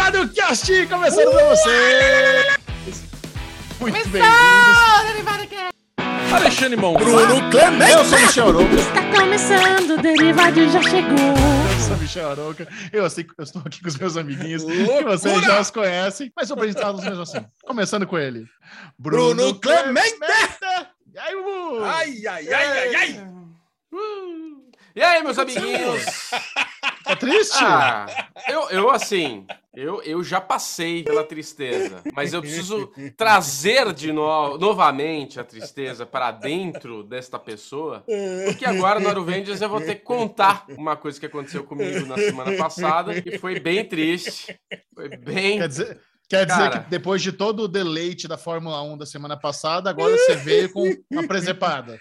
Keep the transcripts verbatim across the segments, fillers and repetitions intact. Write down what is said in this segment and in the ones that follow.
Derivado Cast, começando pra você! Muito bem-vindos! Derivado Cast! Alexandre Mon, Bruno Clemente! Eu sou o Michel Arouca. Está começando, o Derivado já chegou! Eu sou o Michel Arouca. Eu, sei, eu estou aqui com os meus amiguinhos, que vocês já os conhecem, mas sou apresentados mesmo assim. Começando com ele, Bruno, Bruno Clemente! Clemente. E aí, Bubu? Ai, ai, ai, ai, ai! Uh. E aí, meus amiguinhos? Tá triste? Ah, eu, eu assim, eu, eu já passei pela tristeza, mas eu preciso trazer de no, novamente a tristeza para dentro desta pessoa, porque agora no Aruvengers eu vou ter que contar uma coisa que aconteceu comigo na semana passada e foi bem triste, foi bem... Quer dizer... Quer dizer Cara, que depois de todo o deleite da Fórmula um da semana passada, agora você veio com uma presepada.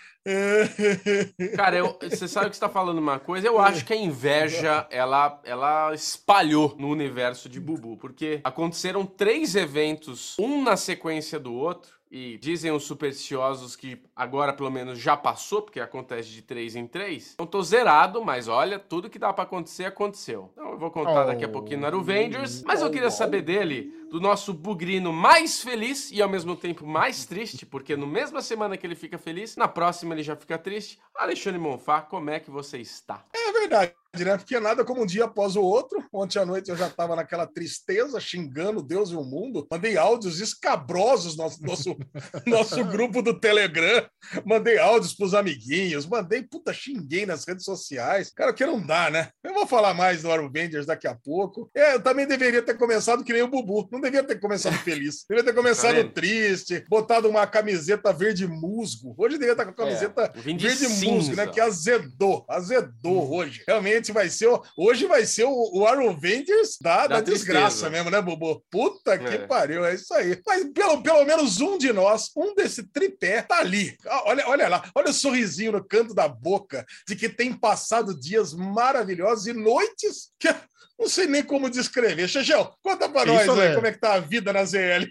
Cara, eu, você sabe que você está falando uma coisa? Eu acho que a inveja, ela, ela espalhou no universo de Bubu, porque aconteceram três eventos, um na sequência do outro, e dizem os supersticiosos que agora pelo menos já passou, porque acontece de três em três. Não tô zerado, mas olha, tudo que dá pra acontecer, aconteceu. Então eu vou contar oh. daqui a pouquinho no Aruvengers, mas eu queria saber dele, do nosso bugrino mais feliz e ao mesmo tempo mais triste, porque no mesma semana que ele fica feliz, na próxima ele já fica triste. Alexandre Monfá, como é que você está? É verdade, né? Porque nada como um dia após o outro. Ontem à noite eu já tava naquela tristeza, xingando Deus e o mundo. Mandei áudios escabrosos no nosso, nosso, nosso grupo do Telegram. Mandei áudios pros amiguinhos. Mandei, puta, xinguei nas redes sociais. Cara, que não dá, né? Eu vou falar mais do Aruvengers daqui a pouco. É, eu também deveria ter começado que nem o Bubu. Não devia ter começado feliz. Devia ter começado tá triste, botado uma camiseta verde musgo. Hoje devia estar com a camiseta é, verde musgo, né? Que azedou. Azedou hum. hoje. Realmente vai ser... Hoje vai ser o, o Aruvengers da, da, da desgraça mesmo, né, Bubu? Puta que é. pariu, é isso aí. Mas pelo, pelo menos um de nós, um desse tripé, tá ali. Olha, olha lá, olha o sorrisinho no canto da boca de que tem passado dias maravilhosos e noites que... Não sei nem como descrever. Chechel, conta pra nós aí é. como é que tá a vida na Z L.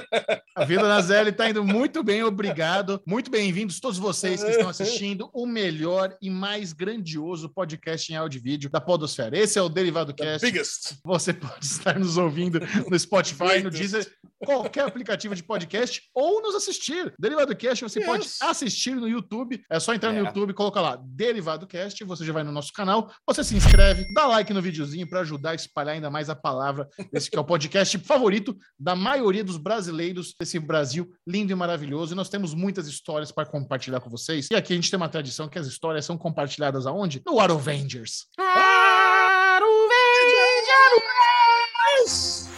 A vida na Z L tá indo muito bem, obrigado. Muito bem-vindos todos vocês que estão assistindo o melhor e mais grandioso podcast em áudio e vídeo da podosfera. Esse é o Derivado Cast. Biggest. Você pode estar nos ouvindo no Spotify, no Deezer, qualquer aplicativo de podcast ou nos assistir. Derivado Cast você yes. pode assistir no YouTube. É só entrar é. no YouTube e colocar lá Derivado Cast, você já vai no nosso canal, você se inscreve, dá like no videozinho para ajudar a espalhar ainda mais a palavra desse que é o podcast favorito da maioria dos brasileiros desse Brasil lindo e maravilhoso. E nós temos muitas histórias para compartilhar com vocês. E aqui a gente tem uma tradição que as histórias são compartilhadas aonde? No Aruvengers. Aruvengers!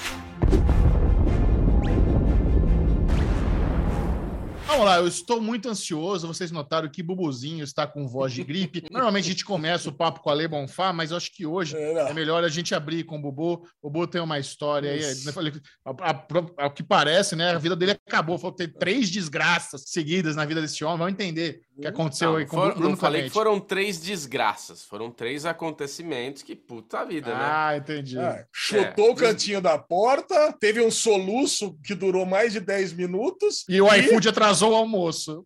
Vamos lá, eu estou muito ansioso. Vocês notaram que Bubuzinho está com voz de gripe. Normalmente a gente começa o papo com a Ale Bonfá, mas eu acho que hoje é, é melhor a gente abrir com o Bubu. O Bubu tem uma história aí. Ao que parece, né? A vida dele acabou. Falou que tem três desgraças seguidas na vida desse homem. Vamos entender o que aconteceu não, aí com for, o Bruno. Não falei que foram três desgraças. Foram três acontecimentos que puta vida, ah, né? Ah, entendi. É, chutou é. o cantinho da porta, teve um soluço que durou mais de dez minutos. E o e... iFood atrasou o almoço.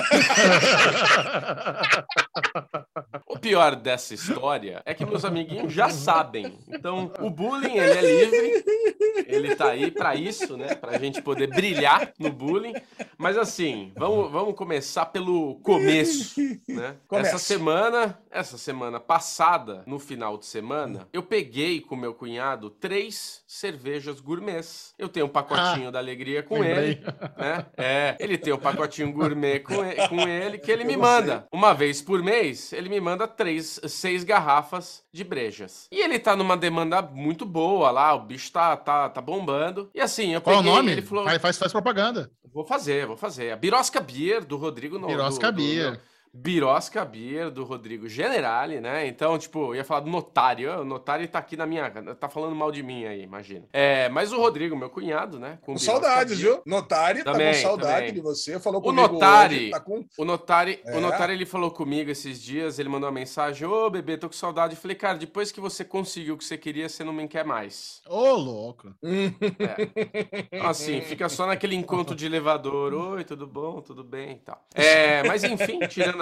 O pior dessa história é que meus amiguinhos já sabem. Então, o bullying, ele é livre. Ele tá aí pra isso, né? Pra gente poder brilhar no bullying. Mas assim, vamos, vamos começar pelo começo, né? Essa semana, essa semana passada, no final de semana, eu peguei com meu cunhado três cervejas gourmets. Eu tenho um pacotinho ah, da alegria com lembrei. ele, né? É, ele tem um pacotinho gourmet com ele, com ele que ele me manda. Uma vez por mês, ele me manda três, seis garrafas de brejas. E ele tá numa demanda muito boa lá, o bicho tá, tá, tá bombando. E assim, eu Qual peguei... Qual o nome? Ele falou, faz, faz propaganda. Vou fazer, vou fazer. A Birosca Beer, do Rodrigo... No, Birosca do, Beer. Do, do, Birosca Beer, do Rodrigo Generali, né? Então, tipo, eu ia falar do Notário. O Notário tá aqui na minha... Tá falando mal de mim aí, imagina. É, mas o Rodrigo, meu cunhado, né? Com saudades, viu? Notário tá com saudade também. de você. Falou o comigo Notário, hoje. Tá com... O Notário, é. o Notário, ele falou comigo esses dias, ele mandou uma mensagem, ô, bebê, tô com saudade. Eu falei, cara, depois que você conseguiu o que você queria, você não me quer mais. Ô, louco. É. Então, assim, fica só naquele encontro de elevador. Oi, tudo bom? Tudo bem e tal. É, mas, enfim, tirando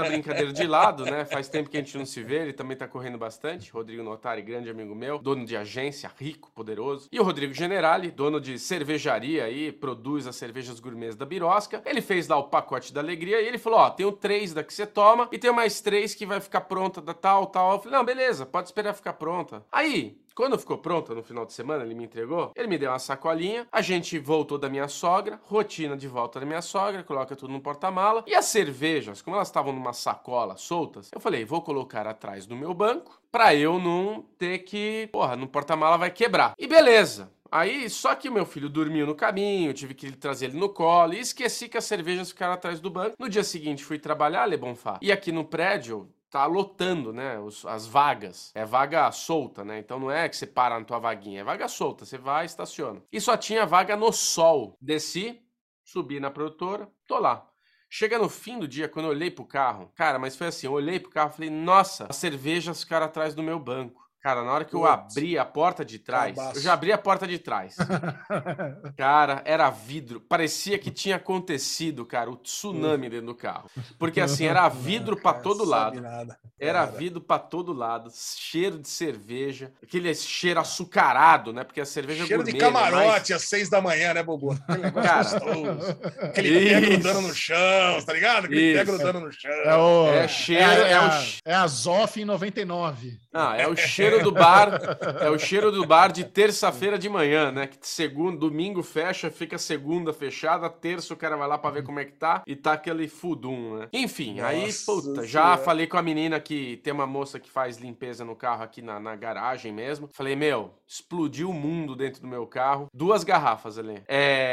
a brincadeira de lado, né? Faz tempo que a gente não se vê, ele também tá correndo bastante. Rodrigo Notari, grande amigo meu, dono de agência, rico, poderoso. E o Rodrigo Generali, dono de cervejaria aí, produz as cervejas gourmets da Birosca. Ele fez lá o pacote da alegria e ele falou, ó, tenho três da que você toma e tem mais três que vai ficar pronta da tal, tal. Eu falei, não, beleza, pode esperar ficar pronta. Aí, quando ficou pronta no final de semana, ele me entregou, ele me deu uma sacolinha, a gente voltou da minha sogra, rotina de volta da minha sogra, coloca tudo no porta-mala, e as cervejas, como elas estavam numa sacola soltas, eu falei, vou colocar atrás do meu banco, pra eu não ter que, porra, no porta-mala vai quebrar. E beleza. Aí, só que o meu filho dormiu no caminho, tive que trazer ele no colo e esqueci que as cervejas ficaram atrás do banco. No dia seguinte, fui trabalhar, Le Bonfá. E aqui no prédio, tá lotando, né, os, as vagas. É vaga solta, né? Então não é que você para na tua vaguinha, é vaga solta. Você vai e estaciona. E só tinha vaga no sol. Desci, subi na produtora, tô lá. Chega no fim do dia, quando eu olhei pro carro, cara, mas foi assim, eu olhei pro carro e falei, nossa, as cervejas ficaram atrás do meu banco. Cara, na hora que eu abri a porta de trás, Cabaço. eu já abri a porta de trás. Cara, era vidro. Parecia que tinha acontecido, cara, o tsunami dentro do carro. Porque assim, era vidro pra todo lado. Nada. Era vidro pra todo lado, cheiro de cerveja, aquele cheiro açucarado, né? Porque a cerveja cheiro gourmet, de camarote mais... às seis da manhã, né, Bobo? Aquele negócio Cara, gostoso. Aquele pé isso. grudando no chão, tá ligado? Aquele pé Isso. grudando no chão. É, o, É cheiro, é, é a, o... é a Zoff em noventa e nove. Ah, é o cheiro do bar, é o cheiro do bar de terça-feira de manhã, né? Que segundo, domingo fecha, fica segunda fechada, terça o cara vai lá pra ver como é que tá e tá aquele fudum, né? Enfim, Nossa aí, puta, já senhora. falei com a menina que tem uma moça que faz limpeza no carro aqui na, na garagem mesmo. Falei, meu, explodiu o mundo dentro do meu carro. Duas garrafas ali.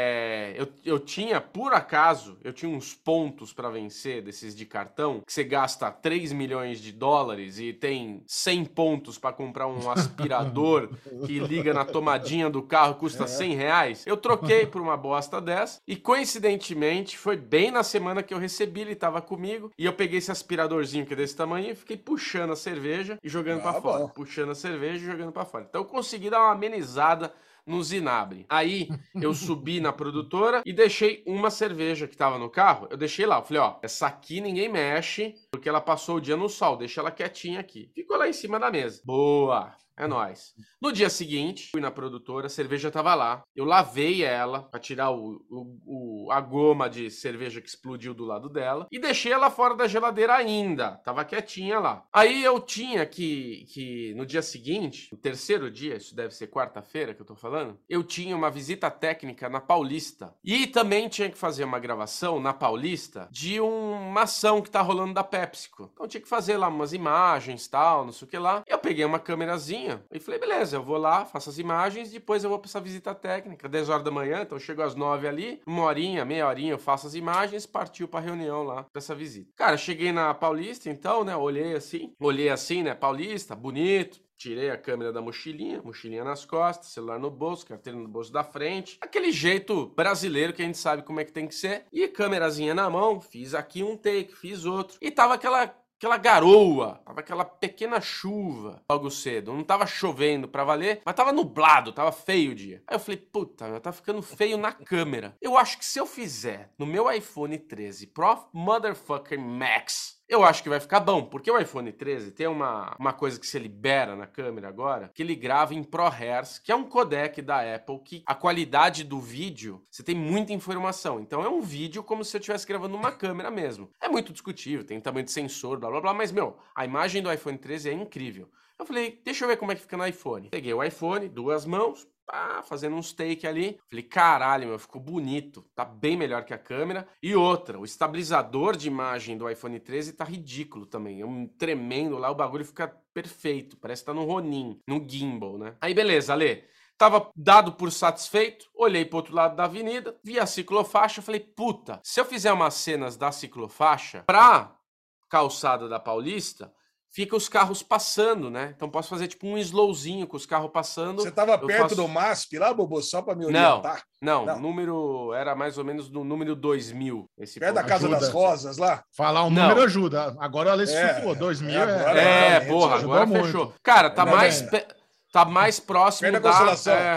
É, eu, eu tinha, por acaso, eu tinha uns pontos pra vencer desses de cartão, que você gasta três milhões de dólares e tem tem cem pontos para comprar um aspirador que liga na tomadinha do carro, custa cem reais, eu troquei por uma bosta dessa e coincidentemente foi bem na semana que eu recebi, ele tava comigo e eu peguei esse aspiradorzinho que é desse tamanho e fiquei puxando a cerveja e jogando Ah, para fora, bom. puxando a cerveja e jogando para fora. Então eu consegui dar uma amenizada no Zinabre. Aí eu subi na produtora e deixei uma cerveja que tava no carro, eu deixei lá, eu falei, ó, essa aqui ninguém mexe, porque ela passou o dia no sol, deixa ela quietinha aqui. Ficou lá em cima da mesa. Boa! É nóis. No dia seguinte, fui na produtora, a cerveja tava lá. Eu lavei ela pra tirar o, o, o, a goma de cerveja que explodiu do lado dela. E deixei ela fora da geladeira ainda. Tava quietinha lá. Aí eu tinha que, que no dia seguinte, no terceiro dia, isso deve ser quarta-feira que eu tô falando, eu tinha uma visita técnica na Paulista. E também tinha que fazer uma gravação na Paulista de uma ação que tá rolando da PepsiCo. Então tinha que fazer lá umas imagens e tal, não sei o que lá. Eu peguei uma câmerazinha e falei, beleza, eu vou lá, faço as imagens, depois eu vou pra essa visita técnica, dez horas da manhã, então eu chego às nove ali, uma horinha, meia horinha, eu faço as imagens, partiu pra reunião lá, pra essa visita. Cara, cheguei na Paulista, então, né, olhei assim, olhei assim, né, Paulista, bonito, tirei a câmera da mochilinha, mochilinha nas costas, celular no bolso, carteira no bolso da frente. Aquele jeito brasileiro que a gente sabe como é que tem que ser. E câmerazinha na mão, fiz aqui um take, fiz outro. E tava aquela... Aquela garoa, tava aquela pequena chuva logo cedo. Não tava chovendo pra valer, mas tava nublado, tava feio o dia. Aí eu falei, puta, tá ficando feio na câmera. Eu acho que se eu fizer no meu iPhone treze Pro Motherfucker Max, eu acho que vai ficar bom, porque o iPhone treze tem uma, uma coisa que você libera na câmera agora, que ele grava em ProRes, que é um codec da Apple, que a qualidade do vídeo, você tem muita informação. Então é um vídeo como se eu estivesse gravando numa câmera mesmo. É muito discutível, tem tamanho de sensor, blá blá blá, mas, meu, a imagem do iPhone treze é incrível. Eu falei, deixa eu ver como é que fica no iPhone. Peguei o iPhone, duas mãos, pá, fazendo uns take ali. Falei, caralho, meu, ficou bonito. Tá bem melhor que a câmera. E outra, o estabilizador de imagem do iPhone treze tá ridículo também. É um tremendo lá, o bagulho fica perfeito. Parece que tá no Ronin, no gimbal, né? Aí beleza, Ale. Tava dado por satisfeito, olhei pro outro lado da avenida, vi a ciclofaixa, falei, puta, se eu fizer umas cenas da ciclofaixa pra calçada da Paulista, fica os carros passando, né? Então posso fazer tipo um slowzinho com os carros passando. Você tava perto faço... do M A S P lá, Bobo, só pra me orientar? Não, não, o número era mais ou menos no número dois mil. Esse perto da Casa ajuda. das Rosas lá? Falar um Não. número ajuda. Agora o Alex É, situou, dois mil é, é... agora- É, realmente porra, ajudou agora muito. fechou. Cara, tá Ainda mais, bem. pe- tá mais próximo Perto da da... Consolação. É,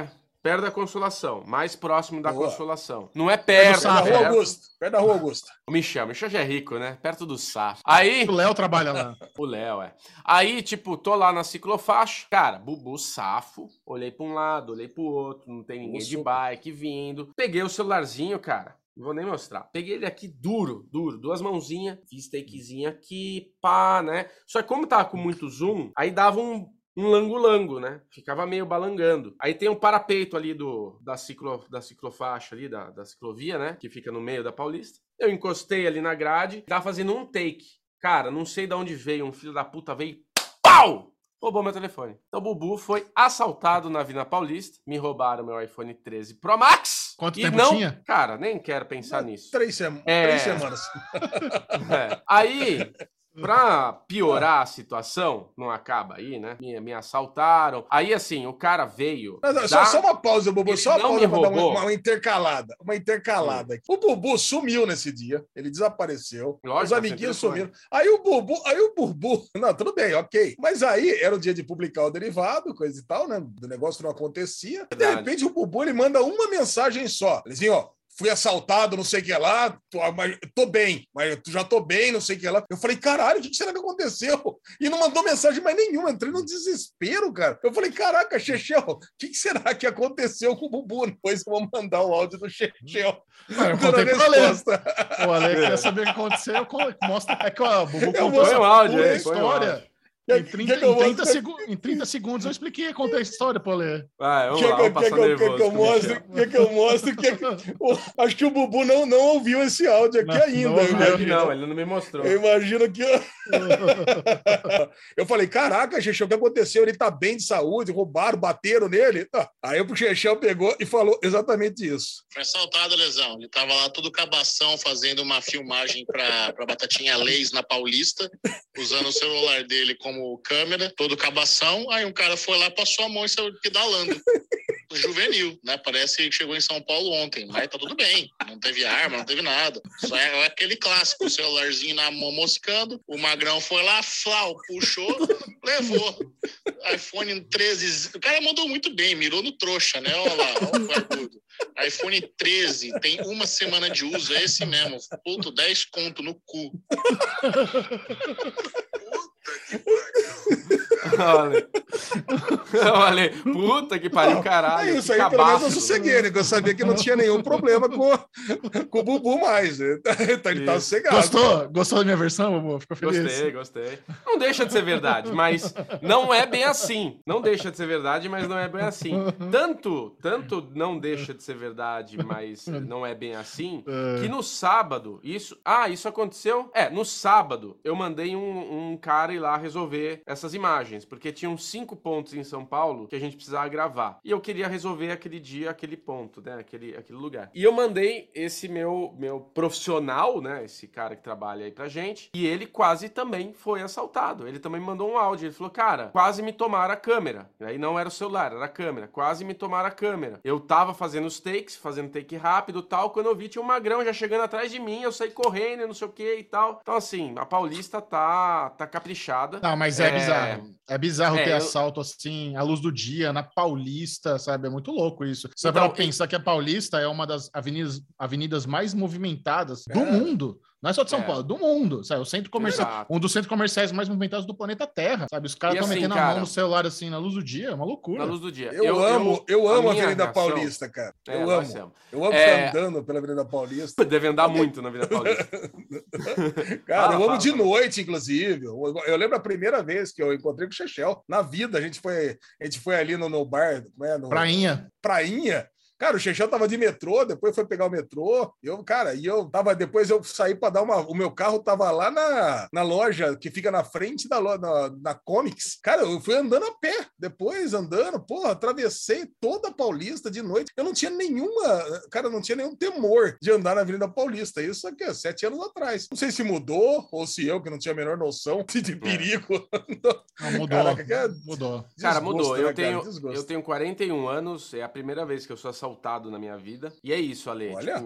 perto da Consolação, mais próximo da Boa. Consolação. Não é perto, Perto da é Rua perto. Augusta. Perto da Rua Augusta. O Michel, o Michel já é rico, né? Perto do Safo. Aí... O Léo trabalha lá. O Léo, é. Aí, tipo, tô lá na ciclofaixa. Cara, Bubu, safo. Olhei pra um lado, olhei pro outro. Não tem ninguém de bike vindo. Peguei o celularzinho, cara. Não vou nem mostrar. Peguei ele aqui duro, duro. Duas mãozinhas. Fiz takezinho aqui, pá, né? Só que como tava com muito zoom, aí dava um... um lango-lango, né? Ficava meio balangando. Aí tem um parapeito ali do, da, ciclo, da ciclofaixa ali, da, da ciclovia, né? Que fica no meio da Paulista. Eu encostei ali na grade, tava fazendo um take. Cara, não sei de onde veio, um filho da puta veio e pau! Roubou meu telefone. Então o Bubu foi assaltado na Avenida Paulista. Me roubaram meu iPhone treze Pro Max. Quanto e tempo não... tinha? Cara, nem quero pensar nisso. Três, sema... É... Três semanas. É. Aí... Pra piorar a situação, não acaba aí, né? Me, me assaltaram. Aí, assim, o cara veio... Não, não, da... só, só uma pausa, Bubu. Ele Só uma não pausa me pra dar roubou. uma, uma intercalada. Uma intercalada. O Bubu sumiu nesse dia. Ele desapareceu. Lógico, os amiguinhos sumiram. Aí o Bubu... Aí o Bubu... Não, tudo bem, ok. Mas aí era o dia de publicar o derivado, coisa e tal, né? O negócio não acontecia. E, de Verdade. repente, o Bubu, ele manda uma mensagem só. Ele assim, ó... Fui assaltado, não sei o que lá, tô, mas, tô bem, mas já tô bem, não sei o que lá. Eu falei, caralho, o que será que aconteceu? E não mandou mensagem mais nenhuma, entrei no desespero, cara. Eu falei, caraca, Chechel, o que será que aconteceu com o Bubu? Depois eu vou mandar o áudio do Chechel. Não, eu contei pro Ale. O Ale quer saber o que aconteceu, eu mostra. É que o Bubu contou essa um áudio aí, história. Em trinta, em, trinta segu... em trinta segundos eu expliquei, contei a história pra ler. Vai, vamos que lá, vamos passar nervoso. Quer que eu mostre? Quer que eu mostre? Que... Acho que o Bubu não, não ouviu esse áudio aqui não, ainda. Não, eu imagino. não, ele não me mostrou. Eu imagino que... Eu falei, caraca, Chechel, o que aconteceu? Ele tá bem de saúde, roubaram, bateram nele. Aí o Chechel pegou e falou exatamente isso. Foi assaltado, Lesão. Ele tava lá todo cabação fazendo uma filmagem pra, pra Batatinha Leis na Paulista, usando o celular dele como câmera, todo cabação. Aí um cara foi lá, passou a mão e saiu pedalando. Juvenil, né? Parece que chegou em São Paulo ontem, mas tá tudo bem. Não teve arma, não teve nada. Só é aquele clássico, o celularzinho na mão moscando. O Magrão foi lá, flau, puxou, levou. iPhone treze. O cara mandou muito bem, mirou no trouxa, né? Olha lá, olha o barbudo. iPhone treze, tem uma semana de uso, é esse mesmo. Puto, dez conto no cu. Puta que pariu. Olha. Olha, puta que pariu, caralho. É isso que aí, cabaço. pelo menos eu sosseguei, né? Que eu sabia que não tinha nenhum problema com, com o Bubu mais. Né? Então ele tá sossegado. Gostou? Gostou da minha versão, Bubu? Ficou feliz? Gostei, gostei. Não deixa de ser verdade, mas não é bem assim. Não deixa de ser verdade, mas não é bem assim. Tanto, tanto não deixa de ser verdade, mas não é bem assim, que no sábado, isso... Ah, isso aconteceu? É, no sábado, eu mandei um, um cara ir lá resolver essas imagens, porque tinham cinco pontos em São Paulo que a gente precisava gravar. E eu queria resolver aquele dia, aquele ponto, né? Aquele, aquele lugar. E eu mandei esse meu, meu profissional, né? Esse cara que trabalha aí pra gente. E ele quase também foi assaltado. Ele também mandou um áudio. Ele falou, cara, quase me tomaram a câmera. E aí não era o celular, era a câmera. Quase me tomaram a câmera. Eu tava fazendo os takes, fazendo take rápido e tal. Quando eu vi, tinha um Magrão já chegando atrás de mim. Eu saí correndo e não sei o que e tal. Então, assim, a Paulista tá, tá caprichada. Não, mas é, é... bizarro. É bizarro é, ter eu... assalto assim, à luz do dia, na Paulista, sabe? É muito louco isso. Você então, vai pensar que a Paulista é uma das avenidas, avenidas mais movimentadas é. do mundo. Não é só de São é. Paulo, do mundo, sabe? O centro comercial, Exato. um dos centros comerciais mais movimentados do planeta Terra, sabe? Os caras estão assim, metendo cara, a mão no celular assim, na luz do dia, é uma loucura. Na luz do dia. Eu, eu amo, eu, eu amo a Avenida reação... Paulista, cara. Eu é, amo. Eu amo é... ficar andando pela Avenida Paulista. Deve andar muito na Avenida Paulista. Cara, ah, eu amo fala, de fala. noite, inclusive. Eu, eu lembro a primeira vez que eu encontrei com o Chechel. Na vida, a gente foi, a gente foi ali no, no bar. É, no... Prainha. Prainha. Cara, o Chechel tava de metrô, depois foi pegar o metrô. Eu, cara, e eu tava. Depois eu saí para dar uma. O meu carro tava lá na, na loja que fica na frente da loja, na, na Comics. Cara, eu fui andando a pé. Depois, andando, porra, atravessei toda a Paulista de noite. Eu não tinha nenhuma. Cara, não tinha nenhum temor de andar na Avenida Paulista. Isso aqui, é sete anos atrás. Não sei se mudou, ou se eu, que não tinha a menor noção de perigo. Não, mudou. Caraca, que é mudou. Desgosto, cara, mudou. Né, eu, tenho, eu tenho quarenta e um anos, é a primeira vez que eu sou assaltado na minha vida. E é isso, Ale. Olha. Tipo,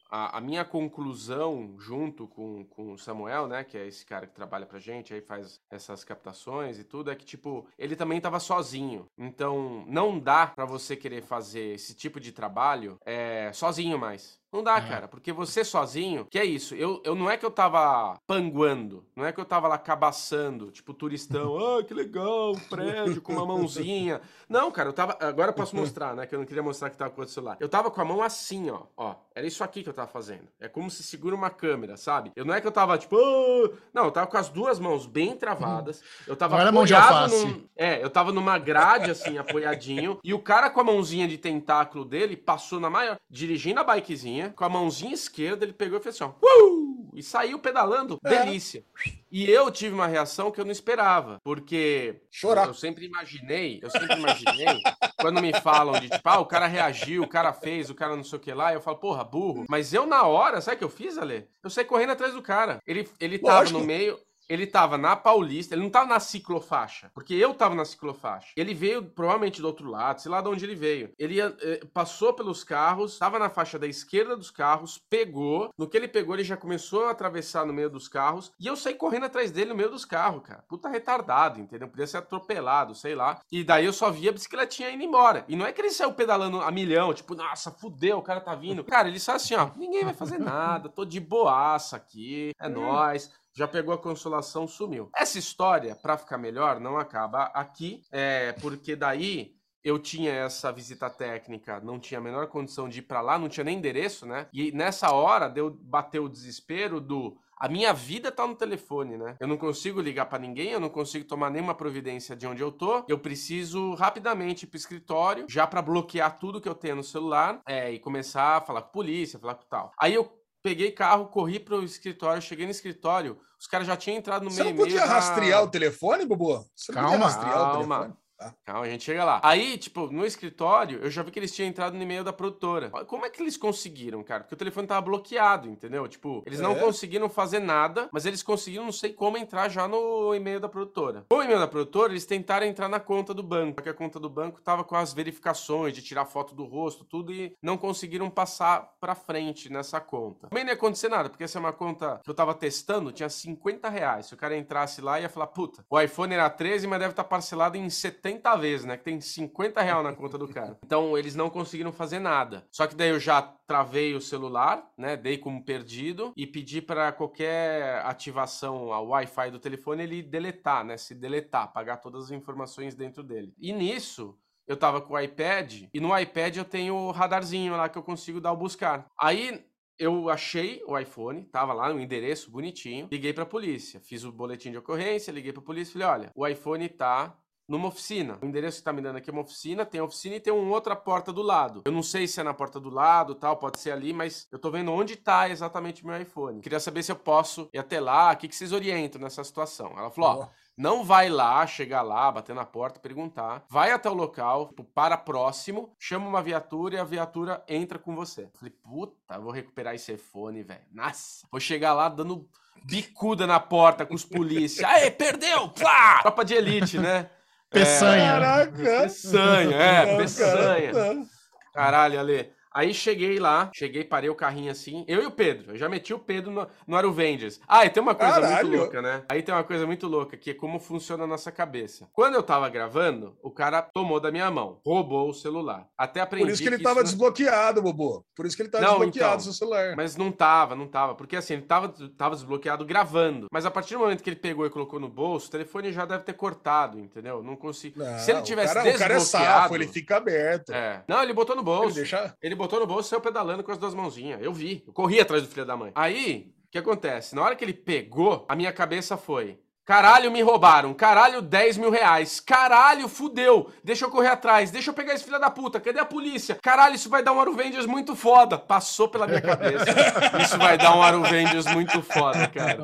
a, a minha conclusão, junto com, com o Samuel, né, que é esse cara que trabalha pra gente, aí faz essas captações e tudo, é que, tipo, ele também tava sozinho. Então, não dá pra você querer fazer esse tipo de trabalho é, sozinho mais. Não dá, É. cara, porque você sozinho, que é isso, eu, eu não é que eu tava panguando, não é que eu tava lá cabaçando, tipo turistão, ah, que legal, um prédio com uma mãozinha. Não, cara, eu tava, agora eu posso mostrar, né, que eu não queria mostrar que tava com o celular. Eu tava com a mão assim, ó, ó, era isso aqui que eu tava fazendo. É como se segura uma câmera, sabe? Eu não é que eu tava tipo, ah! Não, eu tava com as duas mãos bem travadas, eu tava Não era mão de apoiado alface. num, é, eu tava numa grade assim, apoiadinho, e o cara com a mãozinha de tentáculo dele passou na maior, dirigindo a bikezinha, com a mãozinha esquerda, ele pegou e fez assim, ó, uh! E saiu pedalando, É. delícia. E eu tive uma reação que eu não esperava, porque Chorar. eu sempre imaginei, eu sempre imaginei, quando me falam de tipo, ah, o cara reagiu, o cara fez, o cara não sei o que lá, eu falo, porra, burro. Mas eu na hora, sabe o que eu fiz, Ale? Eu saí correndo atrás do cara. Ele, ele tava Lógico. no meio... Ele tava na Paulista, ele não tava na ciclofaixa, porque eu tava na ciclofaixa. Ele veio provavelmente do outro lado, sei lá de onde ele veio. Ele eh, passou pelos carros, tava na faixa da esquerda dos carros, pegou. No que ele pegou, ele já começou a atravessar no meio dos carros. E eu saí correndo atrás dele no meio dos carros, cara. Puta retardado, entendeu? Podia ser atropelado, sei lá. E daí eu só via a bicicletinha indo embora. E não é que ele saiu pedalando a milhão, tipo, nossa, fudeu, o cara tá vindo. Cara, ele saiu assim, ó, ninguém vai fazer nada, tô de boaça aqui, é nóis. Já pegou a consolação, sumiu. Essa história, pra ficar melhor, não acaba aqui, é, porque daí eu tinha essa visita técnica, não tinha a menor condição de ir pra lá, não tinha nem endereço, né? E nessa hora deu bater o desespero do... A minha vida tá no telefone, né? Eu não consigo ligar pra ninguém, eu não consigo tomar nenhuma providência de onde eu tô. Eu preciso rapidamente ir pro escritório, já pra bloquear tudo que eu tenho no celular, é, e começar a falar com a polícia, falar com tal. Aí eu peguei carro, corri pro escritório, cheguei no escritório, os caras já tinham entrado no Você meio não podia da... rastrear o telefone, Bubu? Você não Calma, podia rastrear o calma. telefone? Tá. Calma, a gente chega lá. Aí, tipo, no escritório, eu já vi que eles tinham entrado no e-mail da produtora. Como é que eles conseguiram, cara? Porque o telefone tava bloqueado, entendeu? Tipo, eles não É. conseguiram fazer nada, mas eles conseguiram, não sei como, entrar já no e-mail da produtora. Com o e-mail da produtora, eles tentaram entrar na conta do banco, porque a conta do banco tava com as verificações de tirar foto do rosto, tudo, e não conseguiram passar pra frente nessa conta. Também não ia acontecer nada, porque essa é uma conta que eu tava testando, tinha cinquenta reais. Se o cara entrasse lá, ia falar, puta, o iPhone era treze, mas deve estar parcelado em setenta vezes, né? Que tem cinquenta reais na conta do cara. Então, eles não conseguiram fazer nada. Só que daí eu já travei o celular, né? Dei como perdido e pedi para qualquer ativação ao Wi-Fi do telefone ele deletar, né? Se deletar, apagar todas as informações dentro dele. E nisso... eu tava com o iPad, e no iPad eu tenho o radarzinho lá que eu consigo dar o buscar. Aí eu achei o iPhone, tava lá no endereço bonitinho, liguei pra polícia, fiz o boletim de ocorrência, liguei pra polícia e falei, olha, o iPhone tá numa oficina. O endereço que tá me dando aqui é uma oficina, tem a oficina e tem uma outra porta do lado. Eu não sei se é na porta do lado, tal, pode ser ali, mas eu tô vendo onde tá exatamente o meu iPhone. Queria saber se eu posso ir até lá, o que que vocês orientam nessa situação. Ela falou, ó, não vai lá, chegar lá, bater na porta, perguntar. Vai até o local, tipo, para próximo, chama uma viatura e a viatura entra com você. Eu falei, puta, vou recuperar esse iPhone, velho. Nossa, vou chegar lá dando bicuda na porta com os polícia. Aê, perdeu! Plá! Tropa de elite, né? Peçanha. É, Caraca. peçanha, é, Não, peçanha. cara, não. Caralho, Ale. Aí cheguei lá, cheguei, parei o carrinho assim, eu e o Pedro, eu já meti o Pedro no, no Aruvengers. Ah, e tem uma coisa Caralho. muito louca, né? Aí tem uma coisa muito louca, que é como funciona a nossa cabeça. Quando eu tava gravando, o cara tomou da minha mão, roubou o celular. Até aprendi Por isso que ele que tava isso não- desbloqueado, Bobo. Por isso que ele tava Não, desbloqueado então, seu celular. Mas não tava, não tava. Porque assim, ele tava, tava desbloqueado gravando. Mas a partir do momento que ele pegou e colocou no bolso, o telefone já deve ter cortado, entendeu? Não consigo. Não, Se ele tivesse o cara, o cara é desbloqueado... safo, ele fica aberto. É. Não, ele botou no Ele bolso. deixa... Ele botou no bolso e saiu pedalando com as duas mãozinhas. Eu vi. Eu corri atrás do filho da mãe. Aí, o que acontece? Na hora que ele pegou, a minha cabeça foi... Caralho, me roubaram. Caralho, dez mil reais. Caralho, fudeu. Deixa eu correr atrás. Deixa eu pegar esse filho da puta. Cadê a polícia? Caralho, isso vai dar um Aruvengers muito foda. Passou pela minha cabeça. Isso vai dar um Aruvengers muito foda, cara.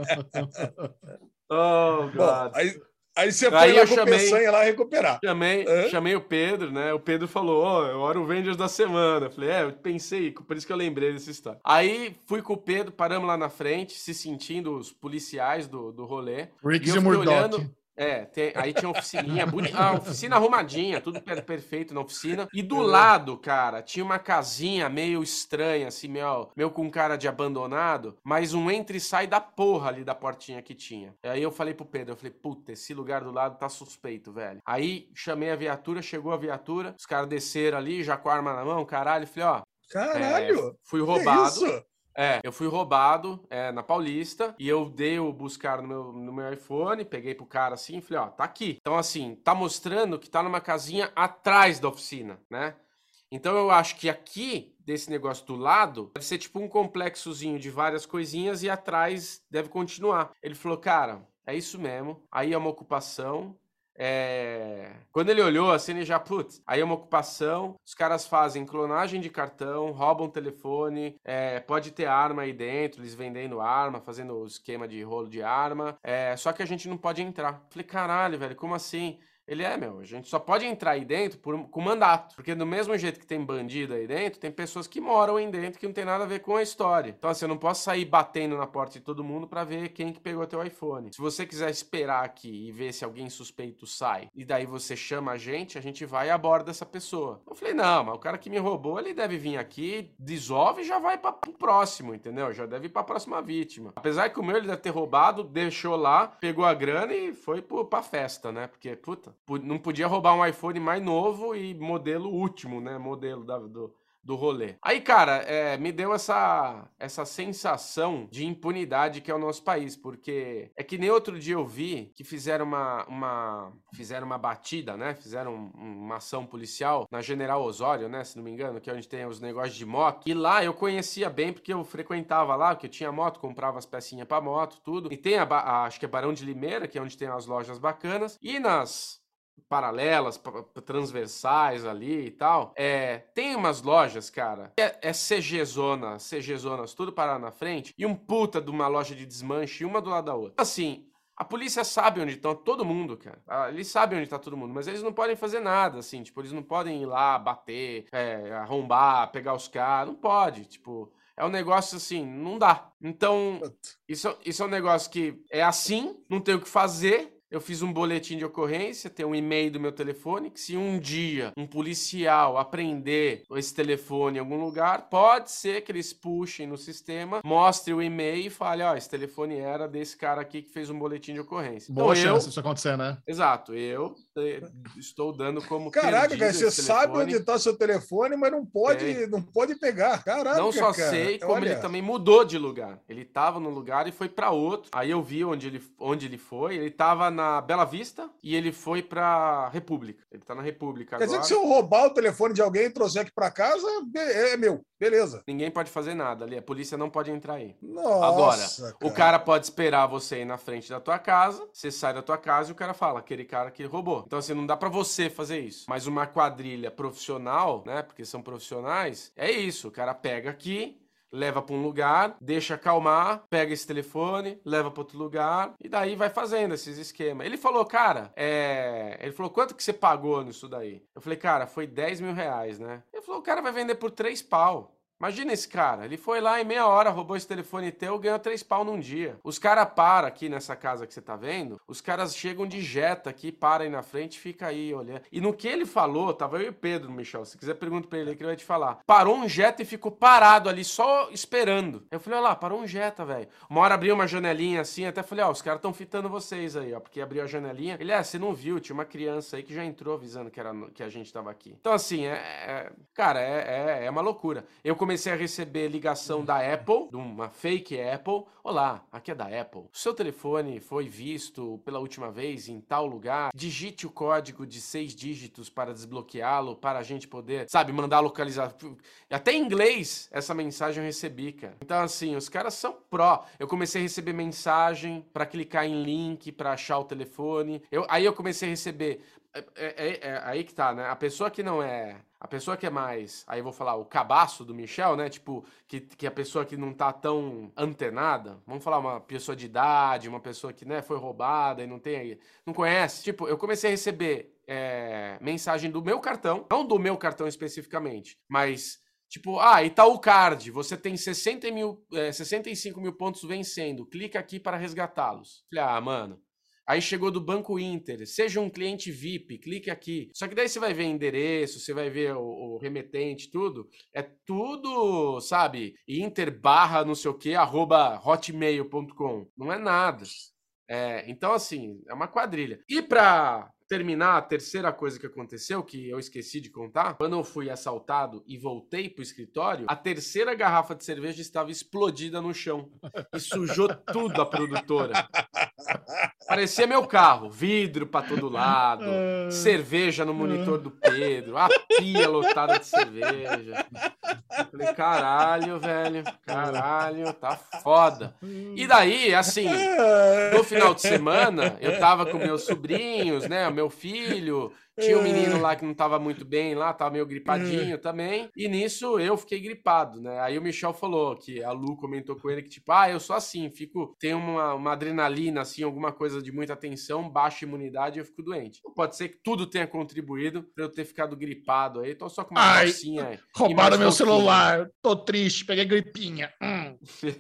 Oh, Bom, God. aí, aí você foi Aí lá eu com o chamei- Peçanha lá recuperar. Chamei, Hã? chamei o Pedro, né? O Pedro falou, ó, oh, o Aruvengers da semana. Falei, é, eu pensei, por isso que eu lembrei dessa história. Aí fui com o Pedro, paramos lá na frente, se sentindo os policiais do, do rolê. Riggs E eu e fiquei Murdoch. olhando, É, tem, aí tinha oficininha, boni... a oficina arrumadinha, tudo per perfeito na oficina. E do lado, cara, tinha uma casinha meio estranha, assim, meio, meio com cara de abandonado, mas um entra e sai da porra ali da portinha que tinha. E aí eu falei pro Pedro, eu falei, puta, esse lugar do lado tá suspeito, velho. Aí chamei a viatura, chegou a viatura, os caras desceram ali, já com a arma na mão, caralho. Falei, ó, Caralho! é, fui roubado. Que isso? É, eu fui roubado é, na Paulista e eu dei o buscar no meu, no meu iPhone, peguei pro cara assim e falei, ó, tá aqui. Então, assim, tá mostrando que tá numa casinha atrás da oficina, né? Então, eu acho que aqui, desse negócio do lado, deve ser tipo um complexozinho de várias coisinhas e atrás deve continuar. Ele falou, cara, é isso mesmo, aí é uma ocupação... É... Quando ele olhou assim, ele já, putz, aí é uma ocupação, os caras fazem clonagem de cartão, roubam telefone, é, pode ter arma aí dentro, eles vendendo arma, fazendo o esquema de rolo de arma, é, só que a gente não pode entrar. Falei, caralho, velho, como assim? Ele é, meu, a gente só pode entrar aí dentro por, com mandato. Porque do mesmo jeito que tem bandido aí dentro, tem pessoas que moram aí dentro que não tem nada a ver com a história. Então, assim, eu não posso sair batendo na porta de todo mundo pra ver quem que pegou teu iPhone. Se você quiser esperar aqui e ver se alguém suspeito sai, e daí você chama a gente, a gente vai e aborda essa pessoa. Eu falei, não, mas o cara que me roubou, ele deve vir aqui, dissolve e já vai pra, pro próximo, entendeu? Já deve ir pra próxima vítima. Apesar que o meu, ele deve ter roubado, deixou lá, pegou a grana e foi pro, pra festa, né? Porque, puta, não podia roubar um iPhone mais novo e modelo último, né? Modelo da, do, do rolê. Aí, cara, é, me deu essa, essa sensação de impunidade que é o nosso país, porque é que nem outro dia eu vi que fizeram uma, uma, fizeram uma batida, né? Fizeram um, uma ação policial na General Osório, né? Se não me engano, que é onde tem os negócios de moto. E lá eu conhecia bem, porque eu frequentava lá, porque eu tinha moto, comprava as pecinhas pra moto, tudo. E tem a, a acho que é Barão de Limeira, que é onde tem as lojas bacanas. E nas paralelas, transversais ali e tal, é, tem umas lojas, cara, é, é C G Zona, C G Zonas, tudo parado na frente, e um puta de uma loja de desmanche, uma do lado da outra. Assim, a polícia sabe onde estão todo mundo, cara. Eles sabem onde tá todo mundo, mas eles não podem fazer nada, assim, tipo, eles não podem ir lá, bater, é, arrombar, pegar os caras, não pode, tipo... É um negócio assim, não dá. Então, isso, isso é um negócio que é assim, não tem o que fazer. Eu fiz um boletim de ocorrência, tem um e-mail do meu telefone, que se um dia um policial apreender esse telefone em algum lugar, pode ser que eles puxem no sistema, mostrem o e-mail e falem, ó, esse telefone era desse cara aqui que fez um boletim de ocorrência. Boa então, chance eu... disso acontecer, né? Exato, eu eh, estou dando como Caraca, cara, você esse sabe telefone. onde tá seu telefone, mas não pode, não pode pegar. Caraca, Não só cara. sei, como Olha. ele também mudou de lugar. Ele tava num lugar e foi pra outro. Aí eu vi onde ele, onde ele foi. Ele tava na Bela Vista e ele foi pra República. Ele tá na República Quer agora. dizer que se eu roubar o telefone de alguém e trouxer aqui pra casa, é meu. Beleza. Ninguém pode fazer nada ali. A polícia não pode entrar aí. Nossa, Agora, cara. o cara pode esperar você ir na frente da tua casa. Você sai da tua casa e o cara fala, aquele cara que roubou. Então, assim, não dá pra você fazer isso. Mas uma quadrilha profissional, né? Porque são profissionais, é isso. O cara pega aqui, leva pra um lugar, deixa acalmar, pega esse telefone, leva pra outro lugar e daí vai fazendo esses esquemas. Ele falou, cara, é... ele falou, quanto que você pagou nisso daí? Eu falei, cara, foi dez mil reais, né? Ele falou, o cara vai vender por três pau. Imagina esse cara, ele foi lá em meia hora, roubou esse telefone teu, ganhou três pau num dia. Os caras param aqui nessa casa que você tá vendo, os caras chegam de jeta aqui, param aí na frente e fica aí olhando. E no que ele falou, tava eu e o Pedro, Michel, se quiser pergunta pra ele aí que ele vai te falar. Parou um jeta e ficou parado ali, só esperando. Eu falei, olha lá, parou um jeta, velho. Uma hora abriu uma janelinha assim, até falei, ó, os caras tão fitando vocês aí, ó, porque abriu a janelinha. Ele, é, você não viu, tinha uma criança aí que já entrou avisando que, era, que a gente tava aqui. Então assim, é, é cara, é, é, é uma loucura. Eu comecei comecei a receber ligação da Apple, de uma fake Apple. Olá, aqui é da Apple. O seu telefone foi visto pela última vez em tal lugar. Digite o código de seis dígitos para desbloqueá-lo, para a gente poder, sabe, mandar localizar. Até em inglês essa mensagem eu recebi, cara. Então, assim, os caras são pró. Eu comecei a receber mensagem para clicar em link, para achar o telefone. Eu, aí eu comecei a receber... É, é, é aí que tá, né? A pessoa que não é... A pessoa que é mais, aí eu vou falar, o cabaço do Michel, né? Tipo, que, que a pessoa que não tá tão antenada, vamos falar uma pessoa de idade, uma pessoa que, né, foi roubada e não tem, não conhece. Tipo, eu comecei a receber é, mensagem do meu cartão, não do meu cartão especificamente, mas... Tipo, ah, Itaú Card, você tem sessenta mil, é, sessenta e cinco mil pontos vencendo, clica aqui para resgatá-los. Falei, ah, mano... Aí chegou do Banco Inter, seja um cliente V I P, clique aqui. Só que daí você vai ver endereço, você vai ver o, o remetente, tudo. É tudo, sabe, Inter barra não sei o que, arroba hotmail ponto com. Não é nada. É, então, assim, é uma quadrilha. E pra terminar, a terceira coisa que aconteceu, que eu esqueci de contar, quando eu fui assaltado e voltei pro escritório, a terceira garrafa de cerveja estava explodida no chão. E sujou tudo a produtora. Parecia meu carro, vidro pra todo lado, cerveja no monitor do Pedro, a pia lotada de cerveja. Eu falei, caralho, velho, caralho, tá foda. E daí, assim, no final de semana, eu tava com meus sobrinhos, né, meu filho, tinha um menino lá que não tava muito bem lá, tava meio gripadinho também, e nisso eu fiquei gripado, né? Aí o Michel falou que a Lu comentou com ele que tipo, ah, eu sou assim, fico, tenho uma, uma adrenalina, assim, alguma coisa de muita tensão, baixa imunidade, eu fico doente. Pode ser que tudo tenha contribuído pra eu ter ficado gripado aí, tô só com uma Ai, calcinha. roubaram meu celular, tô triste, peguei gripinha. Hum.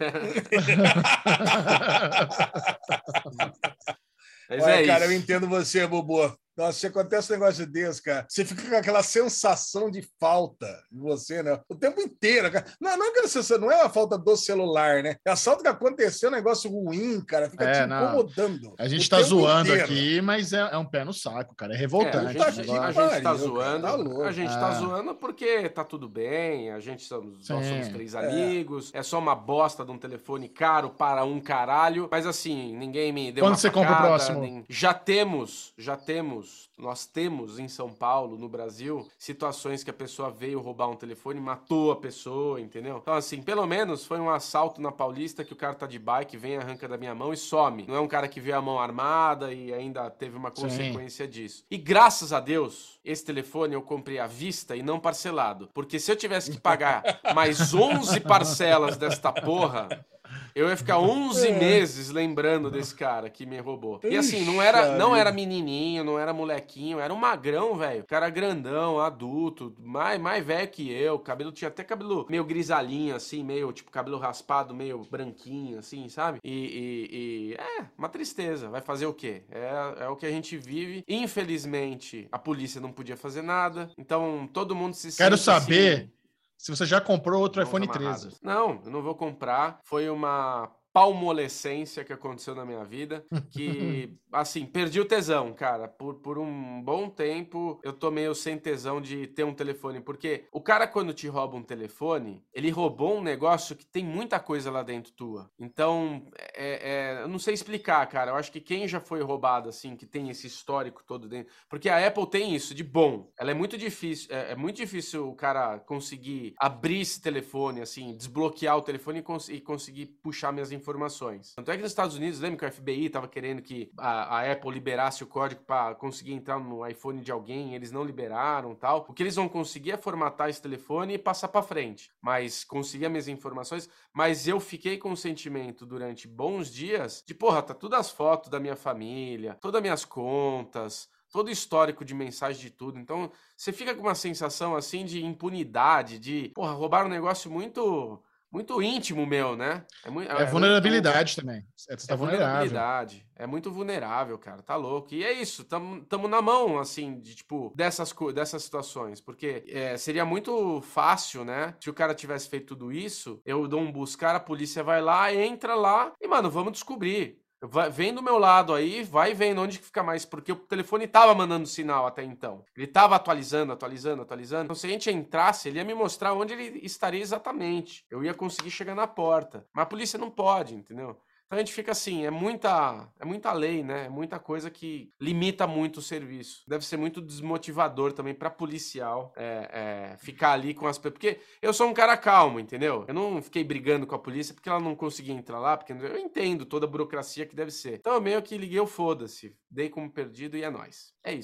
Mas Olha, é cara, isso. eu entendo você, Bubu. Nossa, se acontece um negócio desse, cara, você fica com aquela sensação de falta de você, né? O tempo inteiro, cara. Não, não, é que você, não é a falta do celular, né? É a falta que aconteceu, um negócio ruim, cara. Fica É, te não. incomodando. A gente o tá tempo zoando inteiro. aqui, mas é, é um pé no saco, cara. É É, a revoltante. gente, Puta que a Agora- gente tá pariu, zoando, cara, tá louco. a gente tá Ah. zoando porque tá tudo bem, a gente somos, nós Sim. somos três É. amigos, é só uma bosta de um telefone caro para um caralho, mas assim, ninguém me deu Quando uma você compra o facada, próximo? nem- Já temos, já temos, nós temos em São Paulo, no Brasil, situações que a pessoa veio roubar um telefone, matou a pessoa, entendeu? Então assim, pelo menos foi um assalto na Paulista que o cara tá de bike, vem, arranca da minha mão e some. Não é um cara que veio a mão armada e ainda teve uma Sim. consequência disso. E graças a Deus, esse telefone eu comprei à vista e não parcelado. Porque se eu tivesse que pagar mais onze parcelas desta porra, eu ia ficar onze meses lembrando desse cara que me roubou. E assim, não era, Puxa não era vida. menininho, não era molequinho, era um magrão, velho. Cara grandão, adulto, mais, mais velho que eu. Cabelo, tinha até cabelo meio grisalhinho, assim, meio, tipo, cabelo raspado, meio branquinho, assim, sabe? E, e- e é, uma tristeza. Vai fazer o quê? É, é o que a gente vive. Infelizmente, a polícia não podia fazer nada. Então, todo mundo se Quero sente, saber assim, se você já comprou outro mãos iPhone amarradas. treze. Não, eu não vou comprar. Foi uma palmolescência que aconteceu na minha vida, que, assim, perdi o tesão, cara. Por, por um bom tempo, eu tô meio sem tesão de ter um telefone, porque o cara, quando te rouba um telefone, ele roubou um negócio que tem muita coisa lá dentro tua. Então, é, é, eu não sei explicar, cara. Eu acho que quem já foi roubado, assim, que tem esse histórico todo dentro... Porque a Apple tem isso, de bom. Ela é muito difícil, é, é muito difícil o cara conseguir abrir esse telefone, assim, desbloquear o telefone e, cons e conseguir puxar minhas informações. Tanto é que nos Estados Unidos, lembra que o F B I tava querendo que a, a Apple liberasse o código para conseguir entrar no iPhone de alguém, eles não liberaram, tal. O que eles vão conseguir é formatar esse telefone e passar para frente, mas conseguir as minhas informações. Mas eu fiquei com o sentimento durante bons dias de, porra, tá tudo as fotos da minha família, todas as minhas contas, todo o histórico de mensagem de tudo. Então, você fica com uma sensação assim de impunidade, de, porra, roubaram um negócio muito muito íntimo meu, né? É, mui- vulnerabilidade também. Você tá É vulnerável. vulnerabilidade. É muito vulnerável, cara. Tá louco. E é isso. Tamo, tamo na mão, assim, de tipo, dessas, co- dessas situações. Porque é, seria muito fácil, né? Se o cara tivesse feito tudo isso, eu dou um buscar, a polícia vai lá, entra lá e, mano, vamos descobrir. Vai, vem do meu lado aí, vai vendo onde que fica mais. Porque o telefone tava mandando sinal até então. Ele tava atualizando, atualizando, atualizando. Então, se a gente entrasse, ele ia me mostrar onde ele estaria exatamente. Eu ia conseguir chegar na porta. Mas a polícia não pode, entendeu? Então a gente fica assim, é muita, é muita lei, né? É muita coisa que limita muito o serviço. Deve ser muito desmotivador também para policial é, é, ficar ali com as pessoas. Porque eu sou um cara calmo, entendeu? Eu não fiquei brigando com a polícia porque ela não conseguia entrar lá, porque eu entendo toda a burocracia que deve ser. Então eu meio que liguei o foda-se, dei como perdido e é nóis. É isso.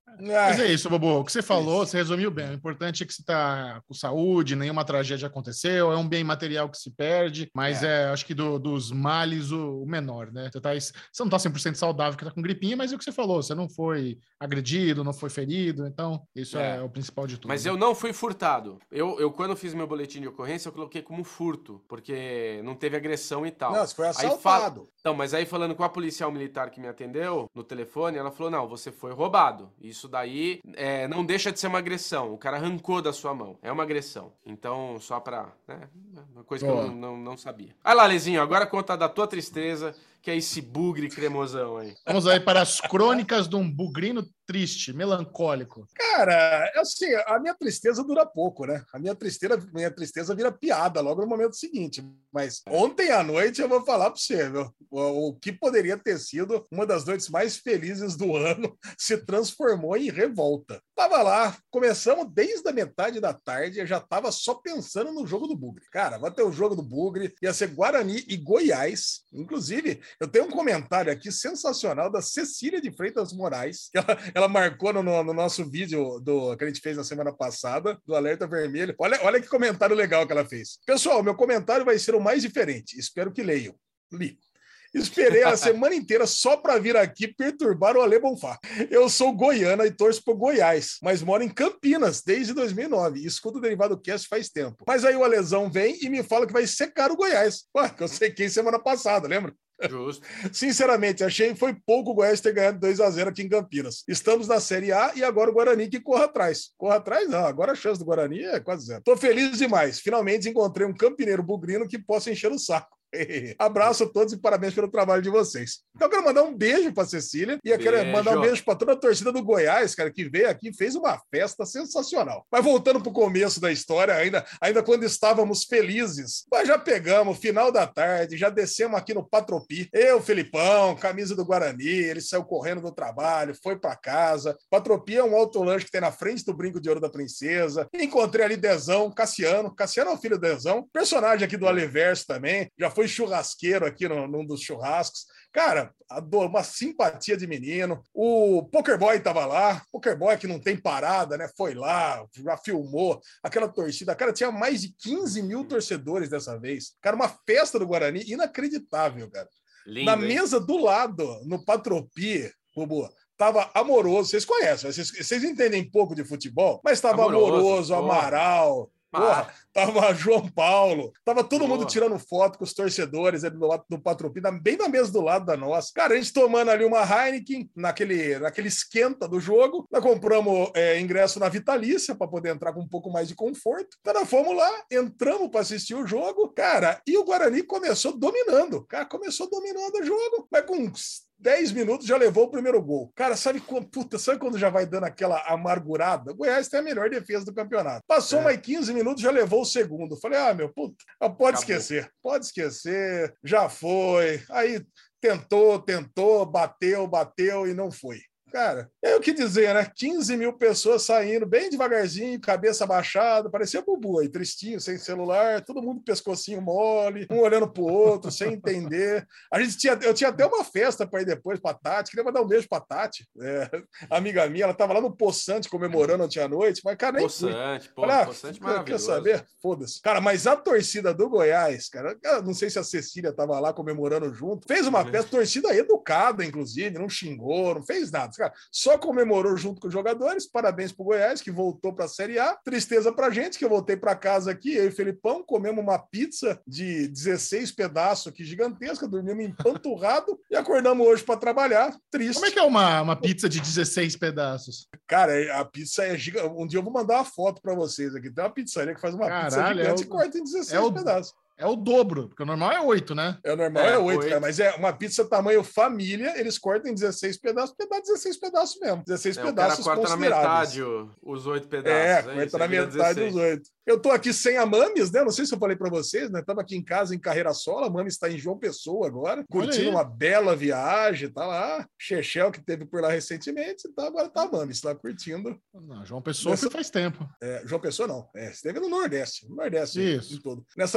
Mas é isso, Bobo. O que você falou, você resumiu bem. O importante é que você está com saúde, nenhuma tragédia aconteceu, é um bem material que se perde, mas é, é acho que do, dos males o, o menor, né? Você, tá, você não está cem por cento saudável, que está com gripinha, mas é o que você falou, você não foi agredido, não foi ferido, então isso é, é o principal de tudo. Mas né? eu não fui furtado. Eu, eu, quando fiz meu boletim de ocorrência, eu coloquei como furto, porque não teve agressão e tal. Não, você foi assaltado. Aí, fala... Então, mas aí falando com a policial militar que me atendeu no telefone, ela falou, não, você foi roubado. Isso daí é, não deixa de ser uma agressão. O cara arrancou da sua mão. É uma agressão. Então, só pra... Né, uma coisa que oh. eu não, não, não sabia. Vai lá, Lezinho, agora conta da tua tristeza, que é esse bugre cremosão aí. Vamos aí para as crônicas de um bugrino triste, melancólico. Cara, assim, a minha tristeza dura pouco, né? A minha tristeza, minha tristeza vira piada logo no momento seguinte. Mas ontem à noite eu vou falar para você, meu, o, o que poderia ter sido uma das noites mais felizes do ano se transformou em revolta. Tava lá, começamos desde a metade da tarde, eu já tava só pensando no jogo do Bugre. Cara, vai ter o jogo do Bugre, ia ser Guarani e Goiás. Inclusive, eu tenho um comentário aqui sensacional da Cecília de Freitas Moraes, que ela, ela marcou no, no nosso vídeo do, que a gente fez na semana passada, do Alerta Vermelho. Olha, olha que comentário legal que ela fez. Pessoal, meu comentário vai ser o mais diferente. Espero que leiam. Li. Esperei a semana inteira só para vir aqui perturbar o Ale Bonfá. Eu sou goiana e torço pro Goiás, mas moro em Campinas desde dois mil e nove e escuto o Derivado Cast faz tempo. Mas aí o Alezão vem e me fala que vai secar o Goiás. Ué, que eu sequei semana passada, lembra? Justo. Sinceramente, achei que foi pouco o Goiás ter ganhado dois a zero aqui em Campinas. Estamos na Série A e agora o Guarani que corra atrás. Corra atrás não, agora a chance do Guarani é quase zero. Tô feliz demais. Finalmente encontrei um campineiro bugrino que possa encher o saco. Abraço a todos e parabéns pelo trabalho de vocês. Então eu quero mandar um beijo para Cecília e eu quero beijo. mandar um beijo para toda a torcida do Goiás, cara, que veio aqui e fez uma festa sensacional. Mas voltando para o começo da história, ainda, ainda quando estávamos felizes, nós já pegamos final da tarde, já descemos aqui no Patropi. Eu, Felipão, camisa do Guarani, ele saiu correndo do trabalho, foi para casa. Patropi é um autolanche que tem na frente do Brinco de Ouro da Princesa. Encontrei ali Dezão, Cassiano. Cassiano é o filho do Dezão, personagem aqui do Aleverso também, já foi churrasqueiro aqui no, num dos churrascos. Cara, uma simpatia de menino. O Pokerboy tava lá. Pokerboy que não tem parada, né? Foi lá, já filmou. Aquela torcida. Cara, tinha mais de quinze mil torcedores dessa vez. Cara, uma festa do Guarani inacreditável, cara. Lindo, Na hein? mesa do lado, no Patropi, Bobo, tava Amoroso. Vocês conhecem, vocês, vocês entendem pouco de futebol, mas tava Amoroso, Amoroso Amaral... Porra, tava João Paulo, tava todo Porra. mundo tirando foto com os torcedores ali do lado do Patropi, bem na mesa do lado da nossa. Cara, a gente tomando ali uma Heineken, naquele, naquele esquenta do jogo, nós compramos é, ingresso na Vitalícia para poder entrar com um pouco mais de conforto. Então nós fomos lá, entramos para assistir o jogo, cara, e o Guarani começou dominando. Cara, começou dominando o jogo, mas com dez minutos já levou o primeiro gol. Cara, sabe quando, puta, sabe quando já vai dando aquela amargurada? O Goiás tem a melhor defesa do campeonato. Passou é. mais quinze minutos, já levou o segundo. Falei, ah, meu, puta, pode Acabou. esquecer. Pode esquecer, já foi. Aí tentou, tentou, bateu, bateu e não foi. Cara, é o que dizer, né? quinze mil pessoas saindo bem devagarzinho, cabeça baixada, parecia Bubu aí, tristinho, sem celular, todo mundo pescocinho mole, um olhando pro outro, sem entender. A gente tinha, eu tinha até uma festa para ir depois pra Tati, queria mandar um beijo pra Tati, é, amiga minha, ela tava lá no Poçante comemorando ontem à noite, mas, cara, nem Poçante, pô, Olha, Poçante quer, maravilhoso. Quer saber? Foda-se. Cara, mas a torcida do Goiás, cara, eu não sei se a Cecília tava lá comemorando junto, fez uma festa, torcida educada, inclusive, não xingou, não fez nada. Cara, só comemorou junto com os jogadores. Parabéns pro Goiás, que voltou para a Série A. Tristeza pra gente, que eu voltei para casa aqui, eu e o Felipão, comemos uma pizza de dezesseis pedaços aqui, gigantesca, dormimos empanturrado e acordamos hoje para trabalhar. Triste. Como é que é uma, uma pizza de dezesseis pedaços? Cara, a pizza é gigante. Um dia eu vou mandar uma foto para vocês aqui. Tem uma pizzaria que faz uma Caralho, pizza gigante é o... e corta em dezesseis é o... pedaços. É o dobro, porque o normal é oito, né? É, o normal é oito, cara, mas é uma pizza tamanho família, eles cortam em dezesseis pedaços, porque dá dezesseis pedaços mesmo. dezesseis é, pedaços o cara corta na metade os oito pedaços. É, é corta na metade os oito. Eu tô aqui sem a Mames, né? Não sei se eu falei para vocês, né? Tava aqui em casa em Carreira Sola, a Mames está em João Pessoa agora, curtindo uma bela viagem, tá lá. Chechel, que teve por lá recentemente, então agora tá a Mames, tá curtindo. Não, João Pessoa Nessa... faz tempo. É, João Pessoa não, é, esteve no Nordeste, no Nordeste Isso. em todo. Nessa mesma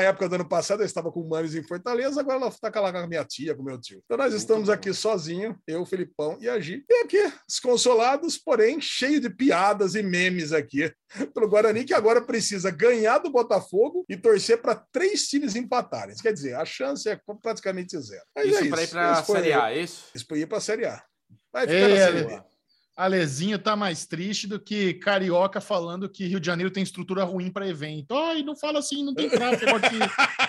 época do ano passado eu estava com o Manes em Fortaleza, agora ela está lá com a minha tia, com o meu tio. Então nós estamos aqui sozinhos, eu, o Felipão e a Gi. E aqui, desconsolados, porém cheio de piadas e memes aqui pelo Guarani, que agora precisa ganhar do Botafogo e torcer para três times empatarem. Quer dizer, a chance é praticamente zero. Mas isso é para ir para a foi... Série A, é isso? Isso para ir para a Série A. Vai ficar Ei, na Série Ale... A. Alezinho tá mais triste do que Carioca falando que Rio de Janeiro tem estrutura ruim para evento. Ai, não fala assim, não tem tráfego aqui.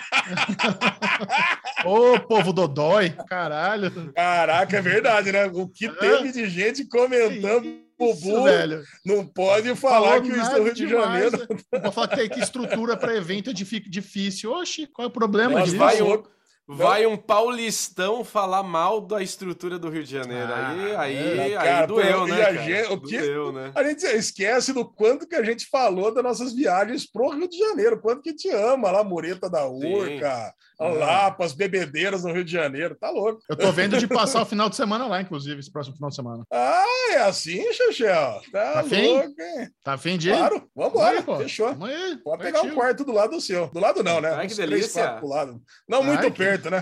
Ô, povo dodói, caralho. Caraca, é verdade, né? O que teve de gente comentando Bubu, velho. Não pode falar Falou que o Rio de Janeiro... Não pode falar que, que estrutura para evento é difícil. Oxi, qual é o problema Mas disso? Vai um, vai um paulistão falar mal da estrutura do Rio de Janeiro. Ah, aí aí, é, cara, aí doeu, né, a cara? gente, o que, doeu, né? A gente esquece do quanto que a gente falou das nossas viagens pro Rio de Janeiro, quanto que te ama lá, Mureta da Urca, Lapa, as bebedeiras no Rio de Janeiro, tá louco. Eu tô vendo de passar o final de semana lá, inclusive, esse próximo final de semana. Ah, é assim, Chechel? Tá, tá louco, hein? Tá afim de ir? Claro, vambora, Vai, fechou. Vamos aí, Pode pegar um quarto do lado do seu. Do lado não, né? Ai, Uns que delícia. Três, pro lado. Não muito Ai, perto, que... né?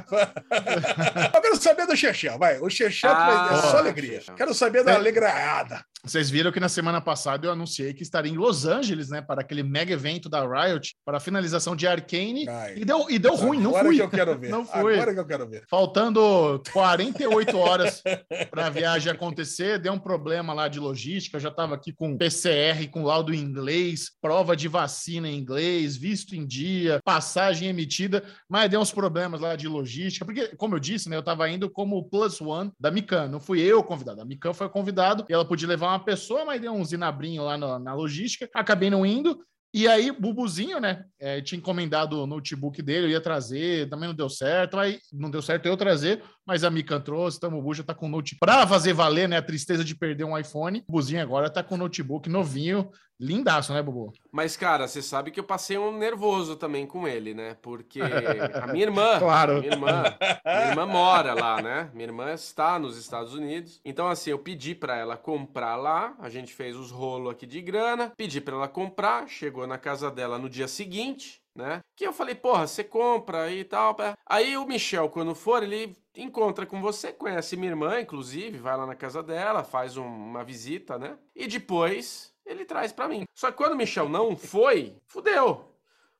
Eu quero saber do Chechel, vai. O Chechel ah, é só alegria. Chechel. Quero saber da é. alegraiada. Vocês viram que na semana passada eu anunciei que estaria em Los Angeles, né, para aquele mega evento da Riot, para a finalização de Arcane, Ai, e deu, e deu ruim, não agora fui. Que eu quero ver. Não fui. Agora que eu quero ver. Faltando quarenta e oito horas para a viagem acontecer, deu um problema lá de logística, eu já estava aqui com P C R, com laudo em inglês, prova de vacina em inglês, visto em dia, passagem emitida, mas deu uns problemas lá de logística, porque, como eu disse, né, eu estava indo como plus one da Mikan, não fui eu convidado, a Mikan foi convidado, e ela podia levar uma pessoa, mas deu um zinabrinho lá na, na logística, acabei não indo, e aí Bubuzinho, né, é, tinha encomendado o notebook dele, eu ia trazer, também não deu certo, aí não deu certo eu trazer, mas a Mikan trouxe, então o Bubu já tá com o notebook pra fazer valer, né, a tristeza de perder um iPhone, o Bubuzinho agora tá com o notebook novinho, lindaço, né, Bubu? Mas, cara, você sabe que eu passei um nervoso também com ele, né? Porque a minha irmã, claro. minha irmã, minha irmã mora lá, né? Minha irmã está nos Estados Unidos. Então, assim, eu pedi pra ela comprar lá, a gente fez os rolos aqui de grana, pedi pra ela comprar, chegou na casa dela no dia seguinte, né? Que eu falei, porra, você compra aí e tal. Aí o Michel, quando for, ele encontra com você, conhece minha irmã, inclusive, vai lá na casa dela, faz um, uma visita, né? E depois ele traz pra mim. Só que quando o Michel não foi, fudeu.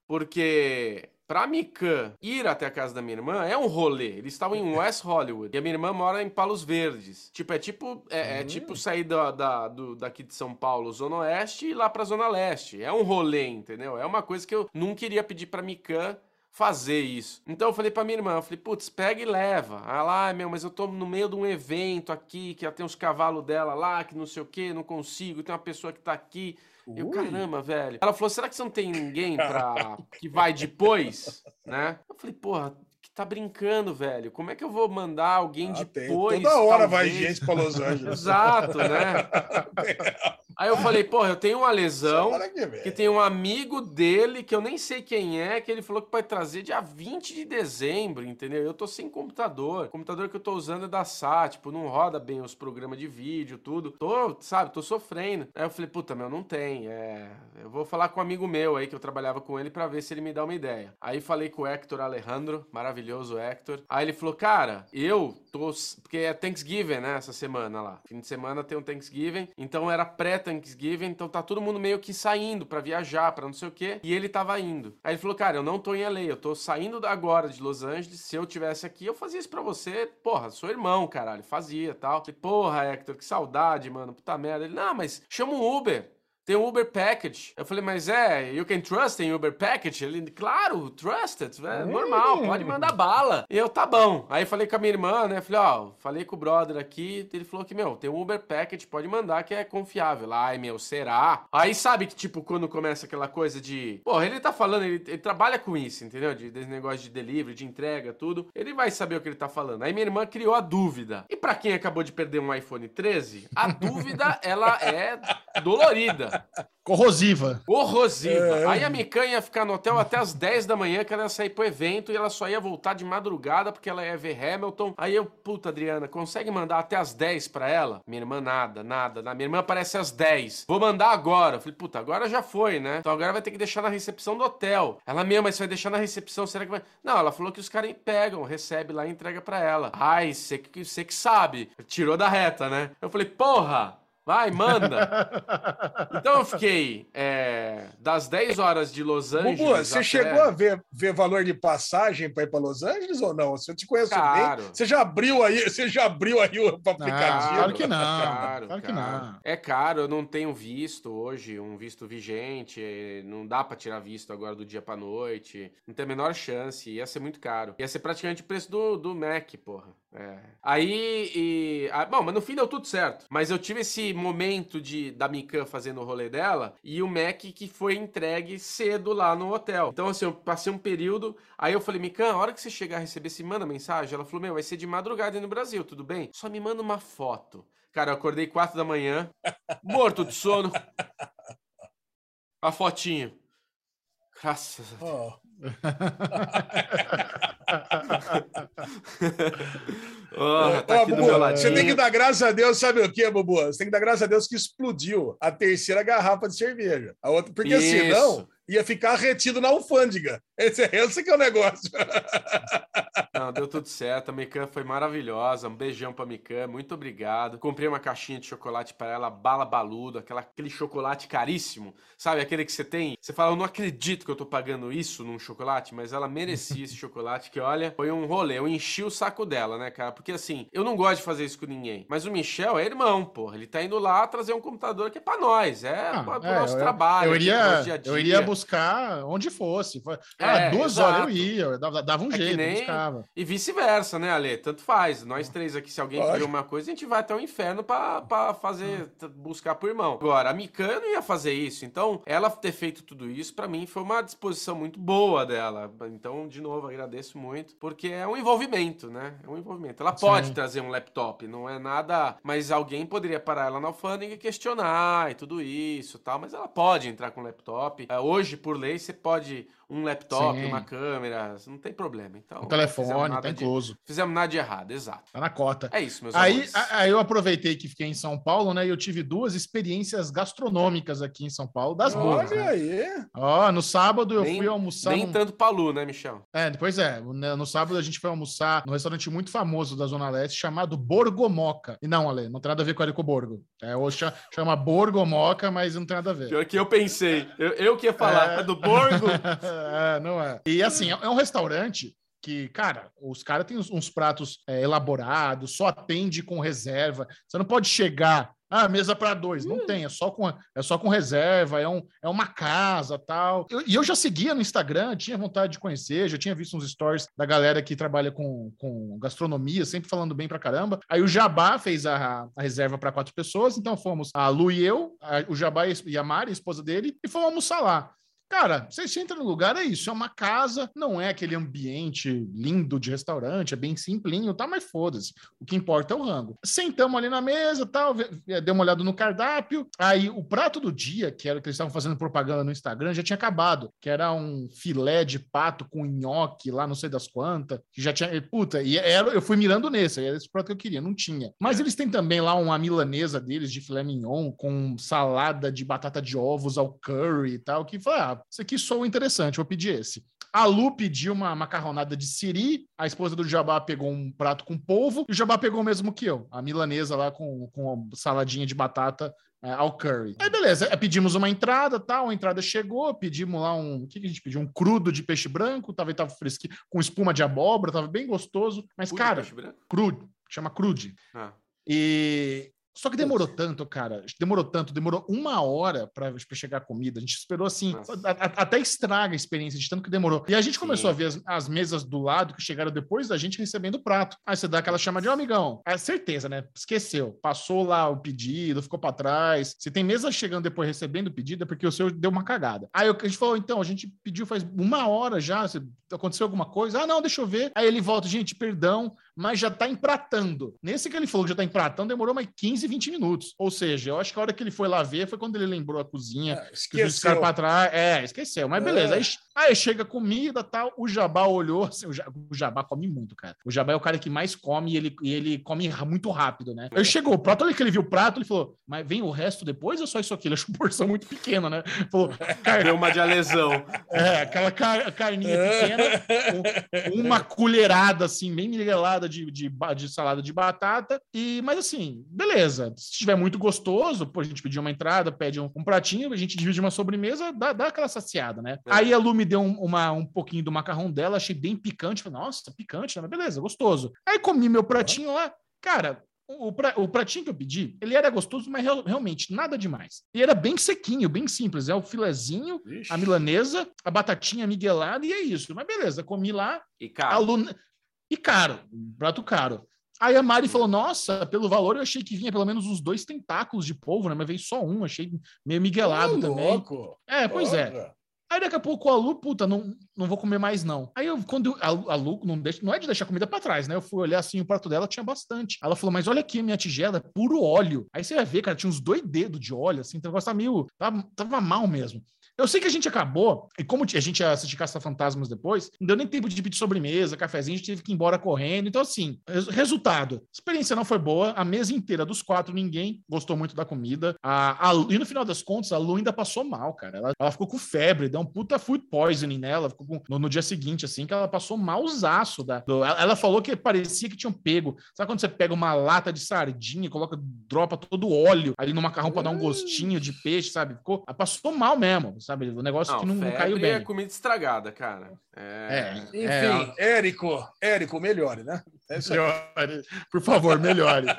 Porque pra Mikan ir até a casa da minha irmã é um rolê. Eles estavam em West Hollywood. E a minha irmã mora em Palos Verdes. Tipo, é tipo, é, é tipo sair da, da, do, daqui de São Paulo, Zona Oeste, e ir lá pra Zona Leste. É um rolê, entendeu? É uma coisa que eu não queria pedir pra Mikan fazer isso. Então eu falei pra minha irmã, eu falei, putz, pega e leva. Ela lá, ah, meu, mas eu tô no meio de um evento aqui, que ela tem os cavalos dela lá, que não sei o que, não consigo, tem uma pessoa que tá aqui. Ui. Eu, caramba, velho. Ela falou, será que você não tem ninguém pra... que vai depois, né? Eu falei, porra, que tá brincando, velho. Como é que eu vou mandar alguém ah, depois? Tem. Toda hora talvez? Vai gente pra Los Angeles. Exato, né? Aí eu falei, porra, eu tenho uma lesão, que tem um amigo dele, que eu nem sei quem é, que ele falou que vai trazer dia vinte de dezembro, entendeu? Eu tô sem computador. O computador que eu tô usando é da S A T, tipo, não roda bem os programas de vídeo, tudo. Tô, sabe, tô sofrendo. Aí eu falei, puta, meu, não tem. É... Eu vou falar com um amigo meu aí, que eu trabalhava com ele, pra ver se ele me dá uma ideia. Aí falei com o Hector Alejandro, maravilhoso Hector. Aí ele falou, cara, eu tô... Porque é Thanksgiving, né, essa semana lá. Fim de semana tem um Thanksgiving, então era pré Thanksgiving, então tá todo mundo meio que saindo pra viajar, pra não sei o quê, e ele tava indo. Aí ele falou, cara, eu não tô em L A, eu tô saindo agora de Los Angeles, se eu tivesse aqui, eu fazia isso pra você, porra, sou irmão, caralho, fazia e tal. Falei, porra, Hector, que saudade, mano, puta merda. Ele, não, mas chama um Uber. Tem um Uber Package. Eu falei, mas é, you can trust in Uber Package? Ele, claro, trusted, é normal, pode mandar bala. E eu, tá bom. Aí falei com a minha irmã, né, falei, ó, falei com o brother aqui, ele falou que, meu, tem um Uber Package, pode mandar que é confiável. Ai, meu, será? Aí sabe que, tipo, quando começa aquela coisa de, porra, ele tá falando, ele, ele trabalha com isso, entendeu? De, desse negócio de delivery, de entrega, tudo. Ele vai saber o que ele tá falando. Aí minha irmã criou a dúvida. E pra quem acabou de perder um iPhone treze, a dúvida, ela é dolorida. Corrosiva. Corrosiva. É. Aí a Mikan ia ficar no hotel até as dez da manhã, que ela ia sair pro evento, e ela só ia voltar de madrugada, porque ela ia ver Hamilton. Aí eu, puta, Adriana, consegue mandar até as dez pra ela? Minha irmã, nada, nada. nada. Minha irmã aparece às dez. Vou mandar agora. Eu falei, puta, agora já foi, né? Então agora vai ter que deixar na recepção do hotel. Ela, meu, mas você vai deixar na recepção, será que vai... Não, ela falou que os caras pegam, recebe lá e entrega pra ela. Ai, você que, você que sabe. Tirou da reta, né? Eu falei, porra! Vai, manda! Então eu fiquei é, das dez horas de Los Angeles. Bubu, você até... chegou a ver, ver valor de passagem para ir para Los Angeles ou não? Se eu te conheço Caro. bem, você já abriu aí, você já abriu aí o aplicativo? Claro que não. Caro, claro que caro. não. É caro, eu não tenho visto hoje, um visto vigente, não dá pra tirar visto agora do dia pra noite, não tem a menor chance, ia ser muito caro. Ia ser praticamente o preço do, do Mac, porra. É. Aí, e... ah, bom, mas no fim deu tudo certo. Mas eu tive esse momento de, da Mikan fazendo o rolê dela e o Mac que foi entregue cedo lá no hotel. Então, assim, eu passei um período, aí eu falei, Mikan, a hora que você chegar a receber, se manda mensagem. Ela falou, meu, vai ser de madrugada aí no Brasil, tudo bem? Só me manda uma foto. Cara, eu acordei quatro da manhã, morto de sono. A fotinho. Graças a Deus. Oh. Oh, tá aqui Bubu, do meu ladinho. você tem que dar graças a Deus, sabe o que, Bubu? Você tem que dar graças a Deus que explodiu a terceira garrafa de cerveja. A outra, porque Isso. senão ia ficar retido na alfândega. Esse, esse que é o negócio. Não, deu tudo certo. A Mikan foi maravilhosa. Um beijão pra Mikan. Muito obrigado. Comprei uma caixinha de chocolate pra ela, Bala Baludo, aquela, aquele chocolate caríssimo. Sabe, aquele que você tem... Você fala, eu não acredito que eu tô pagando isso num chocolate, mas ela merecia esse chocolate, que olha, foi um rolê. Eu enchi o saco dela, né, cara? Porque assim, eu não gosto de fazer isso com ninguém. Mas o Michel é irmão, porra. Ele tá indo lá trazer um computador que é pra nós. É Ah, pro é, nosso eu, trabalho. Eu iria, dia a dia. eu iria buscar onde fosse. Ah, É, duas exato. horas eu ia, eu dava, dava um É que jeito, nem- eu buscava. E vice-versa, né, Ale? Tanto faz. Nós três aqui, se alguém Lógico. pedir uma coisa, a gente vai até o inferno pra, pra fazer, t- buscar pro irmão. Agora, a Mikan não ia fazer isso. Então, ela ter feito tudo isso, pra mim, foi uma disposição muito boa dela. Então, de novo, agradeço muito, porque é um envolvimento, né? É um envolvimento. Ela pode Sim. trazer um laptop, não é nada... Mas alguém poderia parar ela na alfândega e questionar e tudo isso e tal. Mas ela pode entrar com laptop. É, hoje, por lei, você pode... Um laptop, Sim. uma câmera, não tem problema. Então, O não telefone, fizemos nada tá de- incluso. Fizemos nada de errado, exato. Tá na cota. É isso, meus Aí, amores. a- aí eu aproveitei que fiquei em São Paulo, né? E eu tive duas experiências gastronômicas aqui em São Paulo, das boas, Olha né? aí. Ó, no sábado eu Nem- fui almoçar. Nem num- tanto Palu, né, Michel? É, depois é. No no sábado a gente foi almoçar num restaurante muito famoso da Zona Leste chamado Borgomoca. E não, Ale, não tem nada a ver com a Borgo. É, hoje cha- chama Borgomoca, mas não tem nada a ver. Pior que eu pensei. Eu, eu que ia falar. É do Borgo? É, não é. E assim, é um restaurante que, cara, os caras têm uns, uns pratos é, elaborados, só atende com reserva. Você não pode chegar, ah, mesa para dois. Não tem, é só com, é só com reserva, é, um, é uma casa tal. Eu- E eu, já seguia no Instagram, tinha vontade de conhecer, já tinha visto uns stories da galera que trabalha com, com gastronomia, sempre falando bem pra caramba. Aí o Jabá fez a, a reserva para quatro pessoas, então fomos a Lu e eu, a- o Jabá e a Mari, a esposa dele, e fomos almoçar lá. Cara, você entra no lugar, é isso, é uma casa, não é aquele ambiente lindo de restaurante, é bem simplinho, tá, mas foda-se, o que importa é o rango. Sentamos ali na mesa, tal, ve- deu uma olhada no cardápio, aí o prato do dia, que era o que eles estavam fazendo propaganda no Instagram, já tinha acabado, que era um filé de pato com nhoque lá, não sei das quantas, que já tinha, puta, e era, eu fui mirando nesse, era esse prato que eu queria, não tinha. Mas eles têm também lá uma milanesa deles de filé mignon, com salada de batata de ovos ao curry e tal, que foi, ah, isso aqui soa interessante, vou pedir esse. A Lu pediu uma macarronada de siri, a esposa do Jabá pegou um prato com polvo, e o Jabá pegou o mesmo que eu, a milanesa lá com, com saladinha de batata é, ao curry. Aí beleza, é, pedimos uma entrada, tal, a entrada chegou, pedimos lá um, o que, que a gente pediu? Um crudo de peixe branco, tava, tava fresquinho, com espuma de abóbora, tava bem gostoso, mas Pude cara, peixe branco? crudo, chama crude. Ah. E só que demorou tanto, cara. Demorou tanto, demorou uma hora para chegar a comida. A gente esperou assim, a, a, até estraga a experiência de tanto que demorou. E a gente começou Sim. a ver as, as mesas do lado que chegaram depois da gente recebendo o prato. Aí você dá aquela chamadinha, ó, amigão. É certeza, né? Esqueceu. Passou lá o pedido, ficou para trás. Se tem mesa chegando depois recebendo o pedido, é porque o seu deu uma cagada. Aí a gente falou, então, a gente pediu faz uma hora já. Se aconteceu alguma coisa? Ah, não, deixa eu ver. Aí ele volta, gente, perdão, mas já tá empratando. Nesse que ele falou que já tá empratando, demorou mais quinze quinze, vinte minutos. Ou seja, eu acho que a hora que ele foi lá ver foi quando ele lembrou a cozinha. É, esqueceu. Os pra trás. É, esqueceu. Mas beleza. É. Aí, aí chega comida e tal. O Jabá olhou. Assim, o, Jabá, o Jabá come muito, cara. O Jabá é o cara que mais come e ele, e ele come muito rápido, né? Aí chegou o prato, olha que ele viu o prato, ele falou, mas vem o resto depois ou só isso aqui? Ele achou uma porção muito pequena, né? Falou, deu uma de lesão. É, aquela car carninha pequena, um, uma colherada, assim, bem miguelada de, de, de salada de batata. E, mas assim, beleza. Se estiver muito gostoso, pô, a gente pedir uma entrada, pede um, um pratinho, a gente divide uma sobremesa, dá, dá aquela saciada, né? É. Aí a Lu me deu um, uma, um pouquinho do macarrão dela, achei bem picante. Falei, nossa, picante, né? Mas beleza, gostoso. Aí comi meu pratinho lá, cara. O, pra, o pratinho que eu pedi, ele era gostoso, mas real, realmente nada demais. E era bem sequinho, bem simples. É o filezinho, Ixi. a milanesa, a batatinha miguelada e é isso. Mas beleza, comi lá. E caro. A Lu... E caro, um prato caro. Aí a Mari falou, nossa, pelo valor eu achei que vinha pelo menos uns dois tentáculos de polvo, né? Mas veio só um, achei meio miguelado oh, também. Louco. É, pois Porra. é. Aí daqui a pouco a Lu, puta, não, não vou comer mais não. Aí eu, quando eu, a, a Lu, não, deixa, não é de deixar comida pra trás, né? Eu fui olhar assim, o prato dela tinha bastante. Ela falou, mas olha aqui a minha tigela, é puro óleo. Aí você vai ver, cara, tinha uns dois dedos de óleo, assim, então o negócio tava meio, tava, tava mal mesmo. Eu sei que a gente acabou, e como a gente ia assistir Caça-Fantasmas depois, não deu nem tempo de pedir sobremesa, cafezinho, a gente teve que ir embora correndo. Então, assim, resultado, a experiência não foi boa, a mesa inteira dos quatro, ninguém gostou muito da comida. A, a, e no final das contas, a Lu ainda passou mal, cara. Ela, ela ficou com febre, deu um puta food poisoning nela, ficou com, no, no dia seguinte, assim, que ela passou malzaço. Da, do, ela, ela falou que parecia que tinham pego. Sabe quando você pega uma lata de sardinha, coloca, dropa todo o óleo ali no macarrão pra dar um gostinho de peixe, sabe? Ficou, ela passou mal mesmo. Sabe, o negócio não, que não, não caiu bem. É comida estragada, cara. É. É, enfim, é... Érico, Érico, melhore, né? É isso aí. Melhore. Por favor, melhore.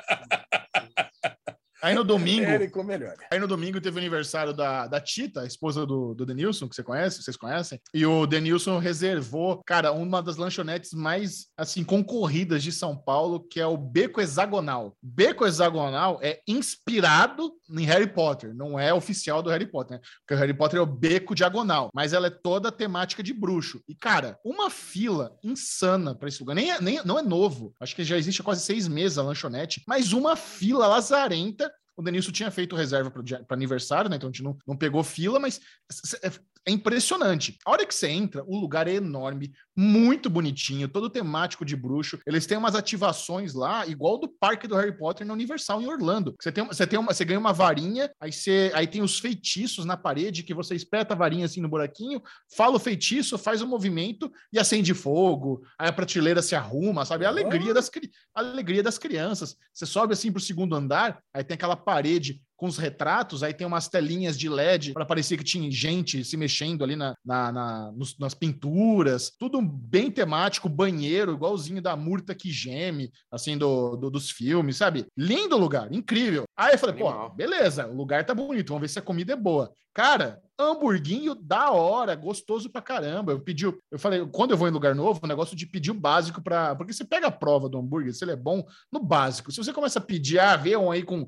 Aí no domingo, Érico, melhor. Aí no domingo teve o aniversário da, da Tita, a esposa do, do Denilson, que você conhece, vocês conhecem? E o Denilson reservou, cara, uma das lanchonetes mais, assim, concorridas de São Paulo, que é o Beco Hexagonal. Beco Hexagonal é inspirado em Harry Potter, não é oficial do Harry Potter, né? Porque o Harry Potter é o Beco Diagonal, mas ela é toda temática de bruxo. E, cara, uma fila insana pra esse lugar. Nem, é, nem, não é novo, acho que já existe há quase seis meses a lanchonete, mas uma fila lazarenta. O Denilson tinha feito reserva para aniversário, né? Então a gente não, não pegou fila, mas é, é impressionante. A hora que você entra, o lugar é enorme, muito bonitinho, todo temático de bruxo. Eles têm umas ativações lá, igual do parque do Harry Potter na Universal em Orlando. Você, tem, você, tem uma, você ganha uma varinha, aí, você, aí tem os feitiços na parede, que você espeta a varinha assim no buraquinho, fala o feitiço, faz o movimento e acende fogo. Aí a prateleira se arruma, sabe? A alegria das, a alegria das crianças. Você sobe assim pro segundo andar, aí tem aquela parede com os retratos, aí tem umas telinhas de L E D para parecer que tinha gente se mexendo ali na, na, na nos, nas pinturas, tudo bem temático, banheiro, igualzinho da Murta que geme, assim, do, do, dos filmes, sabe? Lindo lugar, incrível. Aí eu falei, pô, beleza, o lugar tá bonito, vamos ver se a comida é boa. Cara, hamburguinho da hora, gostoso pra caramba. Eu pedi, eu falei, quando eu vou em lugar novo, o negócio de pedir o básico pra... Porque você pega a prova do hambúrguer, se ele é bom, no básico. Se você começa a pedir, ah, vê um aí com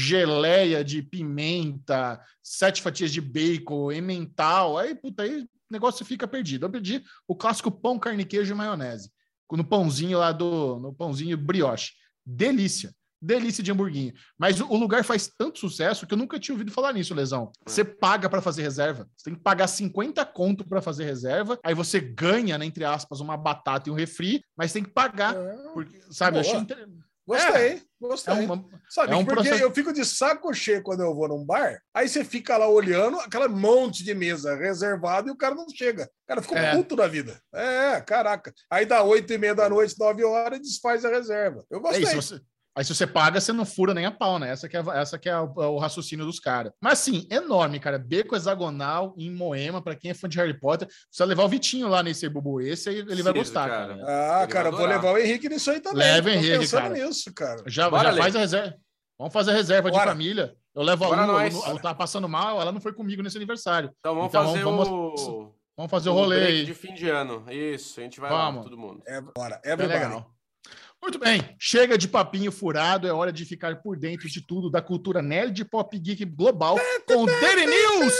geleia de pimenta, sete fatias de bacon, emmental, aí, puta, aí o negócio fica perdido. Eu pedi o clássico pão, carne, queijo e maionese. No pãozinho lá do... No pãozinho brioche. Delícia. Delícia de hamburguinho. Mas o lugar faz tanto sucesso que eu nunca tinha ouvido falar nisso, Lesão. Você paga para fazer reserva. Você tem que pagar cinquenta conto para fazer reserva. Aí você ganha, né, entre aspas, uma batata e um refri, mas tem que pagar. É, porque, sabe, eu achei inter... Gostei, é, gostei. É uma, sabe, é um porque processo... eu fico de saco cheio quando eu vou num bar, aí você fica lá olhando aquela monte de mesa reservada e o cara não chega. O cara ficou é. puto da vida. É, caraca. Aí dá oito e meia da noite, nove horas e desfaz a reserva. Eu gostei. É isso, você... Aí se você paga, você não fura nem a pau, né? Essa que é, essa que é o, o raciocínio dos caras. Mas assim, enorme, cara. Beco Hexagonal em Moema, pra quem é fã de Harry Potter. Precisa levar o Vitinho lá nesse bubu. Esse aí ele Sim, vai gostar, cara. cara. Ah, cara, eu vou levar o Henrique nisso aí também. Leva o Henrique, pensando cara. nisso, cara. Já, já faz a reserva. Vamos fazer a reserva Bora. de família. Eu levo Bora a Lu, nós. ela tá passando mal, ela não foi comigo nesse aniversário. Então vamos então, fazer vamos, o... Vamos fazer o, o rolê break aí. de fim de ano. Isso, a gente vai vamos. lá, todo mundo. É, bora. É legal. Muito bem, chega de papinho furado, é hora de ficar por dentro de tudo da cultura nerd pop geek global com Daily News.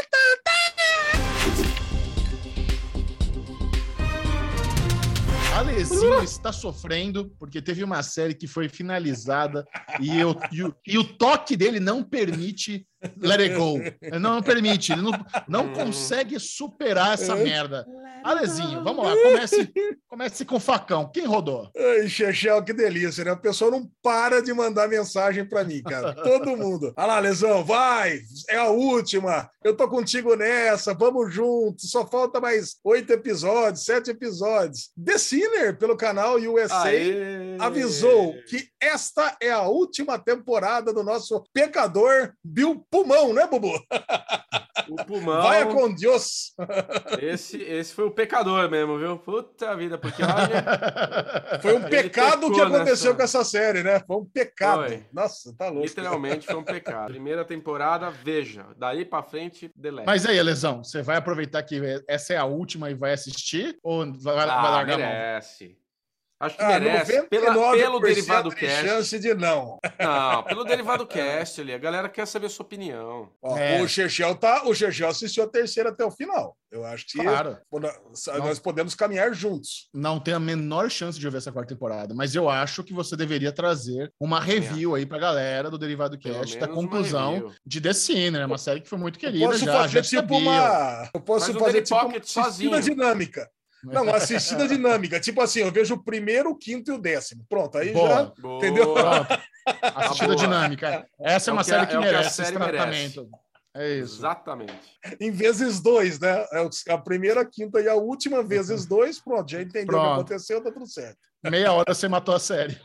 A Alezinho está sofrendo porque teve uma série que foi finalizada e, eu, e, o, e o toque dele não permite let it go. Não, não permite, ele não, não consegue superar essa merda. Alezinho, vamos lá, comece, comece com o facão. Quem rodou? Ai, Chechel, que delícia, né? O pessoal não para de mandar mensagem pra mim, cara. Todo mundo. Olha lá, Lesão, vai! É a última. Eu tô contigo nessa, vamos juntos. Só falta mais oito episódios, sete episódios. The Sinner, pelo canal U S A, Aê. avisou que esta é a última temporada do nosso pecador Bill Pulmão, né, Bubu? O Pulmão. Vai com Deus. Esse, esse foi o pecador mesmo, viu? Puta vida, porque olha... Foi um pecado que aconteceu nessa... com essa série, né? Foi um pecado. Foi. Nossa, tá louco. Literalmente foi um pecado. Primeira temporada, veja. Daí pra frente, delete. Mas aí, Lesão, você vai aproveitar que essa é a última e vai assistir? Ou vai, ah, vai largar merece. a mão? Acho que ah, merece. Pela, pelo Derivado de Cast. chance de não. Não, pelo Derivado Cast ali. A galera quer saber a sua opinião. Ó, é. O Chechel tá, o Chechel assistiu a terceira até o final. Eu acho que claro. nós não, podemos caminhar juntos. Não tem a menor chance de ouvir essa quarta temporada, mas eu acho que você deveria trazer uma review aí pra galera do Derivado Cast da conclusão de The Sinner, é uma série que foi muito querida. Eu posso já, fazer já tipo sabia. uma. Eu posso Mas fazer um tipo Pocket uma sozinho. dinâmica. Não, assistida dinâmica. Tipo assim, eu vejo o primeiro, o quinto e o décimo. Pronto, aí boa, já. Boa. Entendeu? Pronto. Assistida dinâmica. Essa é, é uma que série que, é merece esse tratamento. Merece. É isso. Exatamente. Em vezes dois, né? A primeira, a quinta e a última, vezes dois. Pronto, já entendeu pronto. O que aconteceu, tá tudo certo. Meia hora você matou a série.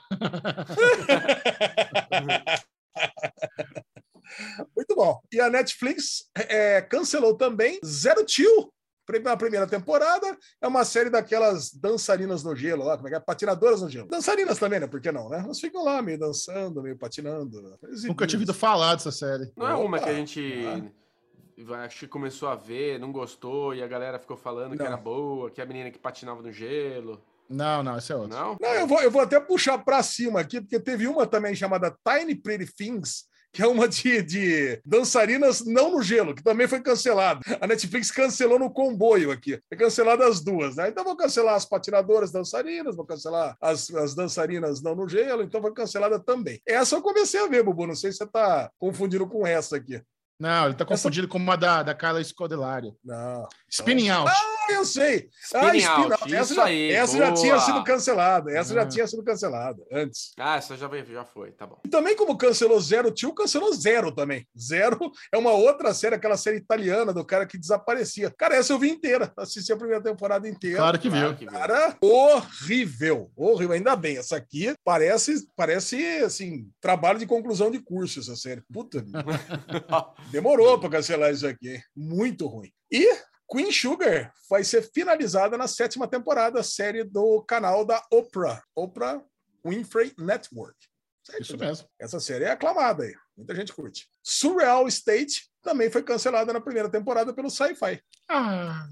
Muito bom. E a Netflix é, cancelou também Zero Two. Na primeira temporada, é uma série daquelas dançarinas no gelo, lá, como é que é? Patinadoras no gelo. Dançarinas também, né? Por que não, né? Elas ficam lá meio dançando, meio patinando. Nunca tinha ouvido falar dessa série. Não é uma que a gente ah. acho que começou a ver, não gostou, e a galera ficou falando não. que era boa, que a menina que patinava no gelo. Não, não, esse é outro. Não? Não, eu vou, eu vou até puxar pra cima aqui, porque teve uma também chamada Tiny Pretty Things, que é uma de, de dançarinas não no gelo, que também foi cancelada. A Netflix cancelou no comboio aqui. É cancelada as duas, né? Então vou cancelar as patinadoras dançarinas, vou cancelar as, as dançarinas não no gelo, então foi cancelada também. Essa eu comecei a ver, Bubu, não sei se você tá confundindo com essa aqui. Não, ele tá confundido Essa... com uma da, da Carla Escodelário. Não. Spinning Out. Ah, eu sei. Spinning ah, Out. Out. Essa, já, aí, essa já tinha sido cancelada. Essa ah. já tinha sido cancelada antes. Ah, essa já, já foi, tá bom. E também como cancelou Zero Two, cancelou Zero também. Zero é uma outra série, aquela série italiana do cara que desaparecia. Cara, essa eu vi inteira. Assisti a primeira temporada inteira. Claro que viu. Cara, horrível. Horrível. Ainda bem. Essa aqui parece, parece assim, trabalho de conclusão de curso, essa série. Puta. Demorou pra cancelar isso aqui. Muito ruim. E Queen Sugar vai ser finalizada na sétima temporada, série do canal da Oprah. Oprah Winfrey Network. Certo? Isso mesmo. Essa série é aclamada aí. Muita gente curte. Surreal State também foi cancelada na primeira temporada pelo Sci-Fi. Ah.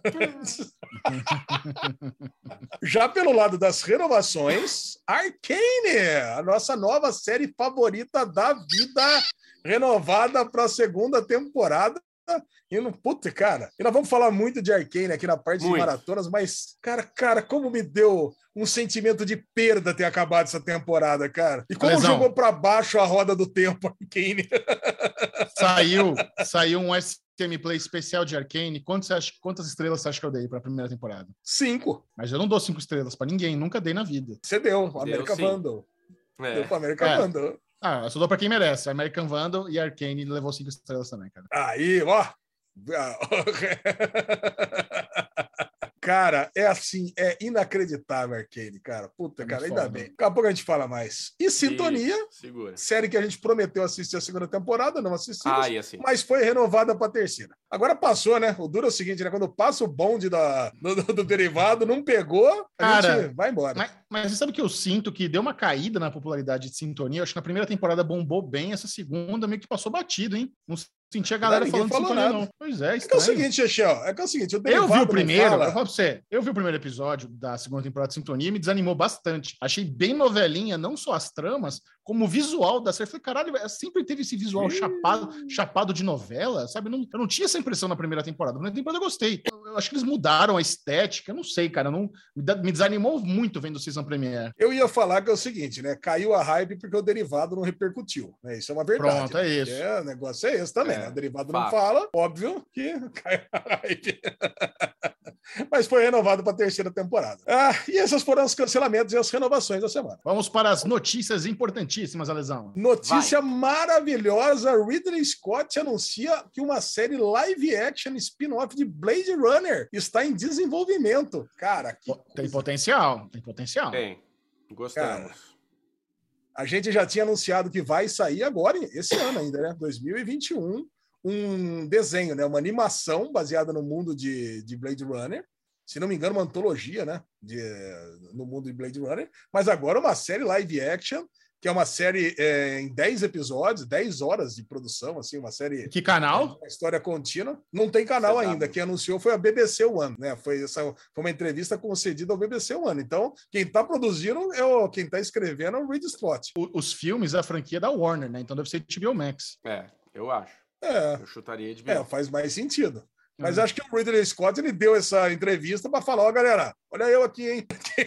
Já pelo lado das renovações, Arcane, a nossa nova série favorita da vida, renovada para a segunda temporada. E não, puta, cara, e nós vamos falar muito de Arcane aqui na parte muito. de maratonas, mas, cara, cara, como me deu um sentimento de perda ter acabado essa temporada, cara. E como Lesão. jogou para baixo a roda do tempo, Arcane. Saiu, saiu um S M Play especial de Arcane. Quantas, você acha, quantas estrelas você acha que eu dei para a primeira temporada? Cinco. Mas eu não dou cinco estrelas para ninguém, nunca dei na vida. Você deu, American Vandal. É. Deu para American é. Vandal. Ah, eu só dou para quem merece. American Vandal e Arcane levou cinco estrelas também, cara. Aí, ó. Cara, é assim, é inacreditável Arcane, cara. Puta, é cara, ainda foda. bem. Daqui a pouco a gente fala mais. E Sintonia, Isso, série que a gente prometeu assistir a segunda temporada, não assistimos, ah, assim. mas foi renovada para a terceira. Agora passou, né? O duro é o seguinte, né? Quando passa o bonde da, do, do, do derivado, não pegou, a cara, gente vai embora. Mas, mas você sabe que eu sinto que deu uma caída na popularidade de Sintonia? Eu acho que na primeira temporada bombou bem, essa segunda meio que passou batido, hein? Não senti a galera não, falando de Sintonia, nada. não. Pois é, estranho. É que é o seguinte, Chechel, é que é o seguinte, o eu vi o primeiro, fala... eu falo pra você, eu vi o primeiro episódio da segunda temporada de Sintonia e me desanimou bastante. Achei bem novelinha, não só as tramas, como o visual da série. Eu falei, caralho, sempre teve esse visual chapado, chapado de novela, sabe? Eu não, eu não tinha essa impressão na primeira temporada. Na primeira temporada eu gostei. Eu, eu acho que eles mudaram a estética, eu não sei, cara, não, me desanimou muito vendo o Season Premiere. Eu ia falar que é o seguinte, né? Caiu a hype porque o derivado não repercutiu, né? Isso é uma verdade. Pronto, é isso. É, o negócio é esse também, É, né? O derivado fato. não fala, óbvio que caiu a hype. Mas foi renovado para a terceira temporada. Ah, e esses foram os cancelamentos e as renovações da semana. Vamos para as notícias importantíssimas, Alesão. Notícia Vai. maravilhosa: Ridley Scott anuncia que uma série live action spin-off de Blade Runner está em desenvolvimento. Cara, que tem coisa. potencial, tem potencial. Tem, gostamos. Cara, a gente já tinha anunciado que vai sair agora, esse ano ainda, né? dois mil e vinte e um, um desenho, né? Uma animação baseada no mundo de, de Blade Runner. Se não me engano, uma antologia, né? De, no mundo de Blade Runner. Mas agora uma série live action, que é uma série é, em dez episódios, dez horas de produção, assim, uma série... Que canal? Uma história contínua. Não tem canal Você ainda. sabe. Quem anunciou foi a B B C One, né? Foi, essa, foi uma entrevista concedida ao B B C One. Então, quem está produzindo, é o, quem está escrevendo é o Ridley Scott. O, os filmes, a franquia da Warner, né? Então deve ser H B O Max. É, eu acho. É, Eu chutaria de é faz mais sentido. Mas Uhum. acho que o Ridley Scott ele deu essa entrevista para falar, ó, galera, olha eu aqui, hein?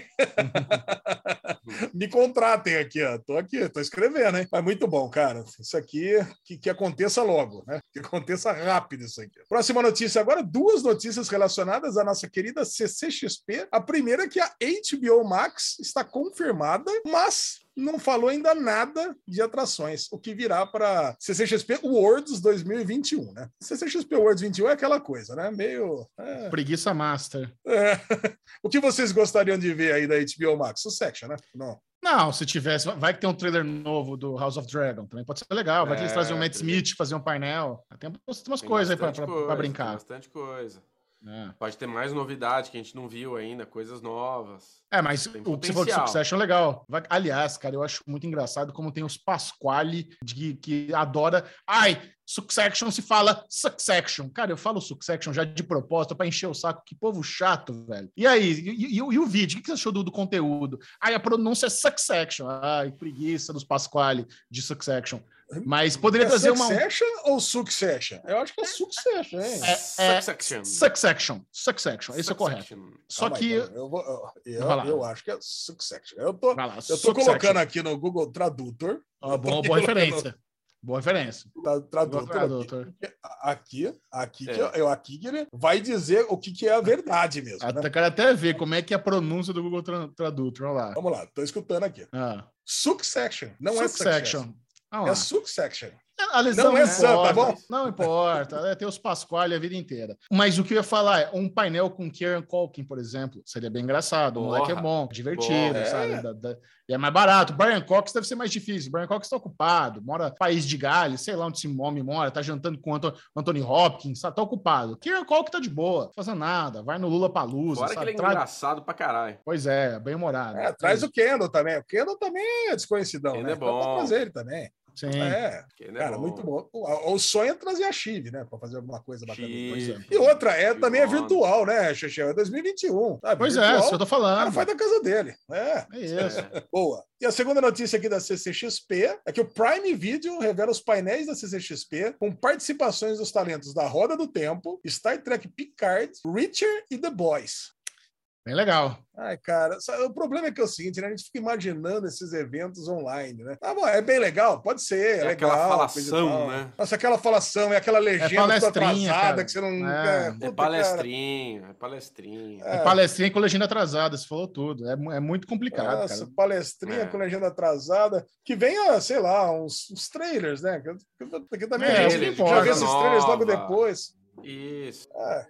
Me contratem aqui, ó. Tô aqui, tô escrevendo, hein? Mas muito bom, cara. Isso aqui, que, que aconteça logo, né? Que aconteça rápido isso aqui. Próxima notícia agora, duas notícias relacionadas à nossa querida C C X P. A primeira é que a H B O Max está confirmada, mas não falou ainda nada de atrações, o que virá para C C X P Worlds dois mil e vinte e um, né? C C X P Worlds vinte e um é aquela coisa, né? Meio... É... Preguiça master. É. O que vocês gostariam de ver aí da H B O Max? Succession, né? Não. Não, se tivesse, vai que tem um trailer novo do House of Dragon, também pode ser legal. Vai É, que eles trazem o Matt tem- Smith, fazer um painel. Tem umas Tem coisas aí pra, bastante pra- coisa, pra tem brincar. bastante coisa. É. Pode ter mais novidade que a gente não viu ainda, coisas novas. É, mas Tem o que você falou de potencial. Succession é legal. Vai- Aliás, cara, eu acho muito engraçado como tem os Pasquale de, que adora. Ai, Succession se fala Succession. Cara, eu falo Succession já de propósito pra encher o saco. Que povo chato, velho. E aí, e, e- e o vídeo? O que você achou do, do conteúdo? Ai, a pronúncia é Succession. Ai, preguiça dos Pasquale de Succession. Mas poderia É trazer uma. Succession ou Succession? Eu acho que é Succession, hein? É, é, Succession. Succession. Succession. Esse é o correto. Succession. Só Calma que. aí, eu, vou, eu, Vai lá. eu acho que é Succession. Eu tô, Vai lá, eu tô Succession. colocando aqui no Google Tradutor. Ó, Eu tô boa, aqui boa colocando referência. Boa referência. no tra- Tradutor. Tradutor. Aqui, aqui, É. que eu, eu- aqui que ele vai dizer o que, que é a verdade mesmo. Né? Até, quero até ver como é que é a pronúncia do Google Tra- Tradutor. Olha lá. Vamos lá, tô escutando aqui. Ah. Succession, não é Succession. Succession. Olha lá. É Succession. A lesão Não é sã, tá importa, bom? Não importa. É, tem os Pasquale a vida inteira. Mas o que eu ia falar é um painel com Kieran Culkin, por exemplo, seria bem engraçado. O moleque é Porra. bom, divertido, Porra. sabe? É. Da- da- E é mais barato. Brian Cox deve ser mais difícil. Brian Cox está ocupado, mora no país de Gales, sei lá onde esse homem mora, tá jantando com o Anto- Anthony Hopkins, tá, tá ocupado. Kieran Culkin tá de boa, fazendo nada, vai no Lula Palusa, Fora que sabe? ele é Tra- engraçado pra caralho. Pois é, bem humorado. É, traz o Kendall também. O Kendall também é desconhecidão, Kendall né? é Então bom. pode trazer ele também. Sim. É, Que ele é cara, bom. muito bom. O, o sonho é trazer a Chive, né? Pra fazer alguma coisa bacana. Chive. E outra, é, Chive também é Bond. virtual, né, Chechel? É dois mil e vinte e um. Sabe? Pois é, Virtual, isso que eu tô o cara falando. faz da casa dele. É. É isso. É. Boa. E a segunda notícia aqui da C C X P é que o Prime Video revela os painéis da C C X P com participações dos talentos da Roda do Tempo, Star Trek Picard, Reacher e The Boys. Bem legal. Ai, cara, só- o problema é que é o seguinte, né? A gente fica imaginando esses eventos online, né? Ah, bom, é bem legal, pode ser, é, É legal. aquela coisa e falação, tal. né? Nossa, aquela falação, é aquela legenda toda palestrinha, atrasada cara. que você não É. quer. É Puta, palestrinha, é palestrinha. É. É palestrinha com legenda atrasada, você falou tudo. É, mu- é muito complicado, Nossa, cara. palestrinha É. com legenda atrasada, que venha, sei lá, uns, uns trailers, né? Que, que, que também É, já, isso que já importa. vi esses trailers logo Nova. depois. Isso.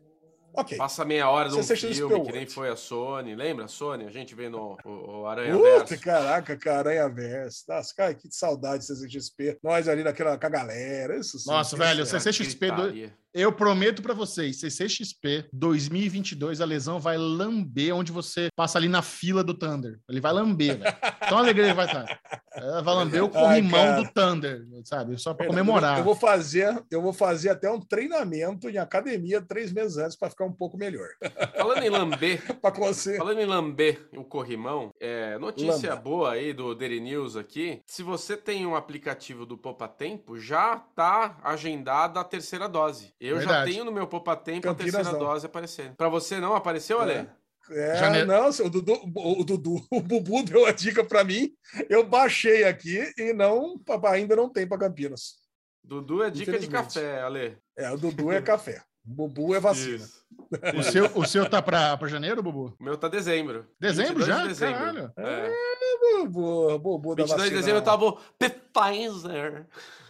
Ok. Passa meia hora de um C C X P filme, que World. nem foi a Sony. Lembra a Sony? A gente vendo o, o, o Aranha Puta, Verso. caraca, cara, Aranha Verso. Nossa, cara, que saudade de C C X P. Nós ali naquela, com a galera. Isso sim, Nossa, isso velho, é. C C X P do- Gritaria. Eu prometo pra vocês, C C X P dois mil e vinte e dois, a lesão vai lamber onde você passa ali na fila do Thunder. Ele vai lamber, velho. Tão alegre ele vai estar. Ela vai lamber o corrimão cara. do Thunder, sabe? Só pra Eu comemorar. vou fazer, eu vou fazer até um treinamento em academia três meses antes para ficar um pouco melhor. Falando em lamber, Para você. falando em lamber o corrimão, é, notícia Lamba. boa aí do Daily News aqui. Se você tem um aplicativo do Poupa Tempo, já tá agendada a terceira dose. Eu Verdade. já tenho no meu Poupatempo a Campinas terceira não. dose aparecendo. Pra você não apareceu, Ale? É, Janeiro. não, o Dudu, o Dudu, o Bubu deu a dica para mim, eu baixei aqui e não, ainda não tem para Campinas. Dudu é dica de Infelizmente. café, Ale. É, o Dudu é café, o Bubu é vacina. Isso. O seu, o seu tá pra, pra janeiro, Bubu? O meu tá dezembro. Dezembro vinte e dois já? de dezembro. Caralho. É. Bubu, Bubu da vinte e dois de vacina. dezembro eu tava Pfizer.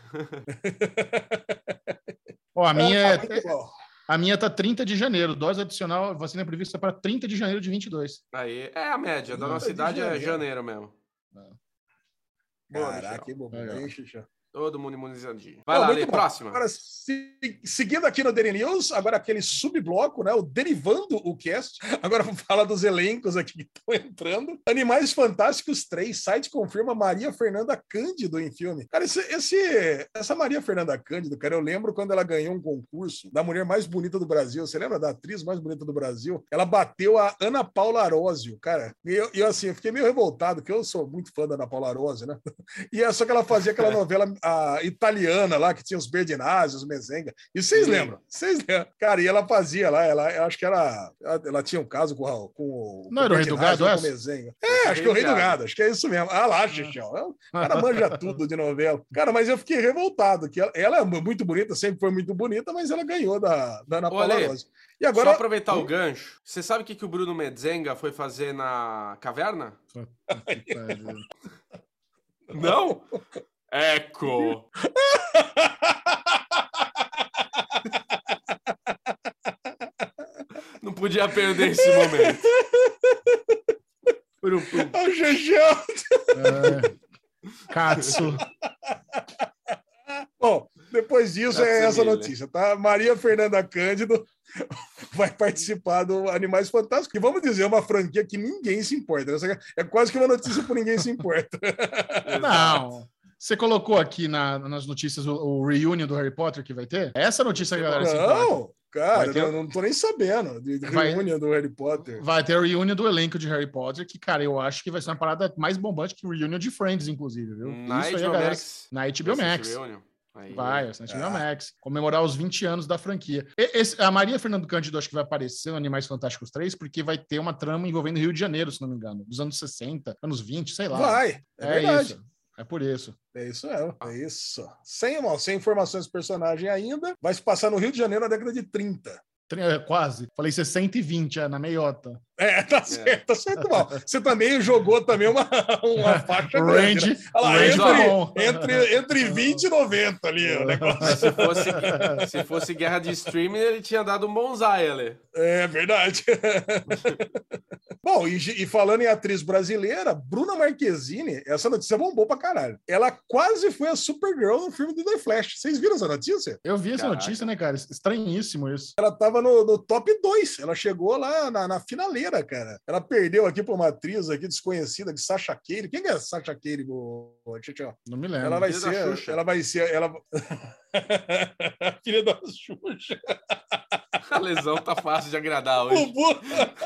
Ó, a minha, é, Muito bom. a minha tá trinta de janeiro. Dose adicional, vacina prevista para trinta de janeiro de vinte e dois. Aí, é a média da Não, nossa de idade é janeiro. janeiro mesmo. Boa, Caraca, Michel. que Bubu. Legal. Aí, Xixa. Todo mundo imunizadinho. Vai Bom, lá, muito Ale, bom. próxima. Agora, se- seguindo aqui no Daily News, agora aquele subbloco, né? O Derivando o Cast. Agora vamos falar dos elencos aqui que estão entrando. Animais Fantásticos três. Site confirma Maria Fernanda Cândido em filme. Cara, esse, esse- essa Maria Fernanda Cândido, cara, eu lembro quando ela ganhou um concurso da mulher mais bonita do Brasil. Você lembra da atriz mais bonita do Brasil? Ela bateu a Ana Paula Arósio, cara. E eu, e eu, assim, eu fiquei meio revoltado, porque eu sou muito fã da Ana Paula Arósio, né? E é só que ela fazia aquela novela a, italiana lá, que tinha os Berdinazzi, os Mezenga. E vocês Sim. lembram? Vocês lembram? Cara, e ela fazia lá, ela, eu acho que era, ela, ela tinha um caso com, a- com o. Não era o Rei do Berdinazzi Gado, ou com o essa? Mezenga. É, acho que é o Rei do Gado, acho que é isso mesmo. Ah lá, Xixão. O cara manja tudo de novela. Cara, mas eu fiquei revoltado, que ela, ela é muito bonita, sempre foi muito bonita, mas ela ganhou da, da Ana Ô, Paula Ale, Arósio. E agora. Só aproveitar o Hum? gancho. Você sabe o que, que o Bruno Medzenga foi fazer na caverna? Que pariu. Não? Eco. Não podia perder esse momento. Puru, puru. Ô, Xixão! É. Katsu. Bom, depois disso é essa Katsuhiro. notícia, tá? Maria Fernanda Cândido vai participar do Animais Fantásticos, que vamos dizer, é uma franquia que ninguém se importa. Né? É quase que uma notícia por ninguém se importa. Não. Você colocou aqui na- nas notícias o, o reunion do Harry Potter que vai ter? Essa notícia, galera. se importa. Não, cara, Vai ter- eu não tô nem sabendo de de Vai- reunião do Harry Potter. Vai ter o reunion do elenco de Harry Potter, que, cara, eu acho que vai ser uma parada mais bombante que o reunion de Friends, inclusive, viu? Na Isso aí, H B a O galera- Max. Na H B O Max. Reunion. Aí. Vai, na H B O Ah. Max. Comemorar os vinte anos da franquia. E- esse- a Maria Fernando Cândido acho que vai aparecer no Animais Fantásticos três, porque vai ter uma trama envolvendo o Rio de Janeiro, se não me engano. Dos anos sessenta, anos vinte, sei lá. Vai, é, É verdade. isso. É por isso. É isso mesmo, é isso. Sem, mal, sem informações do personagem ainda, vai se passar no Rio de Janeiro na década de trinta. Tri- é, Quase. Falei sessenta e vinte, é, na meiota. É, tá certo, tá certo, mal. Você também jogou também uma, uma faixa O grande, range, né? Olha lá, o range tá bom. entre, entre, entre vinte e noventa ali, o negócio. Mas se fosse, se fosse guerra de streaming, ele tinha dado um bonsai ali. É verdade. Bom, e, e falando em atriz brasileira, Bruna Marquezine, essa notícia bombou pra caralho. Ela quase foi a Supergirl no filme do The Flash. Vocês viram essa notícia? Eu vi essa Caraca. notícia, né, cara? Estranhíssimo isso. Ela tava no, no top dois. Ela chegou lá na, na finaleira, cara. Ela perdeu aqui pra uma atriz aqui desconhecida, de Sasha Calle. Quem que é Sasha Calle? o- o- Tchau, tchau. Não me lembro. Ela vai filha da ser. Xuxa. Ela vai ser. Ela... Filha da Xuxa. A lesão tá fácil de agradar hoje. Bubu.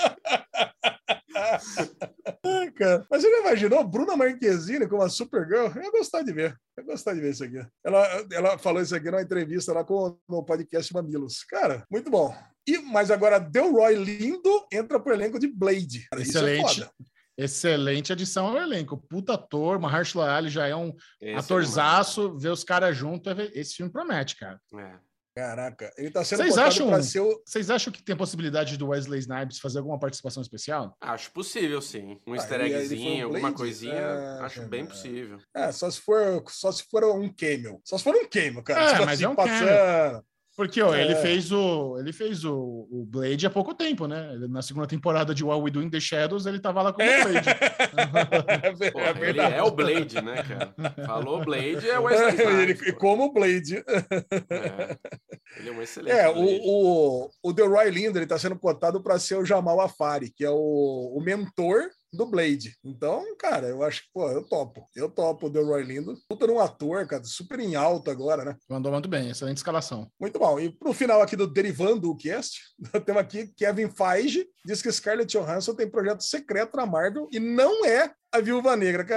Ai, cara. Mas você já imaginou Bruna Marquezine como a Supergirl? Eu ia gostar de ver. Eu ia gostar de ver isso aqui. Ela, ela falou isso aqui numa entrevista lá com, no podcast Mamilos. Cara, muito bom. E, mas agora, Delroy Lindo entra pro elenco de Blade. Cara, isso é Excelente. foda. Excelente adição ao elenco. Puta ator, Mahershala Ali já é um Esse atorzaço. Ver os caras juntos, esse filme promete, cara. é demais. É. Caraca, ele tá sendo Vocês botado acham- pra ser o... Vocês acham que tem possibilidade do Wesley Snipes fazer alguma participação especial? Acho possível, sim. Um Ah, easter ele- ele foi eggzinho, um alguma Blade? coisinha. É, acho é, bem é. possível. É, só se for, só se for um cameo. Só se for um cameo, cara. É, Tipo mas assim, é um passando. Porque ó, É. ele fez o ele fez o, o Blade há pouco tempo, né? Ele- Na segunda temporada de What We Do in the Shadows, ele tava lá como É. Blade. É, ver- Pô, é ele verdade. é o Blade, né, cara? Falou Blade, é o Wesley É, ele, Snipes, pô. como o Blade. É. Ele é um excelente É, Blade. o, o, o Delroy Lindo ele tá sendo cotado para ser o Jamal Afari, que é o, o mentor do Blade. Então, cara, eu acho que, pô, eu topo. Eu topo o Delroy Lindo. Puta num ator, cara, super em alta agora, né? Mandou muito bem, excelente escalação. Muito bom. E pro final aqui do Derivando o Cast, temos aqui Kevin Feige, diz que Scarlett Johansson tem projeto secreto na Marvel e não é a Viúva Negra. Cara,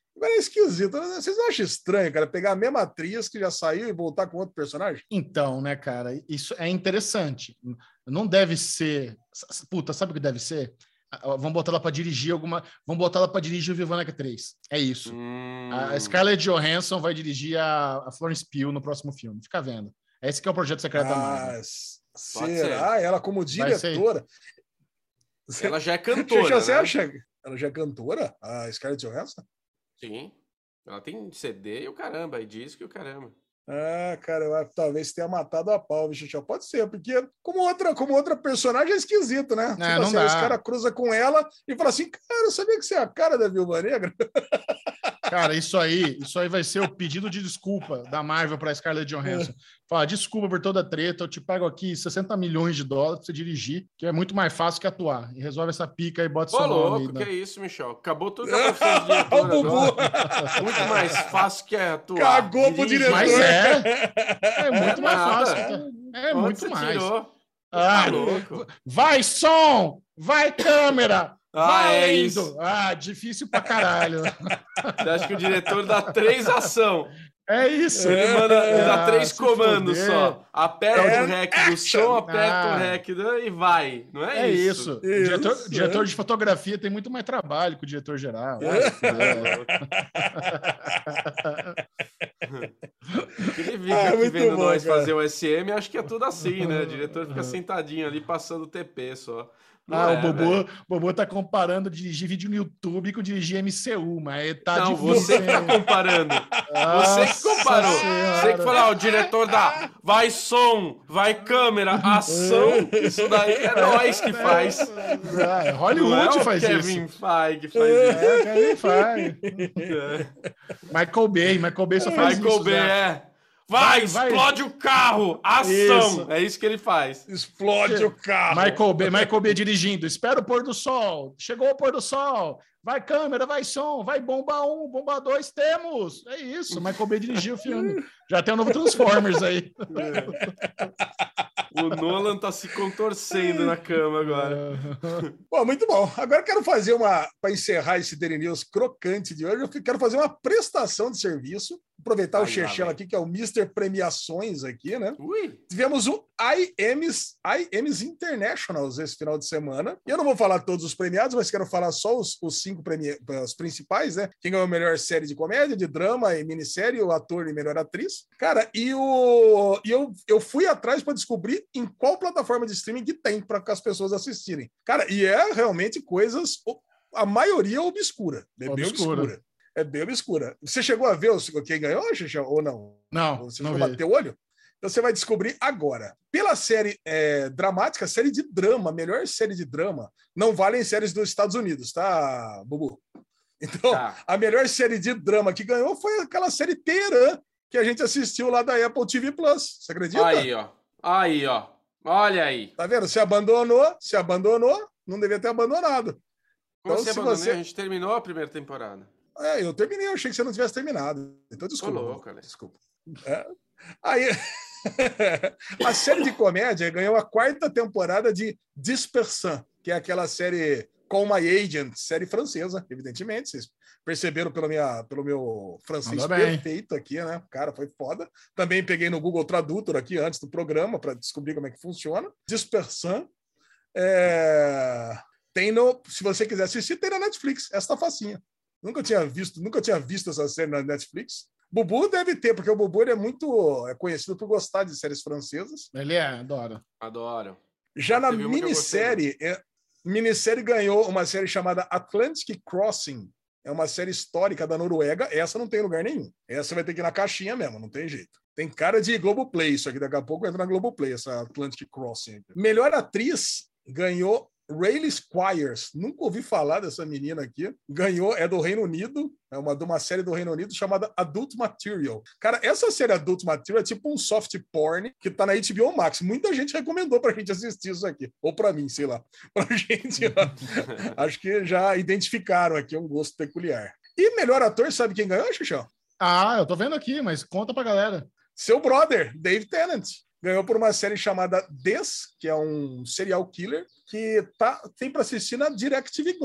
Agora é esquisito. Vocês não acham estranho, cara, pegar a mesma atriz que já saiu e voltar com outro personagem? Então, né, cara, isso é interessante. Não deve ser... Puta, sabe o que deve ser? Vamos botar ela para dirigir alguma... Vamos botar ela para dirigir o Vivanek três. É isso. Hum... A Scarlett Johansson vai dirigir a, a Florence Pugh no próximo filme. Fica vendo. Esse que é o projeto secreto ah, da Marvel. Será? Ela como diretora? Ela já é cantora, Você né? acha? Ela já é cantora? A Scarlett Johansson? Sim. Ela tem C D e o caramba, e disco e o caramba. Ah, cara, eu, talvez tenha matado a pau, bicho. Pode ser, porque como outra, como outra personagem é esquisito, né? Não, tipo não assim, dá. Os caras cruzam com ela e falam assim, cara, eu sabia que você é a cara da Viúva Negra? Cara, isso aí, isso aí vai ser o pedido de desculpa da Marvel para Scarlett Johansson. Fala, desculpa por toda a treta, eu te pago aqui sessenta milhões de dólares para você dirigir, que é muito mais fácil que atuar. E resolve essa pica e bota Ô, seu nome. louco, Né? que é isso, Michel? Acabou tudo com a profissão de diretor agora. Muito mais fácil que atuar. Cagou pro diretor. Mas é. É muito mais fácil. É Onde muito você mais. Tirou? Ah, tá louco. Vai som! Vai câmera! Ah, vai é indo. isso. Ah, difícil pra caralho. Você acha que o diretor dá três ação? É isso. Ele manda ele dá Ah, três se comandos foder. só. Aperta É o rec do som, aperta Ah. o rec do... e vai. Não é, É isso? isso. O Isso, diretor, é. diretor de fotografia tem muito mais trabalho que o diretor geral. É. Que ele fica Ah, aqui muito vendo bom, nós cara. fazer o S M, acho que é tudo assim, né? O diretor fica sentadinho ali passando o T P só. Não Ah, é, o Bobo, velho. Bobo tá comparando dirigir vídeo no YouTube com dirigir M C U, mas tá Não, difícil. você que tá comparando. Você que comparou. Você que falou, ah, o diretor dá vai som, vai câmera, ação. Isso daí é nós que faz. Ah, Hollywood Não é o faz Kevin isso. Feige que faz isso. É, Kevin faz. É. Michael Bay, Michael Bay só faz Michael isso. Bay, já. é. Vai, Vai, vai. explode o carro, ação. Isso. É isso que ele faz. Explode o carro. Michael Bay, Michael Bay dirigindo. Espera o pôr do sol. Chegou o pôr do sol. Vai câmera, vai som, vai bomba um, bomba dois, temos. É isso. Michael Bay dirigiu o filme. Já tem o novo Transformers aí. O Nolan tá se contorcendo na cama agora. Bom, muito bom. Agora eu quero fazer uma, para encerrar esse Daily News crocante de hoje, eu quero fazer uma prestação de serviço. Aproveitar Aí o lá, Chechel vem. aqui, que é o mister Premiações aqui, né? Ui. Tivemos o I Ms, I Ms Internationals esse final de semana. E eu não vou falar todos os premiados, mas quero falar só os, os cinco premi... os principais, né? Quem ganhou a melhor série de comédia, de drama e minissérie, o ator e melhor atriz. Cara, e, o... e eu, eu fui atrás para descobrir em qual plataforma de streaming que tem para as pessoas assistirem. Cara, e é realmente coisas, a maioria obscura. É bem Obscura. obscura. É bem obscura. Você chegou a ver os- quem ganhou, Xixi, ou não? Não, Você não chegou a vi. bater o olho? Então você vai descobrir agora. Pela série é, dramática, série de drama, melhor série de drama, não valem séries dos Estados Unidos, tá, Bubu? Então, Tá. a melhor série de drama que ganhou foi aquela série Teherã que a gente assistiu lá da Apple T V Plus. Você acredita? Aí, ó. Aí, ó. Olha aí. Tá vendo? Se abandonou, se abandonou, não devia ter abandonado. Como Então, você se abandonou? você- A gente terminou a primeira temporada. É, eu terminei, eu achei que você não tivesse terminado. Então, desculpa. Ô, louco, Alex. Desculpa. É. Aí, a série de comédia ganhou a quarta temporada de Dispersin, que é aquela série Call My Agent, série francesa, evidentemente. Vocês perceberam pelo, minha, pelo meu francês Mandou bem. perfeito aqui, né? Cara, foi foda. Também peguei no Google Tradutor aqui antes do programa para descobrir como é que funciona. Dispersin. É... Tem no, se você quiser assistir, tem na Netflix. Essa tá facinha. Nunca tinha visto, nunca tinha visto essa série na Netflix. Bubu deve ter, porque o Bubu ele é muito é conhecido por gostar de séries francesas. Ele é, adoro. Adoro. Já na Teve uma que eu gostei minissérie, é, minissérie ganhou uma série chamada Atlantic Crossing. É uma série histórica da Noruega. Essa não tem lugar nenhum. Essa vai ter que ir na caixinha mesmo, não tem jeito. Tem cara de Globoplay, isso aqui daqui a pouco entra na Globoplay, essa Atlantic Crossing. Melhor atriz ganhou Rayleigh Squires, nunca ouvi falar dessa menina aqui. Ganhou, é do Reino Unido, é uma de uma série do Reino Unido chamada Adult Material. Cara, essa série Adult Material é tipo um soft porn que tá na H B O Max. Muita gente recomendou pra gente assistir isso aqui. Ou pra mim, sei lá. Pra gente, ó. Acho que já identificaram aqui um gosto peculiar. E melhor ator, sabe quem ganhou, Xuxão? Ah, eu tô vendo aqui, mas conta pra galera. Seu brother, Dave Tennant. Ganhou por uma série chamada Des, que é um serial killer, que tá, tem para assistir na DirecTV Go.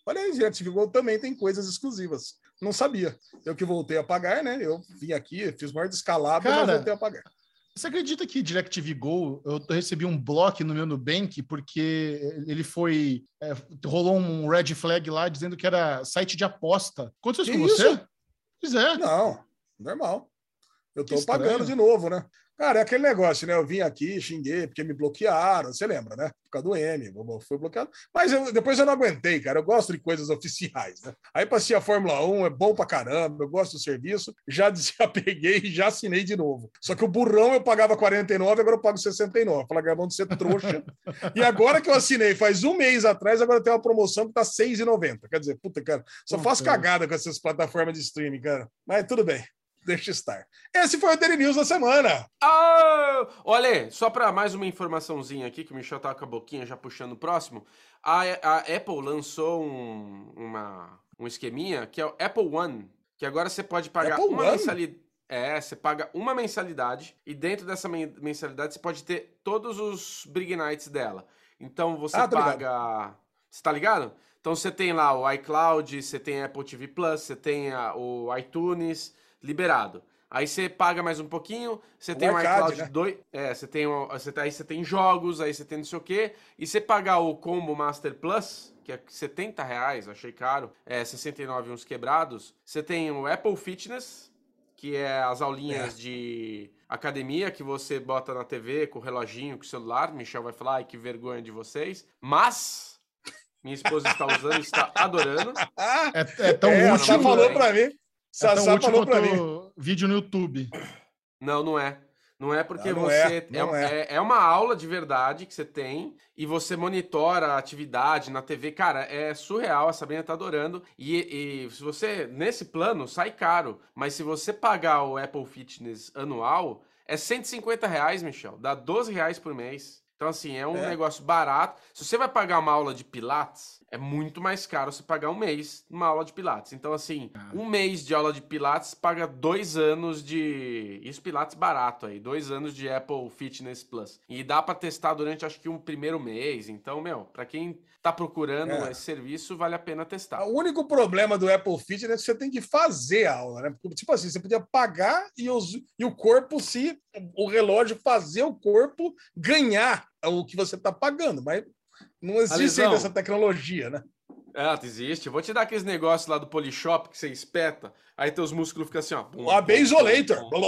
Olha aí, DirecTV Go também tem coisas exclusivas. Não sabia. Eu que voltei a pagar, né? Eu vim aqui, fiz o maior descalabro, mas voltei a pagar. Você acredita que DirecTV Go, eu recebi um bloco no meu Nubank porque ele foi... É, rolou um red flag lá dizendo que era site de aposta. Aconteceu isso com você? Pois é. Não, normal. Eu tô pagando de novo, né? Cara, é aquele negócio, né? Eu vim aqui, xinguei, porque me bloquearam, você lembra, né? Por causa do M, foi bloqueado. Mas eu, depois eu não aguentei, cara. Eu gosto de coisas oficiais, né? Aí passei a Fórmula um, é bom pra caramba, eu gosto do serviço, já desapeguei e já assinei de novo. Só que o burrão eu pagava quarenta e nove, agora eu pago sessenta e nove. Fala, Gabão, de ser trouxa. E agora que eu assinei, faz um mês atrás, agora tem uma promoção que tá seis reais e noventa centavos. Quer dizer, puta, cara, só Puta. faço cagada com essas plataformas de streaming, cara. Mas tudo bem. Deixa estar. Esse foi o Daily News da semana. Oh! Olha, só para mais uma informaçãozinha aqui, que o Michel tá com a boquinha já puxando o próximo. A, a Apple lançou um, uma, um esqueminha que é o Apple One, que agora você pode pagar Apple uma One? mensalidade. É, você paga uma mensalidade e dentro dessa mensalidade você pode ter todos os Big Nights dela. Então você Ah, tô paga... ligado. Você tá ligado? Então você tem lá o iCloud, você tem Apple T V Plus, você tem a, o iTunes... liberado. Aí você paga mais um pouquinho, você O tem o arcade, iCloud né? dois, é, você tem, o- você, aí você tem jogos, aí você tem não sei o quê, e você pagar o Combo Master Plus, que é setenta reais, achei caro, é sessenta e nove uns quebrados, você tem o Apple Fitness, que é as aulinhas É. de academia que você bota na T V com o reloginho, com o celular, Michel vai falar, ai que vergonha de vocês, mas minha esposa está usando e está adorando. Ah, É, é tão é, útil. já falou né? pra mim. É tão Sassá útil falou pra mim. quanto vídeo no YouTube. Não, não é. Não é porque Não, não você... é, não é, é. é- é uma aula de verdade que você tem e você monitora a atividade na T V. Cara, é surreal, a Sabrina tá adorando. E, e se você... Nesse plano, sai caro. Mas se você pagar o Apple Fitness anual, é cento e cinquenta reais, Michel. Dá doze reais por mês. Então, assim, é um É. negócio barato. Se você vai pagar uma aula de Pilates, é muito mais caro você pagar um mês numa aula de Pilates. Então, assim, um mês de aula de Pilates paga dois anos de... Isso, Pilates barato aí. Dois anos de Apple Fitness Plus. E dá pra testar durante, acho que, um primeiro mês. Então, meu, pra quem tá procurando É. esse serviço, vale a pena testar. O único problema do Apple Fitness é que você tem que fazer a aula, né? Porque, tipo assim, você podia pagar e, os, e o corpo, se o relógio fazer o corpo ganhar o que você está pagando, mas não existe Alisão. ainda essa tecnologia, né? Ah, existe. Eu vou te dar aqueles negócios lá do Polishop que você espeta, aí teus músculos ficam assim, ó. Bum, O A B bum, Isolator. bum,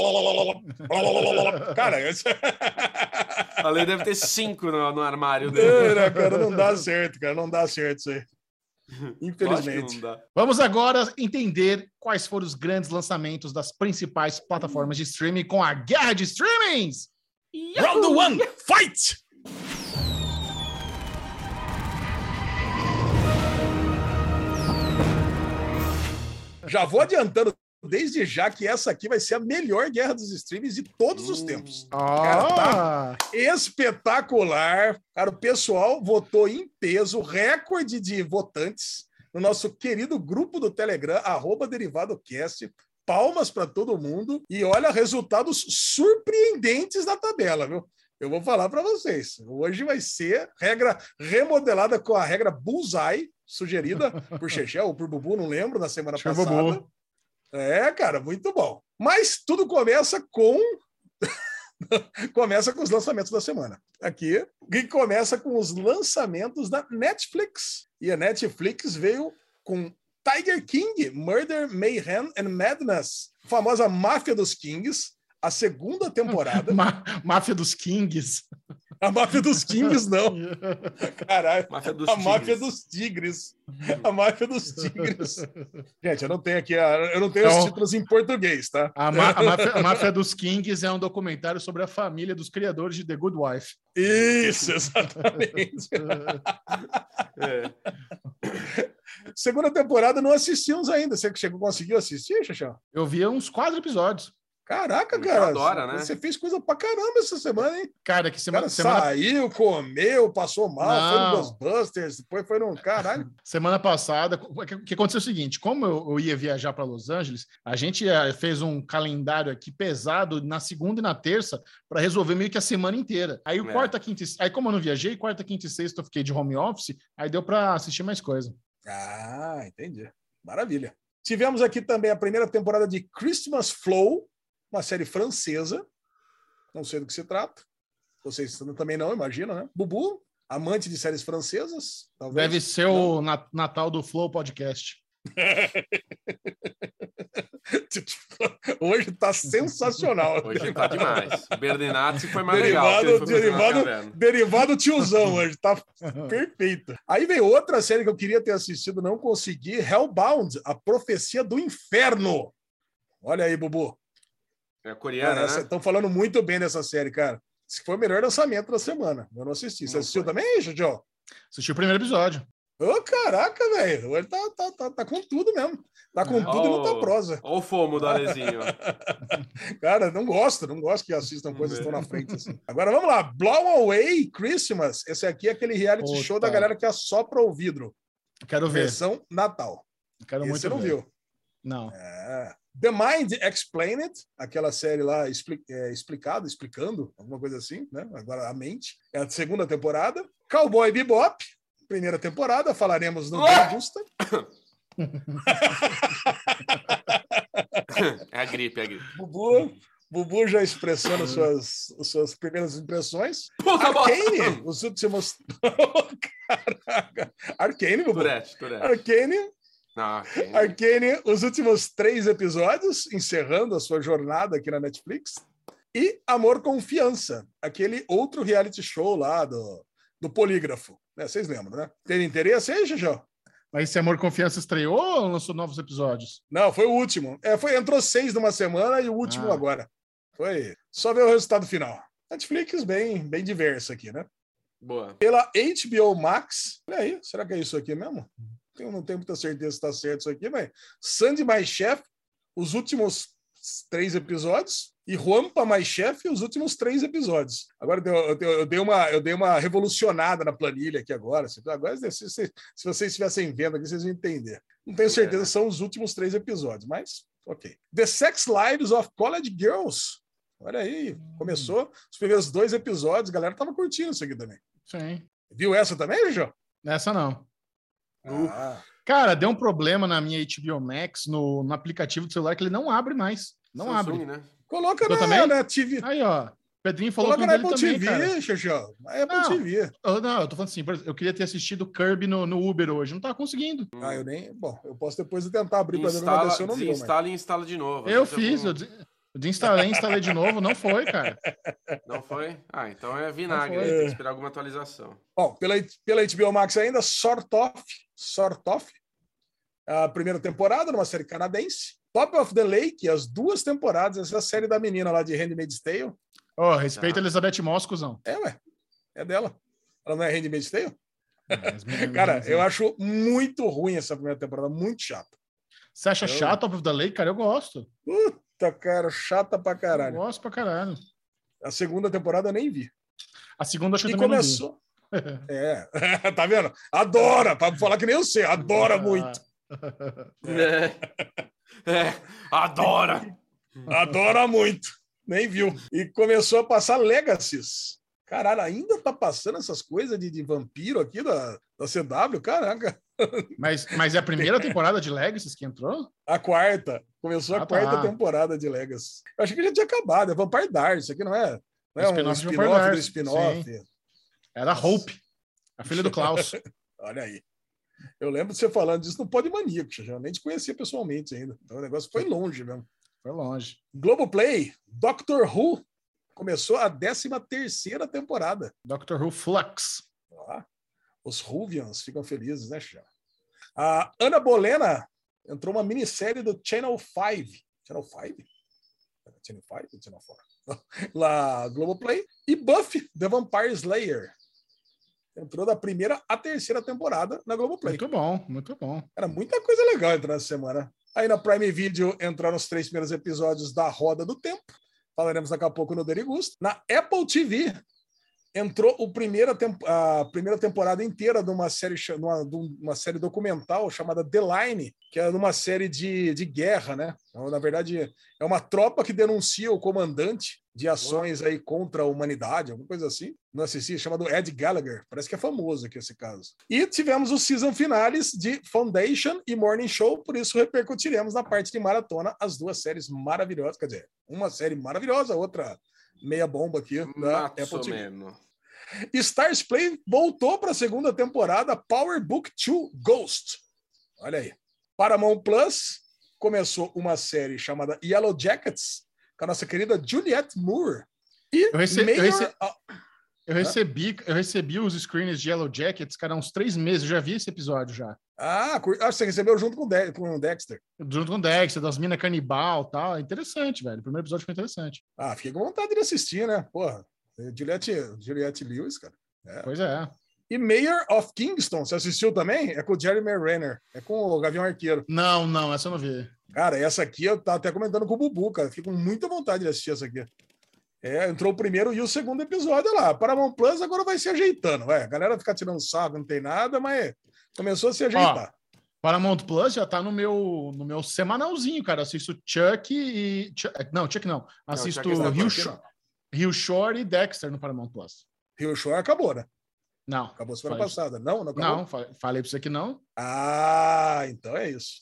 bum. Cara, esse... A lei deve ter cinco no, no armário dele. Não, cara, não dá certo, cara, não dá certo isso aí. Lógico que Infelizmente. não dá. Vamos agora entender quais foram os grandes lançamentos das principais plataformas de streaming com a guerra de streamings. Round one, fight! Já vou adiantando desde já que essa aqui vai ser a melhor guerra dos streams de todos os tempos. Cara, tá Ah, espetacular. Cara, o pessoal votou em peso, recorde de votantes no nosso querido grupo do Telegram, arroba DerivadoCast. Palmas para todo mundo. E olha, resultados surpreendentes na tabela, viu? Eu vou falar para vocês. Hoje vai ser regra remodelada com a regra Bullseye, sugerida por Chechel ou por Bubu, não lembro, na semana Acho que é passada. Bubu. É, cara, muito bom. Mas tudo começa com... começa com os lançamentos da semana. Aqui, que começa com os lançamentos da Netflix. E a Netflix veio com Tiger King, Murder, Mayhem and Madness, a famosa Máfia dos Kings, a segunda temporada. Ma- Máfia dos Kings. A Máfia dos Kings, não. Caralho. Máfia dos A Máfia Tigres. dos Tigres. A Máfia dos Tigres. Gente, eu não tenho aqui, a, eu não tenho os Então, títulos em português, tá? A, Ma- a Máfia, a Máfia dos Kings é um documentário sobre a família dos criadores de The Good Wife. Isso, exatamente. É. Segunda temporada não assistimos ainda. Você que chegou, conseguiu assistir, Xaxão? Eu vi uns quatro episódios. Caraca, Michel cara. adora, né? Você fez coisa pra caramba essa semana, hein? Cara, que O semana, cara semana, saiu, comeu, passou mal, Não. foi no Ghostbusters, depois foi no... Caralho. semana passada, o que o que aconteceu é o seguinte, como eu, eu ia viajar para Los Angeles, a gente eh, fez um calendário aqui pesado na segunda e na terça para resolver meio que a semana inteira. Aí o É. quarta, quinta e... Aí como eu não viajei, quarta, quinta e sexta eu fiquei de home office, aí deu para assistir mais coisa. Ah, entendi. Maravilha. Tivemos aqui também a primeira temporada de Christmas Flow, uma série francesa. Não sei do que se trata. Vocês também não, imagina, né? Bubu, amante de séries francesas. Talvez. Deve ser não. o Natal do Flow Podcast. Hoje tá sensacional. Hoje tá demais. O Berdinazzi foi mais derivado, legal. Derivado, derivado tiozão hoje, tá perfeito. Aí veio outra série que eu queria ter assistido, não consegui, Hellbound, A Profecia do Inferno. Olha aí, Bubu. É coreana, né? Estão falando muito bem dessa série, cara. Esse foi o melhor lançamento da semana. Eu não assisti. Você não assistiu foi. também, Judião? Assisti o primeiro episódio. Ô, oh, caraca, velho. Ele tá, tá, tá, tá com tudo mesmo. Tá com Ah, tudo oh, e não tá prosa. Olha o fomo do Alezinho. Cara, não gosto, não gosto que assistam coisas que estão na frente assim. Agora vamos lá. Blow Away Christmas. Esse aqui é aquele reality Puta. show da galera que assopra o vidro. Quero ver. Versão Natal. Quero Esse muito você não ver. viu? Não. É. The Mind Explained, aquela série lá expli é, explicado, explicando, alguma coisa assim, né? Agora a mente. É a segunda temporada. Cowboy Bebop, primeira temporada, falaremos no Dia Justa. É a gripe, é a gripe. Bubu, Bubu já expressando suas, suas primeiras impressões. Arcane, os últimos... Caraca. Arcane, Bubu. Turete, Turete. Arcane... Não, okay. Arcane, os últimos três episódios, encerrando a sua jornada aqui na Netflix. E Amor Confiança, aquele outro reality show lá do, do Polígrafo. Né? Vocês lembram, né? Tem interesse aí, Jujão? Mas esse Amor Confiança estreou ou lançou novos episódios? Não, foi o último. É, foi, entrou seis numa semana e o último ah. agora. Foi só ver o resultado final. Netflix bem, bem diversa aqui, né? Boa. Pela H B O Max. Olha aí, será que é isso aqui mesmo? Eu não tenho muita certeza se está certo isso aqui, mas Sandy Mais Chef, os últimos três episódios, e Juanpa Mais Chef, os últimos três episódios. Agora eu, eu, eu, dei uma, eu dei uma revolucionada na planilha aqui agora. Agora, se, se, se vocês estivessem vendo aqui, vocês vão entender. Não tenho certeza se são os últimos três episódios, mas ok. The Sex Lives of College Girls. Olha aí, começou os primeiros dois episódios, a galera tava curtindo isso aqui também. Sim. Viu essa também, João? Essa não. Ah. Cara, deu um problema na minha H B O Max, no, no aplicativo do celular, que ele não abre mais. Não Samsung, abre. Né? Coloca na, também? na T V. Aí, ó. Pedrinho falou Coloca que na Apple também, T V, cara. Xaxão. Na Apple não, T V. Eu, não, eu tô falando assim, por exemplo, eu queria ter assistido Kirby no, no Uber hoje. Não tava conseguindo. Ah, eu nem... Bom, eu posso depois tentar abrir para ver instala, uma eu não vi, desinstala e instala de novo. Eu fiz, com... eu desinstalei e instalei de novo. Não foi, cara. Não foi? Ah, então é vinagre. É. Tem que esperar alguma atualização. Bom, pela, pela H B O Max ainda, Sort of, Sort of, a primeira temporada, numa série canadense. Top of the Lake, as duas temporadas, essa série da menina lá de Handmaid's Tale. Ó, oh, respeita tá. Elizabeth Moss, cuzão. É, ué. É dela. Ela não é Handmaid's Tale? É, cara, eu acho muito ruim essa primeira temporada, muito chata. Você acha eu... chato Top of the Lake? Cara, eu gosto. Puta, cara, chata pra caralho. Eu gosto pra caralho. A segunda temporada eu nem vi. A segunda acho que e eu também começou... não vi. É, tá vendo? Adora, pra falar que nem eu sei, adora muito. É. É, adora! Adora muito. Nem viu. E começou a passar Legacies. Caralho, ainda tá passando essas coisas de, de vampiro aqui da, da C W? Caraca. Mas, mas é a primeira temporada de Legacies que entrou? A quarta. Começou ah, a quarta tá. temporada de Legacy. Eu achei que já tinha acabado. É Vampire Diaries. Isso aqui não é, não é um spin-off do spin-off. Era a Hope, a filha do Klaus. Olha aí. Eu lembro de você falando disso no Podmaníaco, eu nem te conhecia pessoalmente ainda. Então o negócio foi longe mesmo. Foi longe. Globoplay, Doctor Who, começou a décima terceira temporada. Doctor Who Flux. Ah, os Whovians ficam felizes, né, Xia? A Ana Bolena entrou uma minissérie do Channel cinco. Channel cinco? Channel cinco? Channel quatro? Lá, Globoplay. E Buffy, The Vampire Slayer. Entrou da primeira à terceira temporada na Globoplay. Muito bom, muito bom. Era muita coisa legal entrar nessa semana. Aí na Prime Video entraram os três primeiros episódios da Roda do Tempo. Falaremos daqui a pouco no Derigusto. Na Apple T V entrou o primeira temp- a primeira temporada inteira de uma série, uma, de uma série documental chamada The Line, que é uma série de, de guerra, né? Então, na verdade, é uma tropa que denuncia o comandante de ações aí contra a humanidade, alguma coisa assim. Não assisti, chamado Ed Gallagher. Parece que é famoso aqui esse caso. E tivemos os season finales de Foundation e Morning Show, por isso repercutiremos na parte de maratona as duas séries maravilhosas. Quer dizer, uma série maravilhosa, outra meia bomba aqui da Apple T V. Stars Play voltou para a segunda temporada, Power Book dois Ghost. Olha aí. Paramount Plus começou uma série chamada Yellow Jackets, com a nossa querida Juliette Moore. E eu, rece Mayor... eu, rece eu, recebi, eu recebi os screens de Yellow Jackets, cara, há uns três meses. Eu já vi esse episódio já. Ah, você recebeu junto com o, De com o Dexter. Junto com o Dexter, das minas canibal e tal. É interessante, velho. O primeiro episódio foi interessante. Ah, fiquei com vontade de assistir, né? Porra, Juliette, Juliette Lewis, cara. É. Pois é. E Mayor of Kingston, você assistiu também? É com o Jeremy Renner. É com o Gavião Arqueiro. Não, não, essa eu não vi. Cara, essa aqui eu tava até comentando com o Bubu, cara. Fiquei com muita vontade de assistir essa aqui. É, entrou o primeiro e o segundo episódio lá. Paramount Plus agora vai se ajeitando. Ué. A galera fica tirando sarro, não tem nada, mas começou a se ajeitar. Ó, Paramount Plus já tá no meu, no meu semanalzinho, cara. Assisto Chuck e... Chuck, não, Chuck não. Assisto não, Rio, Shore, Rio Shore e Dexter no Paramount Plus. Rio Shore acabou, né? Não. Acabou semana passada. Não, não acabou? Não, falei pra você que não. Ah, então é isso.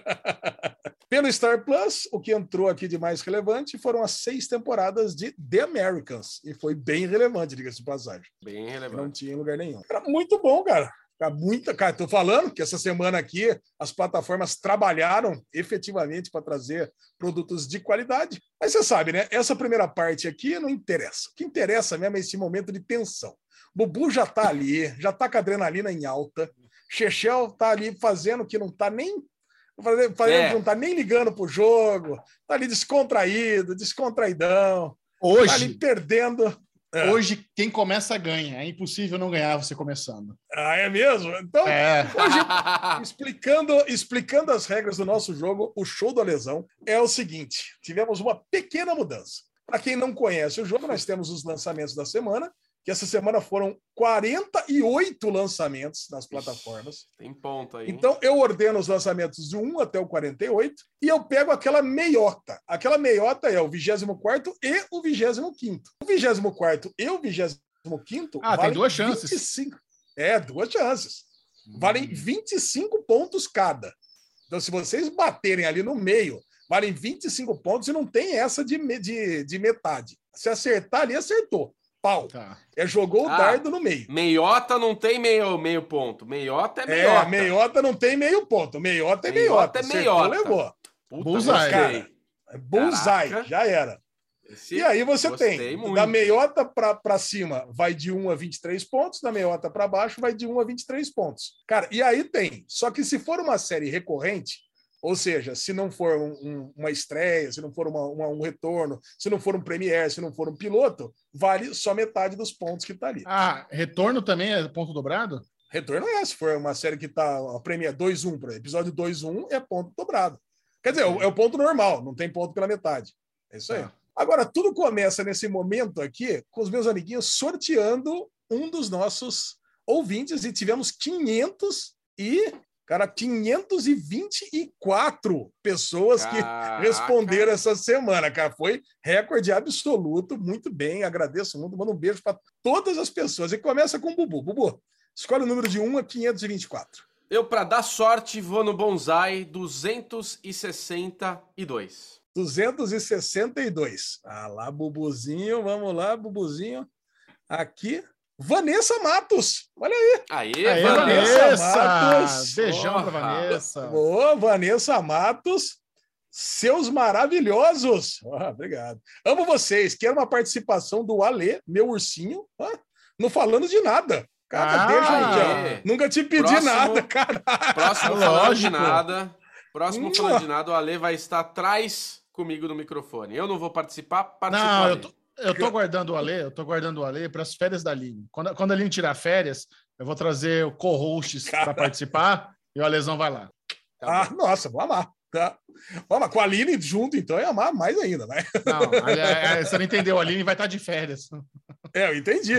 Pelo Star Plus, o que entrou aqui de mais relevante foram as seis temporadas de The Americans. E foi bem relevante, diga-se de passagem. Bem relevante. Não tinha em lugar nenhum. Era muito bom, cara. Era muita... Cara, tô falando que essa semana aqui as plataformas trabalharam efetivamente para trazer produtos de qualidade. Mas você sabe, né? Essa primeira parte aqui não interessa. O que interessa mesmo é esse momento de tensão. Bubu já tá ali, já tá com a adrenalina em alta. Chechel tá ali fazendo que não tá nem fazendo, é. não tá nem ligando pro jogo, tá ali descontraído, descontraidão. Hoje, tá ali perdendo. Hoje quem começa ganha. É impossível não ganhar você começando. Ah, é mesmo? Então, é. hoje, explicando, explicando as regras do nosso jogo, o show do Lesão é o seguinte: tivemos uma pequena mudança. Para quem não conhece o jogo, nós temos os lançamentos da semana. Que essa semana foram quarenta e oito lançamentos nas plataformas. Tem ponto aí. Então, eu ordeno os lançamentos de um até o quarenta e oito e eu pego aquela meiota. Aquela meiota é o vigésimo quarto e o vigésimo quinto. O vigésimo quarto e o vigésimo quinto Ah, tem duas chances. vinte e cinco. É, duas chances. Valem vinte e cinco pontos cada. Então, se vocês baterem ali no meio, valem vinte e cinco pontos e não tem essa de, de, de metade. Se acertar ali, acertou. Pau. Tá. É, jogou o ah, dardo no meio. Meiota não tem meio, meio ponto. Meiota é meiota. É, meiota não tem meio ponto. Meiota é meiota. Meiota é meiota. Levou. Puta, bullseye. Cara, bullseye. Caraca. Já era. Esse e aí você tem, muito. Da meiota para cima vai de um a vinte e três pontos, da meiota para baixo vai de um a vinte e três pontos. Cara, e aí tem. Só que se for uma série recorrente, ou seja, se não for um, um, uma estreia, se não for uma, uma, um retorno, se não for um premiere, se não for um piloto, vale só metade dos pontos que está ali. Ah, retorno também é ponto dobrado? Retorno é, se for uma série que está a premiere dois um, episódio dois um é ponto dobrado. Quer dizer, é o ponto normal, não tem ponto pela metade. É isso aí. Ah. Agora, tudo começa nesse momento aqui com os meus amiguinhos sorteando um dos nossos ouvintes e tivemos quinhentos e... Cara, quinhentos e vinte e quatro pessoas que Caraca. responderam essa semana, cara. Foi recorde absoluto. Muito bem, agradeço muito. Mando um beijo para todas as pessoas. E começa com o Bubu. Bubu, escolhe o número de um a quinhentos e vinte e quatro. Eu, para dar sorte, vou no Bonsai duzentos e sessenta e dois. duzentos e sessenta e dois. Ah lá, Bubuzinho. Vamos lá, Bubuzinho. Aqui... Vanessa Matos, olha aí. Aê, Aê Vanessa, Vanessa Matos. Beijão oh, pra Vanessa. Boa, Vanessa Matos. Seus maravilhosos. Oh, obrigado. Amo vocês. Quero uma participação do Alê, meu ursinho. Ah, não falando de nada. Cara, ah, deixa é. Nunca te pedi próximo, nada, cara. Próximo falando de nada. Próximo hum. falando de nada, o Alê vai estar atrás comigo no microfone. Eu não vou participar, participar. Não, eu tô... Eu tô guardando o Alê, eu tô guardando o Alê para as férias da Aline. Quando, quando a Aline tirar férias, eu vou trazer o co-hosts para participar e o Alezão vai lá. Tá ah, bom. Nossa, vou amar. Tá. Vamos, com a Aline junto, então, é amar mais ainda, né? Não, a, a, você não entendeu, a Aline vai estar de férias. É, eu entendi.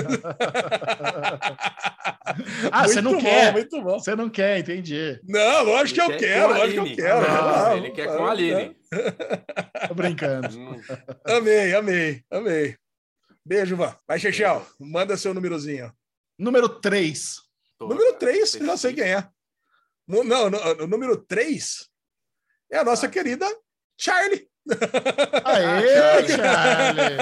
Ah, muito você não bom, quer. Muito bom. Você não quer, entendi. Não, lógico que eu quero, lógico que eu quero. Não, ele quer com a Aline. Tô brincando. Amei, amei, amei. Beijo, Van. Vai, Chechel, manda seu númerozinho. Número três. Número três, já sei quem é. Não, não, o número três é a nossa ah. querida Charlie. Aê, Charlie!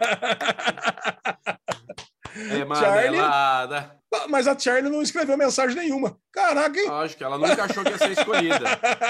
É Charlie. Mas a Charlie não escreveu mensagem nenhuma. Caraca, hein? Acho que ela nunca achou que ia ser escolhida.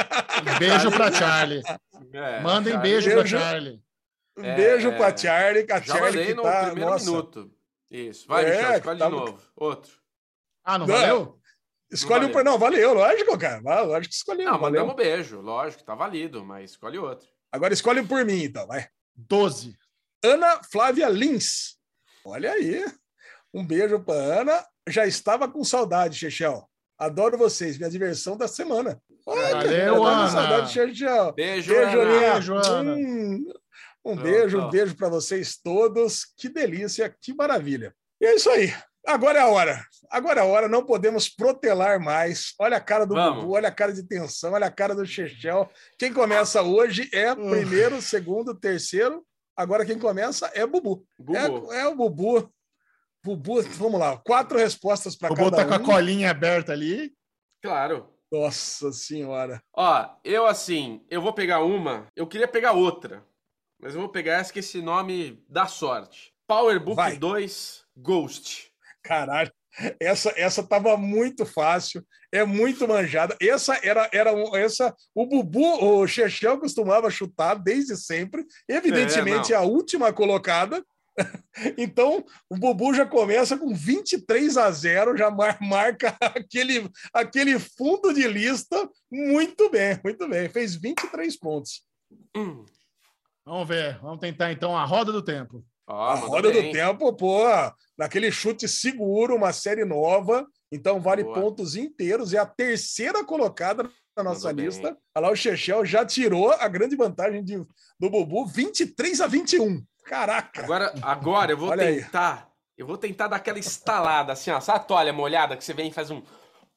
Beijo pra Charlie. É, Mandem Charlie. beijo, beijo pra Charlie. É, beijo é... pra Charlie. Que a Já Charlie mandei que no tá... primeiro Nossa. minuto. Isso. Vai, é, Michel, escolhe tá... de novo. Outro. Ah, não, não valeu? Escolhe um... Não, valeu, lógico, cara. Lógico que escolheu. Não, valeu. mandamos beijo. Lógico, tá válido, mas escolhe outro. Agora escolhe por mim, então, vai. doze. Ana Flávia Lins. Olha aí. Um beijo pra Ana. Já estava com saudade, Chechel. Adoro vocês. Minha diversão da semana. Olha, valeu, Ana. Com saudade, Chechel. Beijo, beijo, Ana. Ana. Beijo, Ana. Hum, um pronto. beijo, um beijo para vocês todos. Que delícia, que maravilha. E é isso aí. Agora é a hora. Agora é a hora. Não podemos protelar mais. Olha a cara do Vamos. Bubu, olha a cara de tensão, olha a cara do Chechel. Quem começa hoje é primeiro, segundo, terceiro. Agora quem começa é Bubu. Bubu. É, é o Bubu. Bubu, vamos lá. Quatro respostas para cada um. O Bubu tá com a colinha aberta ali. Claro. Nossa senhora. Ó, eu assim, eu vou pegar uma. Eu queria pegar outra. Mas eu vou pegar essa que esse nome dá sorte. Powerbook Vai. dois Ghost. Caralho. Essa, essa tava muito fácil, é muito manjada. Essa era, era um, essa, o Bubu, o Chechel costumava chutar desde sempre. Evidentemente, é, a última colocada. Então, o Bubu já começa com vinte e três a zero, já mar, marca aquele, aquele fundo de lista muito bem, muito bem. Fez vinte e três pontos. Hum. Vamos ver, vamos tentar então a roda do tempo. Oh, a roda bem. do tempo, pô, naquele chute seguro, uma série nova, então vale Boa. pontos inteiros, é a terceira colocada na nossa Mandou lista. bem. Olha lá, o Chechel já tirou a grande vantagem de, do Bubu, vinte e três a vinte e um. Caraca! Agora, agora eu vou Olha tentar, aí. eu vou tentar dar aquela estalada, assim, ó, sabe a toalha molhada que você vem e faz um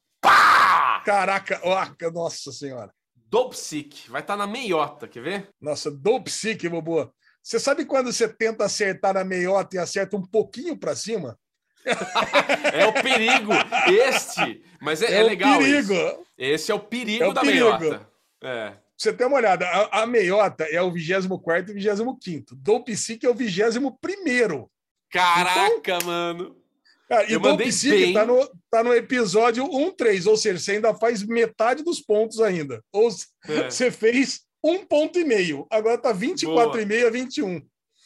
pá! Caraca, oh, nossa senhora. Dopesick, vai estar tá na meiota, quer ver? Nossa, Dopesick, Bubu. Você sabe quando você tenta acertar na meiota e acerta um pouquinho para cima? É o perigo, este, mas é, é, é legal perigo. Esse. Esse é o perigo é o da perigo. meiota. É. Você tem uma olhada, a, a meiota é o vigésimo quarto e vigésimo quinto. Dopesick é o vigésimo primeiro. Caraca, então, mano. Cara, e o Dopesick tá no, tá no episódio um três, ou seja, você ainda faz metade dos pontos ainda. Ou é. você fez um ponto e meio. Agora tá vinte e quatro e meio a vinte e um.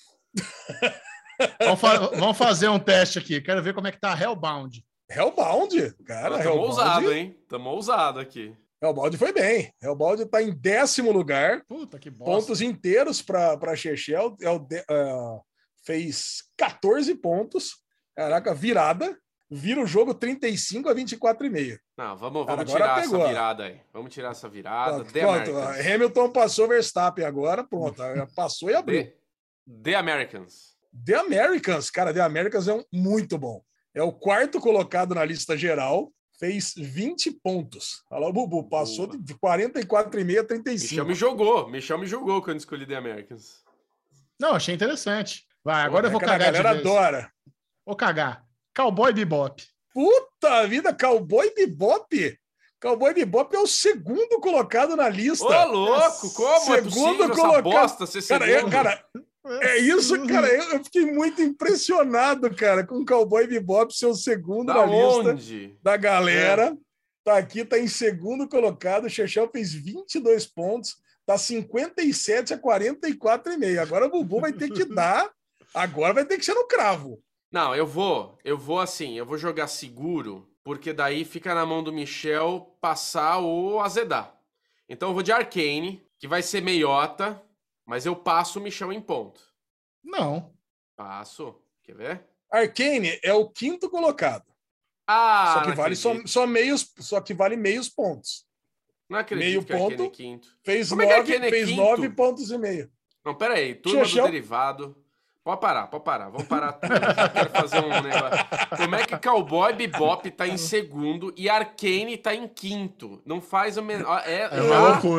Vamos, fa vamos fazer um teste aqui. Quero ver como é que tá Hellbound. Hellbound? Cara, Tamo Hellbound... ousado, hein? Tamo ousado aqui. Hellbound foi bem. Hellbound tá em décimo lugar. Puta que bosta. Pontos inteiros para Chechel. Uh, fez quatorze pontos. Caraca, virada. Vira o jogo trinta e cinco a vinte e quatro e meio. Não, vamos, vamos Cara, tirar pegou. essa virada aí. Vamos tirar essa virada. Pronto, pronto. Hamilton passou Verstappen agora. Pronto, passou e abriu. The, The Americans. The Americans, cara, The Americans é um muito bom. É o quarto colocado na lista geral. Fez vinte pontos. Olha lá o Bubu, passou Boa. de quarenta e quatro e meio a trinta e cinco. Michel me jogou. Michel me jogou quando escolhi The Americans. Não, achei interessante. Vai, agora Pô, eu vou cagar a galera de vez. adora. Vou cagar. Cowboy Bebop. Puta vida, Cowboy Bebop. Cowboy Bebop é o segundo colocado na lista. Ô, louco, como segundo é possível colocado... essa bosta ser cara, segundo? É, cara, é isso, cara. Eu, eu fiquei muito impressionado, cara, com o Cowboy Bebop ser o segundo da na onde? lista da galera. É. Tá aqui, tá em segundo colocado. O Chechel fez vinte e dois pontos. Tá cinquenta e sete a quarenta e quatro e meio. Agora o Bubu vai ter que dar. Agora vai ter que ser no cravo. Não, eu vou. Eu vou assim, eu vou jogar seguro, porque daí fica na mão do Michel passar ou azedar. Então eu vou de Arcane, que vai ser meiota, mas eu passo o Michel em ponto. Não. Passo. Quer ver? Arcane é o quinto colocado. Ah, só que vale só, só meios, só que vale meios pontos. Não acredito meio que ponto, Arcane é quinto. Fez Como nove, é que é fez quinto? nove pontos e meio. Não, pera aí. Turma Chechel... do derivado. Pode parar, pode parar. Vamos parar tudo. Eu já quero fazer um negócio. Como é que Cowboy Bebop tá em segundo e Arcane tá em quinto? Não faz o menor... É, é uma loucura.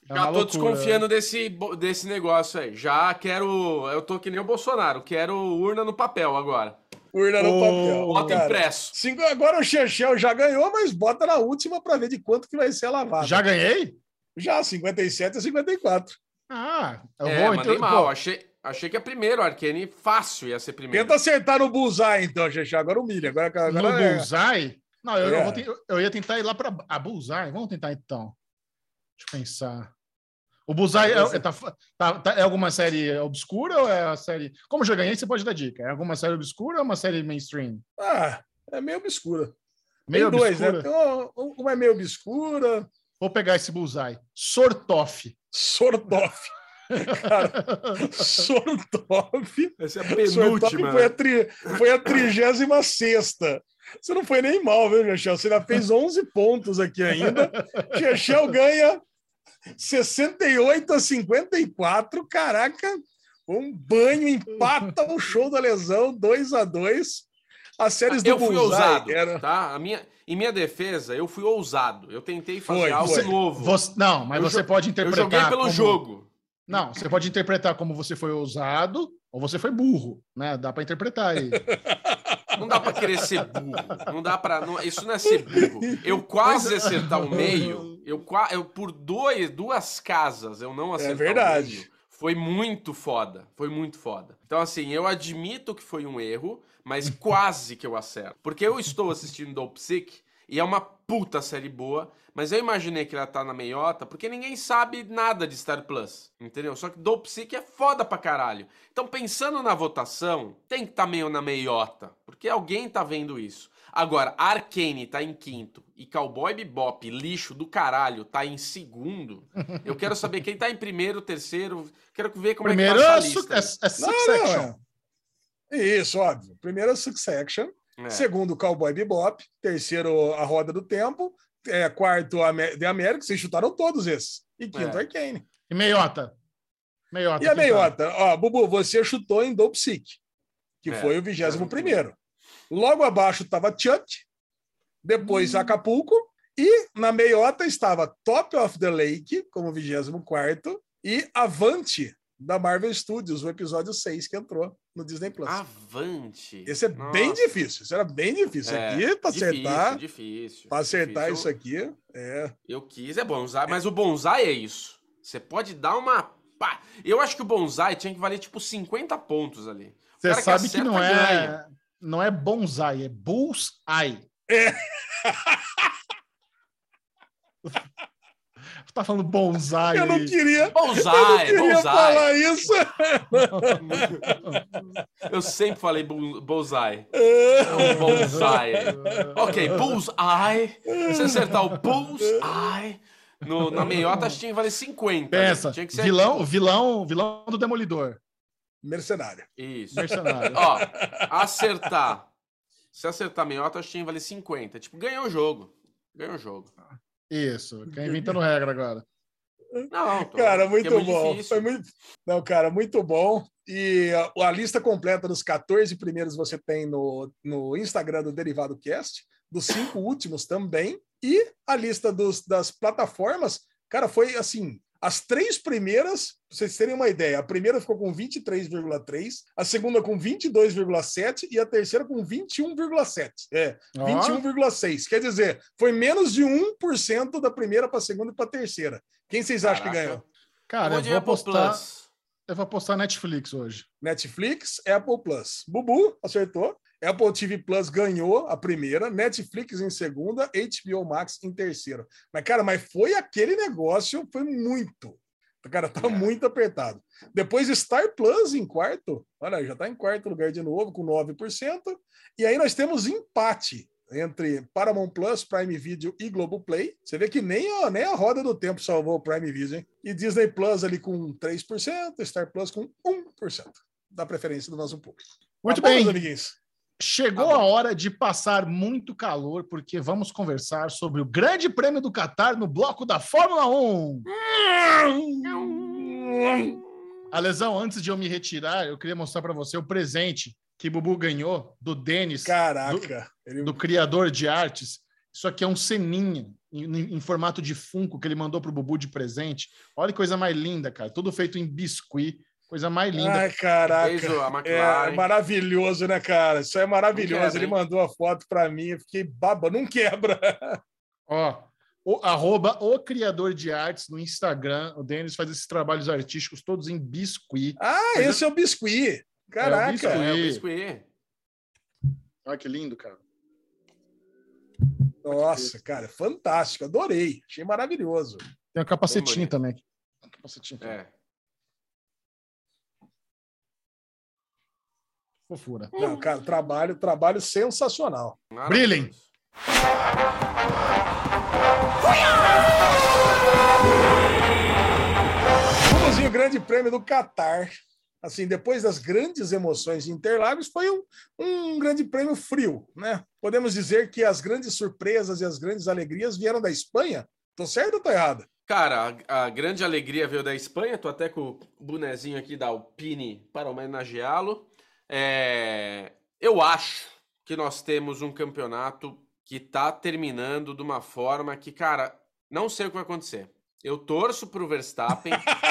É Já uma tô loucura. desconfiando desse, bo- desse negócio aí. Já quero. Eu tô que nem o Bolsonaro. Quero urna no papel agora. Urna no Ô, papel. Voto cara. impresso. Cinco- agora o Chechel já ganhou, mas bota na última pra ver de quanto que vai ser a lavada. Já ganhei? Já, cinquenta e sete a cinquenta e quatro. Ah, eu É, vou mandei então. mal. Pô, Achei, achei que é primeiro. Arcane fácil ia ser primeiro. Tenta acertar no bullseye, então, Chechel. Agora humilha. Agora, agora no é- Bullseye? Não, eu, É. eu, vou te- eu- eu ia tentar ir lá para a Bullseye. Vamos tentar então. Deixa eu pensar. O Bullseye é, é, tá- tá- tá- é alguma série obscura ou é a série. Como eu já ganhei, você pode dar dica. É alguma série obscura ou uma série mainstream? Ah, é meio obscura. Meio Tem dois, obscura? né? Tem uma, uma é meio obscura. Vou pegar esse Bullseye. Sortoff. Sortoff. Cara, Sortoff. Essa é a Sortoff penúltima. foi a, tri, foi a trigésima sexta. Você não foi nem mal, viu, Chechel? Você ainda fez onze pontos aqui ainda. Chechel ganha sessenta e oito a cinquenta e quatro. Caraca, um banho empata o show da lesão, dois a dois. As séries do Eu fui Bullseye ousado, era... tá? A minha, em minha defesa, eu fui ousado. Eu tentei fazer Foi, algo foi. novo. Você- não, mas Eu você jo- pode Eu interpretar. joguei pelo como- jogo. Não, você pode interpretar como você foi ousado ou você foi burro, né? Dá para interpretar aí. Não dá pra querer ser burro. Não dá para, isso não é ser burro. Eu quase acertar o meio. Eu, qua- eu por dois, duas casas eu não acertar verdade. o meio. Foi muito foda. Foi muito foda. Então assim, eu admito que foi um erro, mas quase que eu acerto. Porque eu estou assistindo Dope Sick e é uma puta série boa, mas eu imaginei que ela tá na meiota porque ninguém sabe nada de Star Plus, entendeu? Só que Dope Sick é foda pra caralho. Então, pensando na votação, tem que tá meio na meiota, porque alguém tá vendo isso. Agora, Arcane tá em quinto e Cowboy Bebop, lixo do caralho, tá em segundo. Eu quero saber quem tá em primeiro, terceiro, quero ver como Primeiro é que tá é, essa su- lista. é, aí. é Não, Succession. não, Isso, óbvio. Primeiro é Succession. É. Segundo, Cowboy Bebop. Terceiro, A Roda do Tempo. É, quarto, Amé- The Americans. Vocês chutaram todos esses. E quinto, É. Arcane. E meiota. Meiota. E a quem tá? meiota? Ó, Bubu, você chutou em Dope Sick, que É, foi o vigésimo primeiro. Logo abaixo estava Chuck, depois Hum. Acapulco, e na meiota estava Top of the Lake, como vigésimo quarto, e Avante, da Marvel Studios, o episódio seis que entrou no Disney Plus. Avante. Esse é Nossa. bem difícil, isso era bem difícil. É, aqui, para acertar, Difícil, difícil. para acertar difícil. isso aqui, é. Eu quis, é bonsai, mas o bonsai é isso. Você pode dar uma. Pá. Eu acho que o bonsai tinha que valer tipo cinquenta pontos ali. O Você cara sabe que acerta, não é, ganha. não é bonsai, é bullseye. É. Você tá falando bonsai Eu não aí. queria, Bonsai, eu não queria bonsai. falar isso. Eu sempre falei bu- bonsai. É. É um bonsai. Ok, bullseye. Se acertar o bullseye no, na meiota, acho que tinha que valer cinquenta. né? Pensa, Tinha que ser vilão, vilão, vilão do Demolidor. Mercenário. Isso. Mercenário. Ó, acertar. Se acertar a meiota, acho que tinha que valer cinquenta. Tipo, ganhou o jogo. Ganhou o jogo. Isso, tá inventando regra agora. Não, tô- Cara, porque muito é bom. difícil. Foi muito... Não, cara, muito bom. E a, a lista completa dos quatorze primeiros você tem no, no Instagram do Derivado Cast, dos cinco últimos também. E a lista dos, das plataformas, cara, foi assim. As três primeiras, pra vocês terem uma ideia, a primeira ficou com vinte e três vírgula três, a segunda com vinte e dois vírgula sete e a terceira com vinte e um vírgula sete. É, Ó. vinte e um vírgula seis. Quer dizer, foi menos de um por cento da primeira para a segunda e para a terceira. Quem vocês acham que Caraca. ganhou? Cara, Vou eu de vou Apple apostar, Plus. eu vou apostar Netflix hoje. Netflix, Apple Plus. Bubu acertou. Apple T V Plus ganhou a primeira, Netflix em segunda, H B O Max em terceira. Mas, cara, mas foi aquele negócio, foi muito. Cara, tá É. muito apertado. Depois Star Plus em quarto. Olha, já tá em quarto lugar de novo, com nove por cento. E aí nós temos empate entre Paramount Plus, Prime Video e Globoplay. Você vê que nem, ó, nem a roda do tempo salvou o Prime Video, hein? E Disney Plus ali com três por cento, Star Plus com um por cento da preferência do nosso público. Muito Tá bom, bem. meus amiguinhos? Chegou Tá bom. a hora de passar muito calor, porque vamos conversar sobre o Grande Prêmio do Catar no bloco da Fórmula um. Alesão, antes de eu me retirar, eu queria mostrar para você o presente que Bubu ganhou do Denis, Caraca. Ele... do criador de artes. Isso aqui é um Seninha em, em formato de Funko que ele mandou pro Bubu de presente. Olha que coisa mais linda, cara. Tudo feito em biscuit. Coisa mais linda. Ai, caraca. É, é maravilhoso, né, cara? Isso é maravilhoso. Quebra, ele hein? mandou a foto para mim, eu fiquei baba, não quebra. Ó, o, arroba o criador de artes no Instagram. O Denis faz esses trabalhos artísticos todos em biscuit. Ah, Mas esse eu... é o biscuit. Caraca. É o biscuit. É o biscuit. Olha que lindo, cara. Nossa, cara, fantástico. Adorei. Achei maravilhoso. Tem um capacetinho também. Um capacetinho também. É. Fofura. Não, cara, trabalho, trabalho sensacional. Brilhem! Vamos ao Grande Prêmio do Catar. Assim, depois das grandes emoções de Interlagos, foi um, um grande prêmio frio, né? Podemos dizer que as grandes surpresas e as grandes alegrias vieram da Espanha? Tô certo ou tô errado? Cara, a, a grande alegria veio da Espanha. Tô até com o bonezinho aqui da Alpine para homenageá-lo. É... Eu acho que nós temos um campeonato que tá terminando de uma forma que, cara, não sei o que vai acontecer. Eu torço pro Verstappen.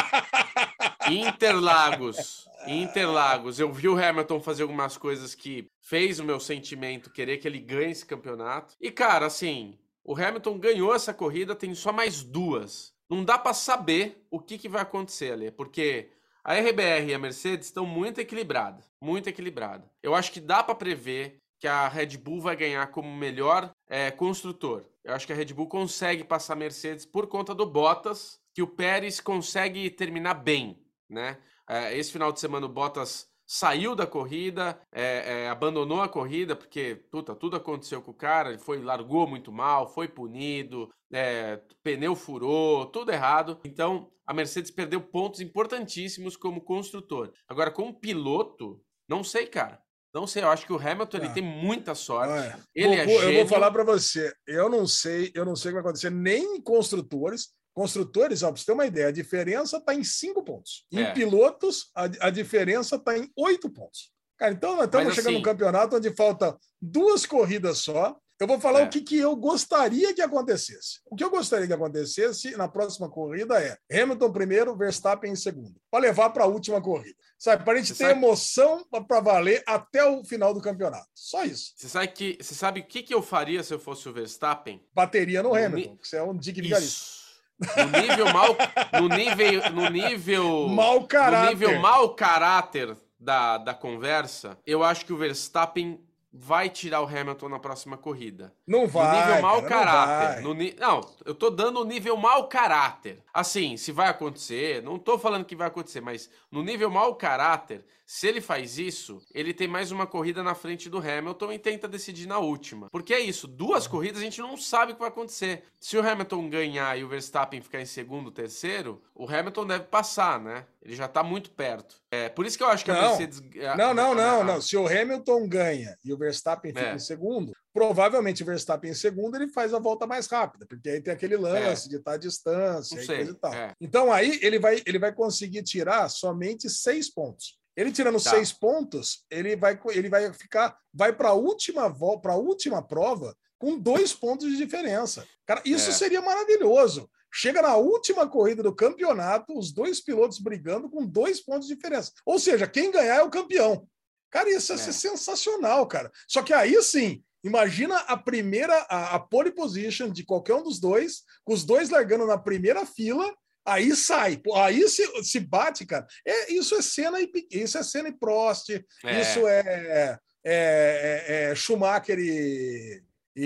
Interlagos. Interlagos. Eu vi o Hamilton fazer algumas coisas que fez o meu sentimento querer que ele ganhe esse campeonato. E, cara, assim, o Hamilton ganhou essa corrida, tem só mais duas. Não dá pra saber o que, que vai acontecer ali, porque a R B R e a Mercedes estão muito equilibradas, muito equilibradas. Eu acho que dá pra prever que a Red Bull vai ganhar como melhor é, construtor. Eu acho que a Red Bull consegue passar a Mercedes por conta do Bottas, que o Pérez consegue terminar bem, né? É, esse final de semana o Bottas saiu da corrida, é, é, abandonou a corrida, porque puta, tudo aconteceu com o cara, ele foi, largou muito mal, foi punido, é, pneu furou, tudo errado. Então, a Mercedes perdeu pontos importantíssimos como construtor. Agora, como piloto, não sei, cara. Não sei, eu acho que o Hamilton ah. ele tem muita sorte. Ah, é. Ele Pô, é gênio. Eu vou falar para você, eu não sei, eu não sei o que vai acontecer nem em construtores. Construtores, ó, para você ter uma ideia, a diferença está em cinco pontos. Em é. pilotos, a, a diferença está em oito pontos. Cara, então nós estamos Mas, chegando assim, num campeonato onde falta duas corridas só. Eu vou falar é. o que, que eu gostaria que acontecesse. O que eu gostaria que acontecesse na próxima corrida é Hamilton primeiro, Verstappen em segundo. Para levar para a última corrida. Sabe, para a gente você ter sabe... emoção para valer até o final do campeonato. Só isso. Você sabe, que, você sabe o que, que eu faria se eu fosse o Verstappen? Bateria no, no Hamilton, ni... que você é um dick vigarista. No nível mal, no nível, no nível, mau caráter. No nível mau caráter da, da conversa, eu acho que o Verstappen vai tirar o Hamilton na próxima corrida. Não vai. No nível mau cara, caráter. Não, no ni... não, eu tô dando o nível mau caráter. Assim, se vai acontecer, não tô falando que vai acontecer, mas no nível mau caráter, se ele faz isso, ele tem mais uma corrida na frente do Hamilton e tenta decidir na última. Porque é isso, duas corridas a gente não sabe o que vai acontecer. Se o Hamilton ganhar e o Verstappen ficar em segundo, terceiro, o Hamilton deve passar, né? Ele já tá muito perto. É, por isso que eu acho que não, a Mercedes... Não, não, não, não. Se o Hamilton ganha e o Verstappen fica é. em segundo, provavelmente o Verstappen em segundo ele faz a volta mais rápida, porque aí tem aquele lance é. de estar à distância e coisa e tal. É. Então aí ele vai, ele vai conseguir tirar somente seis pontos. Ele tirando tá. seis pontos, ele vai, ele vai ficar, vai para a última volta, para a última prova com dois pontos de diferença. Cara, isso é. seria maravilhoso. Chega na última corrida do campeonato, os dois pilotos brigando com dois pontos de diferença. Ou seja, quem ganhar é o campeão. Cara, isso ia é. ser sensacional, cara. Só que aí sim, imagina a primeira, a, a pole position de qualquer um dos dois, com os dois largando na primeira fila. Aí sai, aí se, se bate, cara. É, isso é cena e isso é cena e Prost, é. isso é, é, é, é Schumacher e,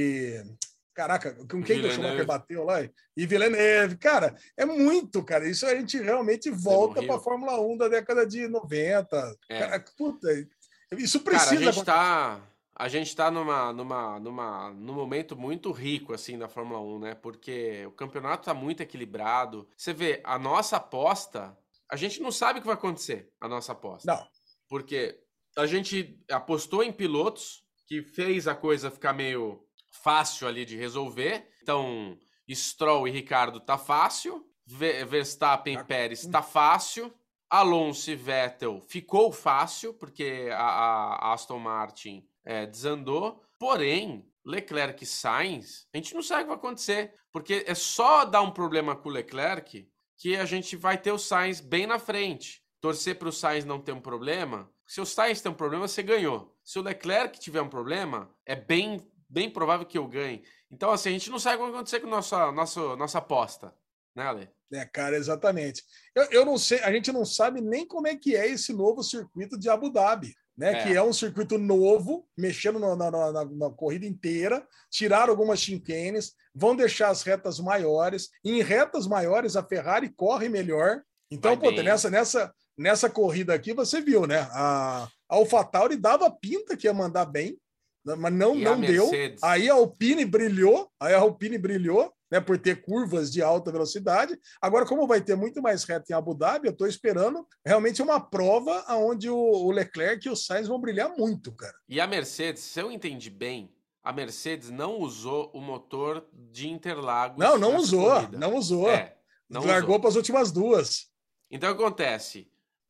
e caraca, com quem que o Schumacher bateu lá? E Villeneuve, cara, é muito, cara. Isso a gente realmente volta para a Fórmula um da década de noventa. É. Cara, puta, isso precisa. Cara, a gente tá A gente está numa, numa, numa, num momento muito rico, assim, da Fórmula um, né? Porque o campeonato está muito equilibrado. Você vê, a nossa aposta, a gente não sabe o que vai acontecer, a nossa aposta. Não. Porque a gente apostou em pilotos, que fez a coisa ficar meio fácil ali de resolver. Então, Stroll e Ricardo tá fácil. Verstappen e Pérez tá fácil. Alonso e Vettel ficou fácil, porque a, a Aston Martin... É, desandou, porém, Leclerc e Sainz, a gente não sabe o que vai acontecer, porque é só dar um problema com o Leclerc que a gente vai ter o Sainz bem na frente. Torcer para o Sainz não ter um problema. Se o Sainz tem um problema, você ganhou. Se o Leclerc tiver um problema, é bem, bem provável que eu ganhe. Então, assim, a gente não sabe o que vai acontecer com a nossa, nossa, nossa aposta, né, Ale? É, cara, exatamente. Eu, eu não sei, a gente não sabe nem como é que é esse novo circuito de Abu Dhabi, né? É. Que é um circuito novo, mexendo na, na, na, na corrida inteira, tiraram algumas chicanes, vão deixar as retas maiores. Em retas maiores, a Ferrari corre melhor. Então, pô, nessa, nessa, nessa corrida aqui, você viu, né? A, a AlphaTauri dava pinta que ia mandar bem, mas não, não deu. Aí a Alpine brilhou, aí a Alpine brilhou, né, por ter curvas de alta velocidade. Agora, como vai ter muito mais reta em Abu Dhabi, eu estou esperando realmente uma prova onde o Leclerc e o Sainz vão brilhar muito, cara. E a Mercedes, se eu entendi bem, a Mercedes não usou o motor de Interlagos. Não, não usou, corrida. não usou. É, não Largou para as últimas duas. Então, o que acontece?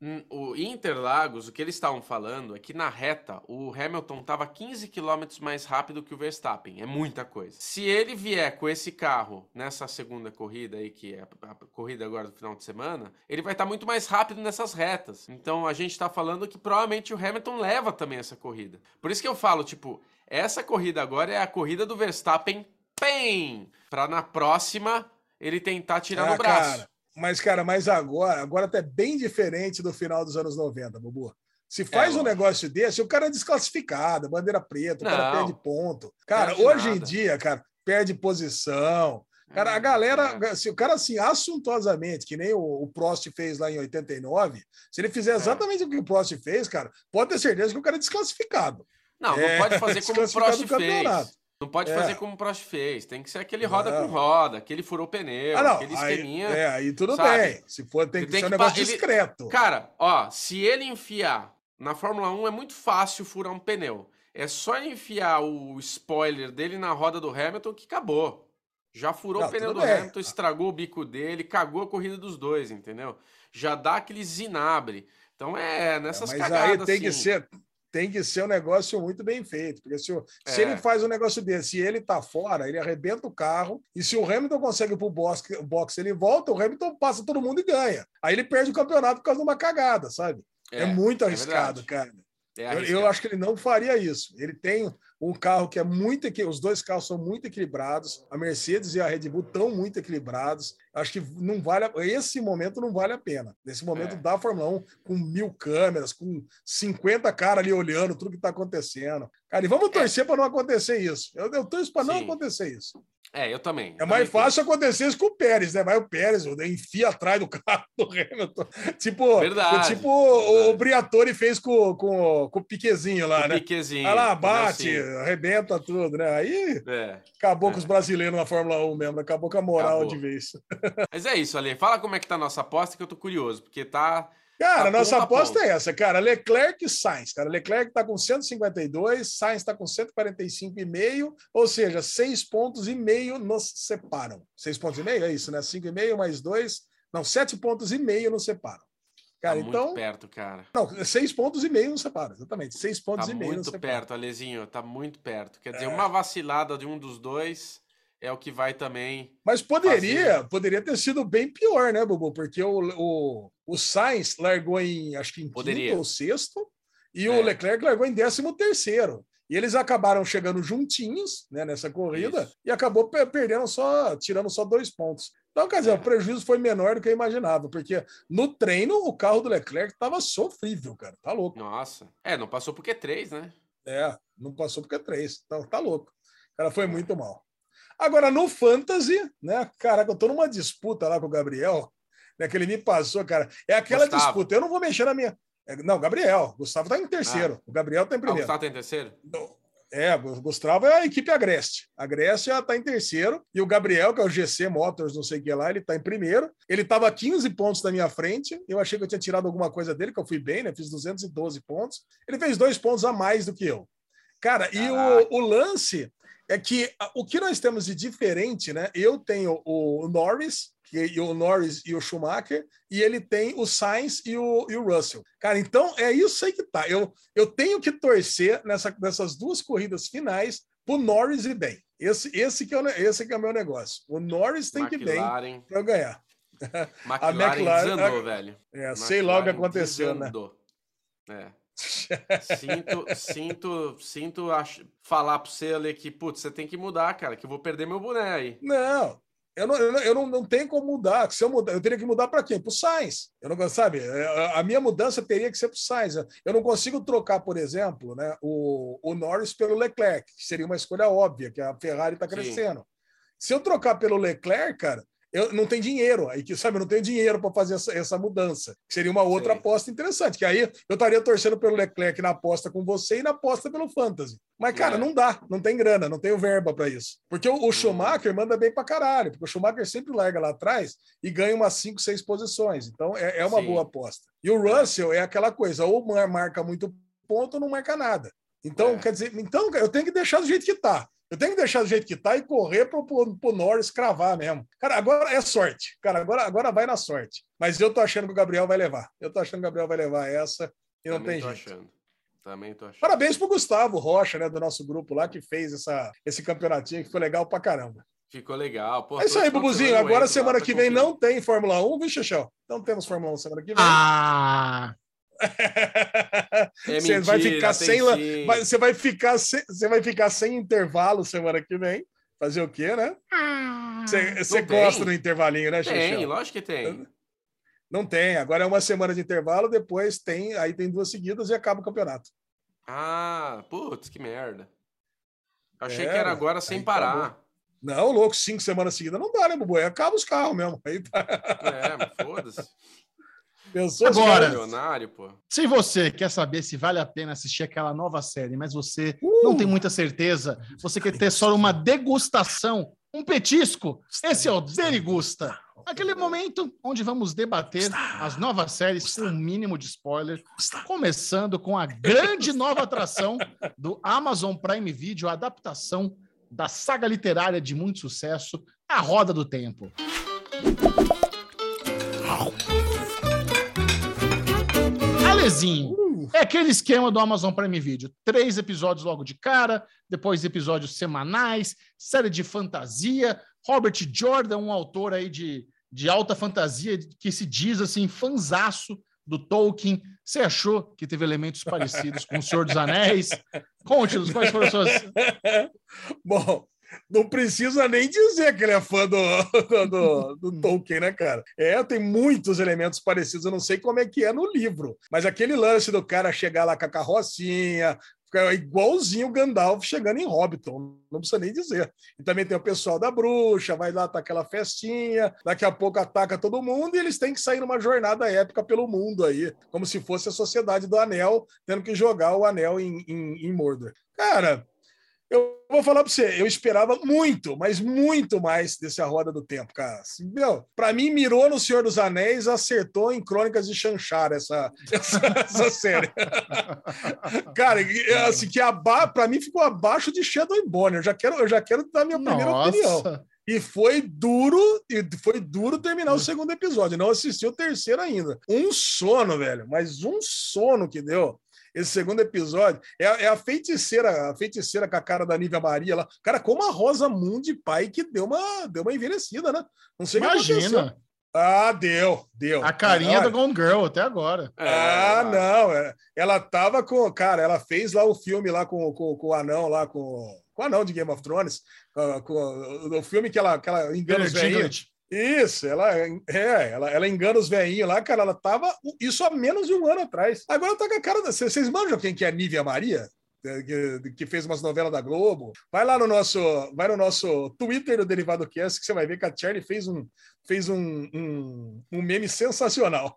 O Interlagos, o que eles estavam falando é que na reta o Hamilton estava quinze quilômetros mais rápido que o Verstappen. É muita coisa. Se ele vier com esse carro nessa segunda corrida aí, que é a corrida agora do final de semana, ele vai estar muito mais rápido nessas retas. Então a gente está falando que provavelmente o Hamilton leva também essa corrida. Por isso que eu falo, tipo, essa corrida agora é a corrida do Verstappen, pem! Para na próxima ele tentar tirar ah, no braço. Cara. Mas, cara, mas agora, agora tá bem diferente do final dos anos noventa, Bubu. Se faz é, um negócio desse, o cara é desclassificado, bandeira preta, o não, cara perde ponto. Cara, hoje nada. Em dia, cara, perde posição. Cara, a galera, é. se o cara assim, assuntosamente, que nem o, o Prost fez lá em oitenta e nove, se ele fizer exatamente é. o que o Prost fez, cara, pode ter certeza que o cara é desclassificado. Não, não é, pode fazer como o Prost fez. Não pode é. fazer como o Prost fez. Tem que ser aquele roda não. com roda, aquele furou pneu, ah, não. aquele esqueminha. Aí, é, aí tudo sabe? Bem. Se for, tem que tem ser um negócio ele... discreto. Cara, ó, se ele enfiar na Fórmula um, é muito fácil furar um pneu. É só enfiar o spoiler dele na roda do Hamilton que acabou. Já furou não, o pneu do bem. Hamilton, estragou o bico dele, cagou a corrida dos dois, entendeu? Já dá aquele zinabre. Então é nessas é, mas cagadas aí tem assim. que ser... Tem que ser um negócio muito bem feito, porque se, o, é. se ele faz um negócio desse e ele tá fora, ele arrebenta o carro, e se o Hamilton consegue ir pro box, box ele volta, o Hamilton passa todo mundo e ganha. Aí ele perde o campeonato por causa de uma cagada, sabe? É, é muito arriscado, é cara. É arriscado. Eu, eu acho que ele não faria isso. Ele tem um carro que é muito... Os dois carros são muito equilibrados. A Mercedes e a Red Bull estão muito equilibrados. Acho que não vale... A, esse momento não vale a pena. Nesse momento é. da Fórmula um, com mil câmeras, com cinquenta caras ali olhando tudo que está acontecendo. Cara, e vamos torcer é. para não acontecer isso. Eu, eu torço para não acontecer isso. É, eu também. É mais também fácil tenho. acontecer isso com o Pérez, né? Vai o Pérez, enfia atrás do carro do Hamilton. Tipo, verdade, tipo verdade. o Briatore fez com, com, com o Piquezinho lá, o né? Piquezinho. Vai lá, bate, assim. arrebenta tudo, né? Aí é. acabou é. com os brasileiros na Fórmula um mesmo, acabou com a moral acabou. de vez. Mas é isso, Ale. Fala como é que tá a nossa aposta, que eu tô curioso, porque tá... Cara, a nossa aposta é essa, cara. Leclerc e Sainz, cara. Leclerc tá com cento e cinquenta e dois, Sainz tá com cento e quarenta e cinco e meio, ou seja, seis pontos e meio nos separam. Seis pontos e meio, é isso, né? Cinco e meio mais dois, não, sete pontos e meio nos separam. Cara, tá então... muito perto, cara. Não, seis pontos e meio nos separam, exatamente. Seis pontos tá e meio nos separam. Tá muito perto, Alezinho, tá muito perto. Quer dizer, é. uma vacilada de um dos dois... é o que vai também... Mas poderia, fazer... poderia ter sido bem pior, né, Bubu? Porque o, o, o Sainz largou em, acho que em poderia. quinto ou sexto, e é. o Leclerc largou em décimo terceiro. E eles acabaram chegando juntinhos, né, nessa corrida, Isso. e acabou perdendo só, tirando só dois pontos. Então, quer dizer, é. o prejuízo foi menor do que eu imaginava, porque no treino o carro do Leclerc estava sofrível, cara. Tá louco. Nossa. É, não passou por Q três, né? É, não passou por Q três. Então, tá louco. O cara foi é. muito mal. Agora, no Fantasy, né? Caraca, eu tô numa disputa lá com o Gabriel, né? Que ele me passou, cara. É aquela Gustavo. disputa. Eu não vou mexer na minha. Não, Gabriel. Gustavo tá em terceiro. Ah. O Gabriel tá em primeiro. Ah, o Gustavo tá em terceiro? É, o Gustavo é a equipe Agreste. A Agreste já tá em terceiro. E o Gabriel, que é o G C Motors, não sei o que lá, ele tá em primeiro. Ele tava a quinze pontos da minha frente. Eu achei que eu tinha tirado alguma coisa dele, que eu fui bem, né? Fiz duzentos e doze pontos. Ele fez dois pontos a mais do que eu. Cara, e o, o lance. É que o que nós temos de diferente, né? Eu tenho o Norris, que, o Norris e o Schumacher, e ele tem o Sainz e o, e o Russell. Cara, então é isso aí que tá. Eu, eu tenho que torcer nessa, nessas duas corridas finais pro Norris ir bem. Esse, esse, que é o, esse que é o meu negócio. O Norris tem McLaren, que ir bem para eu ganhar. McLaren, a McLaren desandou, a, velho. É, sei lá o que aconteceu, desandou. né? É. Sinto, sinto, sinto ach... falar pra você, Ale, que, putz, você tem que mudar, cara, que eu vou perder meu boné aí. Não, eu não, eu não, eu não, não tenho como mudar. Se eu mudar, eu teria que mudar para quem? Pro Sainz. Eu não, sabe, a minha mudança teria que ser pro Sainz. Eu não consigo trocar, por exemplo, né, o, o Norris pelo Leclerc, que seria uma escolha óbvia, que a Ferrari está crescendo. Sim. Se eu trocar pelo Leclerc, cara, eu não tenho dinheiro, aí que sabe, eu não tenho dinheiro para fazer essa, essa mudança, que seria uma outra Sim. aposta interessante, que aí eu estaria torcendo pelo Leclerc na aposta com você e na aposta pelo Fantasy. Mas, cara, é. não dá, não tem grana, não tenho verba para isso. Porque o, o Schumacher hum. manda bem para caralho, porque o Schumacher sempre larga lá atrás e ganha umas cinco, seis posições. Então, é, é uma Sim. boa aposta. E o Russell é. é aquela coisa, ou marca muito ponto ou não marca nada. Então, é. quer dizer, então eu tenho que deixar do jeito que tá. Eu tenho que deixar do jeito que tá e correr pro, pro, pro Norris cravar mesmo. Cara, agora é sorte. Cara, agora, agora vai na sorte. Mas eu tô achando que o Gabriel vai levar. Eu tô achando que o Gabriel vai levar essa e não Também tem tô jeito. Achando. Também tô achando. Parabéns pro Gustavo Rocha, né, do nosso grupo lá, que fez essa, esse campeonatinho que ficou legal pra caramba. Ficou legal. Pô, é isso aí, Bubuzinho. Agora, semana que vem, não tem Fórmula um, viu, Xixão? Não temos Fórmula um semana que vem. Ah... É você mentira, vai ficar sem vai, você vai ficar sem, você vai ficar sem intervalo semana que vem. Fazer o quê, né? Ah, você você gosta do intervalinho, né, Tem, Xixão? Lógico que tem. Não tem. Agora é uma semana de intervalo, depois tem, aí tem duas seguidas e acaba o campeonato. Ah, putz, que merda. Achei é, que era agora sem parar. Acabou. Não, louco, cinco semanas seguidas não dá, né, Bubu? Aí acaba os carros mesmo. Aí tá... É, mas foda-se. Pensou Agora, milionário, pô. Se você quer saber se vale a pena assistir aquela nova série, mas você uh, não tem muita certeza, você quer ter só uma degustação, um petisco, esse é o Derigusta. Aquele momento onde vamos debater as novas séries com o um mínimo de spoiler, começando com a grande nova atração do Amazon Prime Video, a adaptação da saga literária de muito sucesso, A Roda do Tempo. Alezinho, é aquele esquema do Amazon Prime Video. Três episódios logo de cara, depois episódios semanais, série de fantasia. Robert Jordan, um autor aí de, de alta fantasia, que se diz assim, fanzaço do Tolkien. Você achou que teve elementos parecidos com O Senhor dos Anéis? Conte-nos, quais foram as suas... Bom... Não precisa nem dizer que ele é fã do, do, do Tolkien, né, cara? É, tem muitos elementos parecidos. Eu não sei como é que é no livro, mas aquele lance do cara chegar lá com a carrocinha, fica igualzinho o Gandalf chegando em Hobbiton, não precisa nem dizer. E também tem o pessoal da bruxa, vai lá, tá aquela festinha, daqui a pouco ataca todo mundo e eles têm que sair numa jornada épica pelo mundo aí, como se fosse a Sociedade do Anel, tendo que jogar o anel em, em, em Mordor. Cara... Eu vou falar para você, eu esperava muito, mas muito mais desse A Roda do Tempo, cara. Assim, meu, para mim, mirou no Senhor dos Anéis, acertou em Crônicas de Shanshar essa, essa, essa série. Cara, assim, que para mim ficou abaixo de Shadow and Bone. Eu já quero, eu já quero dar minha primeira Nossa. opinião. E foi duro, e foi duro terminar o segundo episódio. Não assisti o terceiro ainda. Um sono, velho, mas um sono que deu. Esse segundo episódio é, é a feiticeira, a feiticeira com a cara da Nívia Maria lá. Cara, como a Rosa Mundi pai que deu uma, deu uma envelhecida, né? Não sei o que aconteceu. Imagina. Ah, deu, deu. A carinha ah, da Gone Girl até agora. Ah, é, não. Ela tava com... Cara, ela fez lá o filme lá com, com, com o anão lá, com, com o anão de Game of Thrones. Com, com, o filme que ela, que ela engana os velhinhos. Isso, ela, é, ela, ela engana os velhinhos lá, cara, ela tava isso há menos de um ano atrás. Agora tá com a cara da... Vocês manjam quem que é a Nívia Maria? Que, que fez umas novelas da Globo. Vai lá no nosso, vai no nosso Twitter do Derivado Cast que você vai ver que a Charlie fez um, fez um, um, um meme sensacional.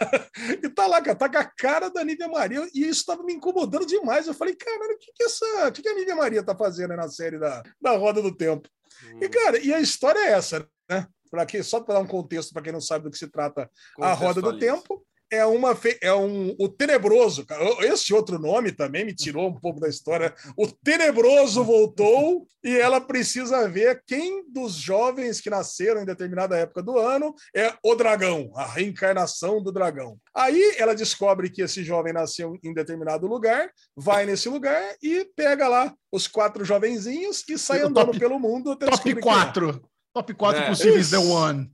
E tá lá, cara, tá com a cara da Nívia Maria e isso tava me incomodando demais. Eu falei, caralho, o que que, essa, o que que a Nívia Maria tá fazendo na série da, da Roda do Tempo? Hum. E, cara, e a história é essa, né? Pra que, só para dar um contexto para quem não sabe do que se trata a Roda do Tempo, é uma fe... é um o Tenebroso, cara. Esse outro nome também me tirou um pouco da história. O Tenebroso voltou e ela precisa ver quem dos jovens que nasceram em determinada época do ano é o dragão, a reencarnação do dragão. Aí ela descobre que esse jovem nasceu em determinado lugar, vai nesse lugar e pega lá os quatro jovenzinhos e sai O andando top- pelo mundo até Top descobrir quem é. quatro. Top quatro É. possíveis The Isso. One.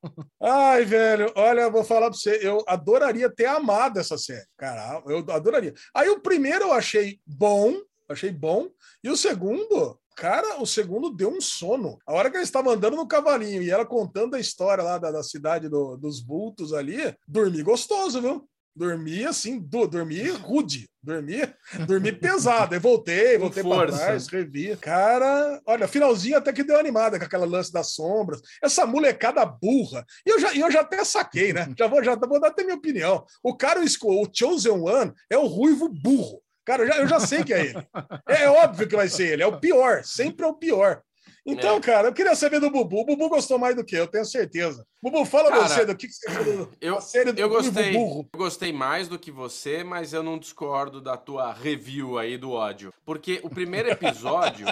Ai, velho, olha, eu vou falar pra você, eu adoraria ter amado essa série, cara, eu adoraria. Aí o primeiro eu achei bom, achei bom, e o segundo, cara, o segundo deu um sono. A hora que eles estavam andando no cavalinho e ela contando a história lá da, da cidade do- dos vultos ali, dormi gostoso, viu? Dormi assim, do, dormi rude, dormi, dormi pesado. Eu voltei, Com voltei para força. trás, revi. Cara, olha, finalzinho até que deu animada com aquela lance das sombras. Essa molecada burra. E eu já, e eu já até saquei, né? Já vou, já vou dar até minha opinião. O cara, o, o Chosen One, é o ruivo burro. Cara, eu já, eu já sei que é ele. É, é óbvio que vai ser ele. É o pior, sempre é o pior. Então, É. cara, eu queria saber do Bubu. O Bubu gostou mais do que eu, eu tenho certeza. Bubu, fala Cara, você do que, que você achou Eu, da série do eu Ruivo gostei, Burro. eu gostei mais do que você, mas eu não discordo da tua review aí do ódio. Porque o primeiro episódio,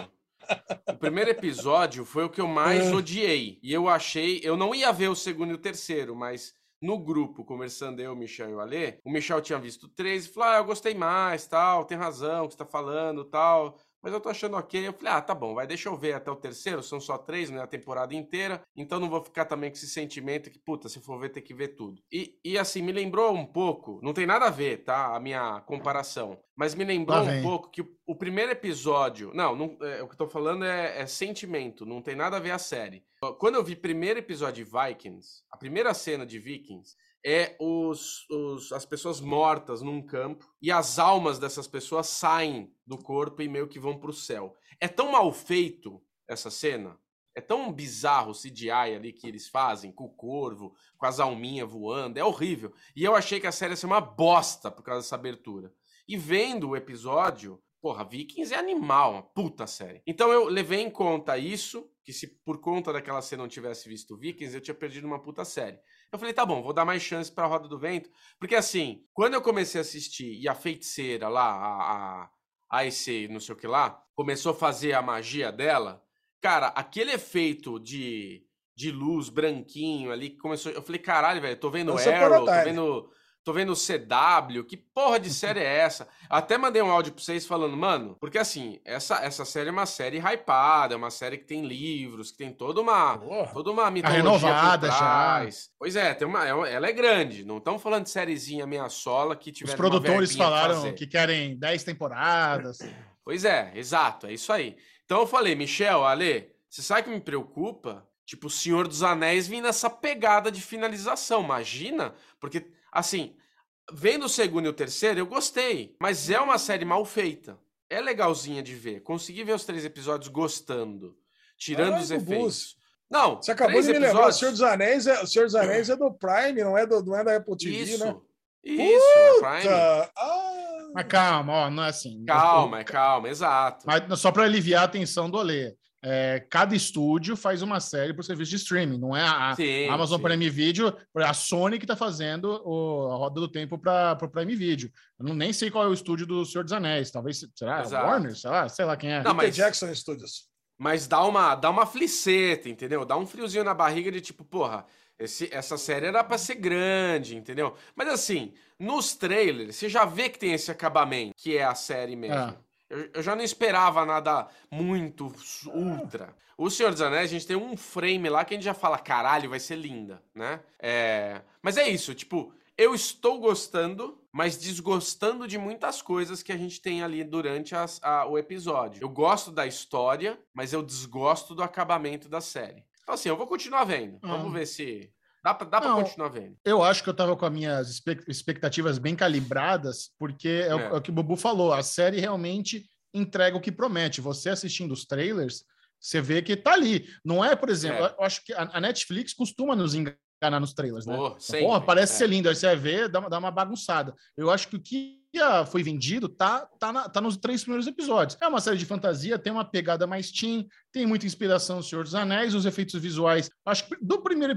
o primeiro episódio foi o que eu mais É. odiei. E eu achei, eu não ia ver o segundo e o terceiro, mas no grupo, conversando eu, o Michel e o Alê, o Michel tinha visto três e falou: ah, eu gostei mais, tal, tem razão o que você tá falando, tal. Mas eu tô achando ok. Eu falei, ah, tá bom, vai, deixa eu ver até o terceiro, são só três, não é a temporada inteira, então não vou ficar também com esse sentimento que, puta, se for ver, tem que ver tudo. E, e assim, me lembrou um pouco, não tem nada a ver, tá, a minha comparação, mas me lembrou Lá um vem. pouco que o, o primeiro episódio, não, não é, o que eu tô falando é, é sentimento, não tem nada a ver a série. Quando eu vi o primeiro episódio de Vikings, a primeira cena de Vikings, é os, os, as pessoas mortas num campo e as almas dessas pessoas saem do corpo e meio que vão pro céu. É tão mal feito essa cena, é tão bizarro o C G I ali que eles fazem, com o corvo, com as alminhas voando, é horrível. E eu achei que a série ia ser uma bosta por causa dessa abertura. E vendo o episódio, porra, Vikings é animal, uma puta série. Então eu levei em conta isso, que se por conta daquela cena eu não tivesse visto Vikings, eu tinha perdido uma puta série. Eu falei, tá bom, vou dar mais chance pra Roda do Vento. Porque assim, quando eu comecei a assistir e a feiticeira lá, a, a, a esse não sei o que lá, começou a fazer a magia dela, cara, aquele efeito de, de luz branquinho ali que começou... Eu falei, caralho, velho, tô vendo Once Upon a Arrow, tô Time. vendo... Tô vendo C W, que porra de série é essa? Até mandei um áudio pra vocês falando, mano, porque assim, essa, essa série é uma série hypada, é uma série que tem livros, que tem toda uma, Porra. toda uma mitologia renovada por já. trás. Pois é, tem uma, ela é grande, não estamos falando de sériezinha meia sola que tiver Os produtores uma verbinha pra falaram fazer. que querem dez temporadas. Pois é, exato, é isso aí. Então eu falei, Michel, Ale, você sabe que me preocupa? Tipo, o Senhor dos Anéis vindo nessa pegada de finalização, imagina? Porque, assim, vendo o segundo e o terceiro, eu gostei, mas é uma série mal feita. É legalzinha de ver. Consegui ver os três episódios gostando, tirando Ai, os Bubu, efeitos. Não, Você acabou três de me lembrar, o episódios. Senhor dos Anéis é, o Senhor dos Anéis é do Prime, não é, do, não é da Apple T V, Isso, né? isso, é Prime. Tá. Ah, Mas calma, ó, não é assim. Calma, calma, exato. Mas só para aliviar a atenção do Alê. É, cada estúdio faz uma série por serviço de streaming, não é a, Sim, a Amazon sim. Prime Video, a Sony que está fazendo o, a roda do tempo para o Prime Video. Eu não, nem sei qual é o estúdio do Senhor dos Anéis, talvez, será? Exato. Warner? Sei lá, sei lá quem é. Não, Peter mas- Jackson Studios. Mas dá uma, dá uma fliceta, entendeu? Dá um friozinho na barriga de tipo, porra, esse, essa série era pra ser grande, entendeu? Mas assim, nos trailers, você já vê que tem esse acabamento, que é a série mesmo. Ah. Eu, eu já não esperava nada muito ultra. O Senhor dos Anéis, a gente tem um frame lá que a gente já fala, caralho, vai ser linda, né? É... Mas é isso, tipo, eu estou gostando, mas desgostando de muitas coisas que a gente tem ali durante as- a- o episódio. Eu gosto da história, mas eu desgosto do acabamento da série. Então assim, eu vou continuar vendo. Ah. Vamos ver se... Dá pra, dá pra Não. continuar vendo. Eu acho que eu estava com as minhas espe- expectativas bem calibradas, porque é, o- É. é o que o Bubu falou, a série realmente entrega o que promete. Você assistindo os trailers, você vê que tá ali. Não é, por exemplo, É. eu acho que a, a Netflix costuma nos enganar nos trailers, né? Pô, sempre, Porra, parece é. ser lindo, aí você vai ver, dá, uma- dá uma bagunçada. Eu acho que o que ah, foi vendido tá, tá, na- tá nos três primeiros episódios. É uma série de fantasia, tem uma pegada mais teen, tem muita inspiração no Senhor dos Anéis, os efeitos visuais. Acho que do primeiro episódio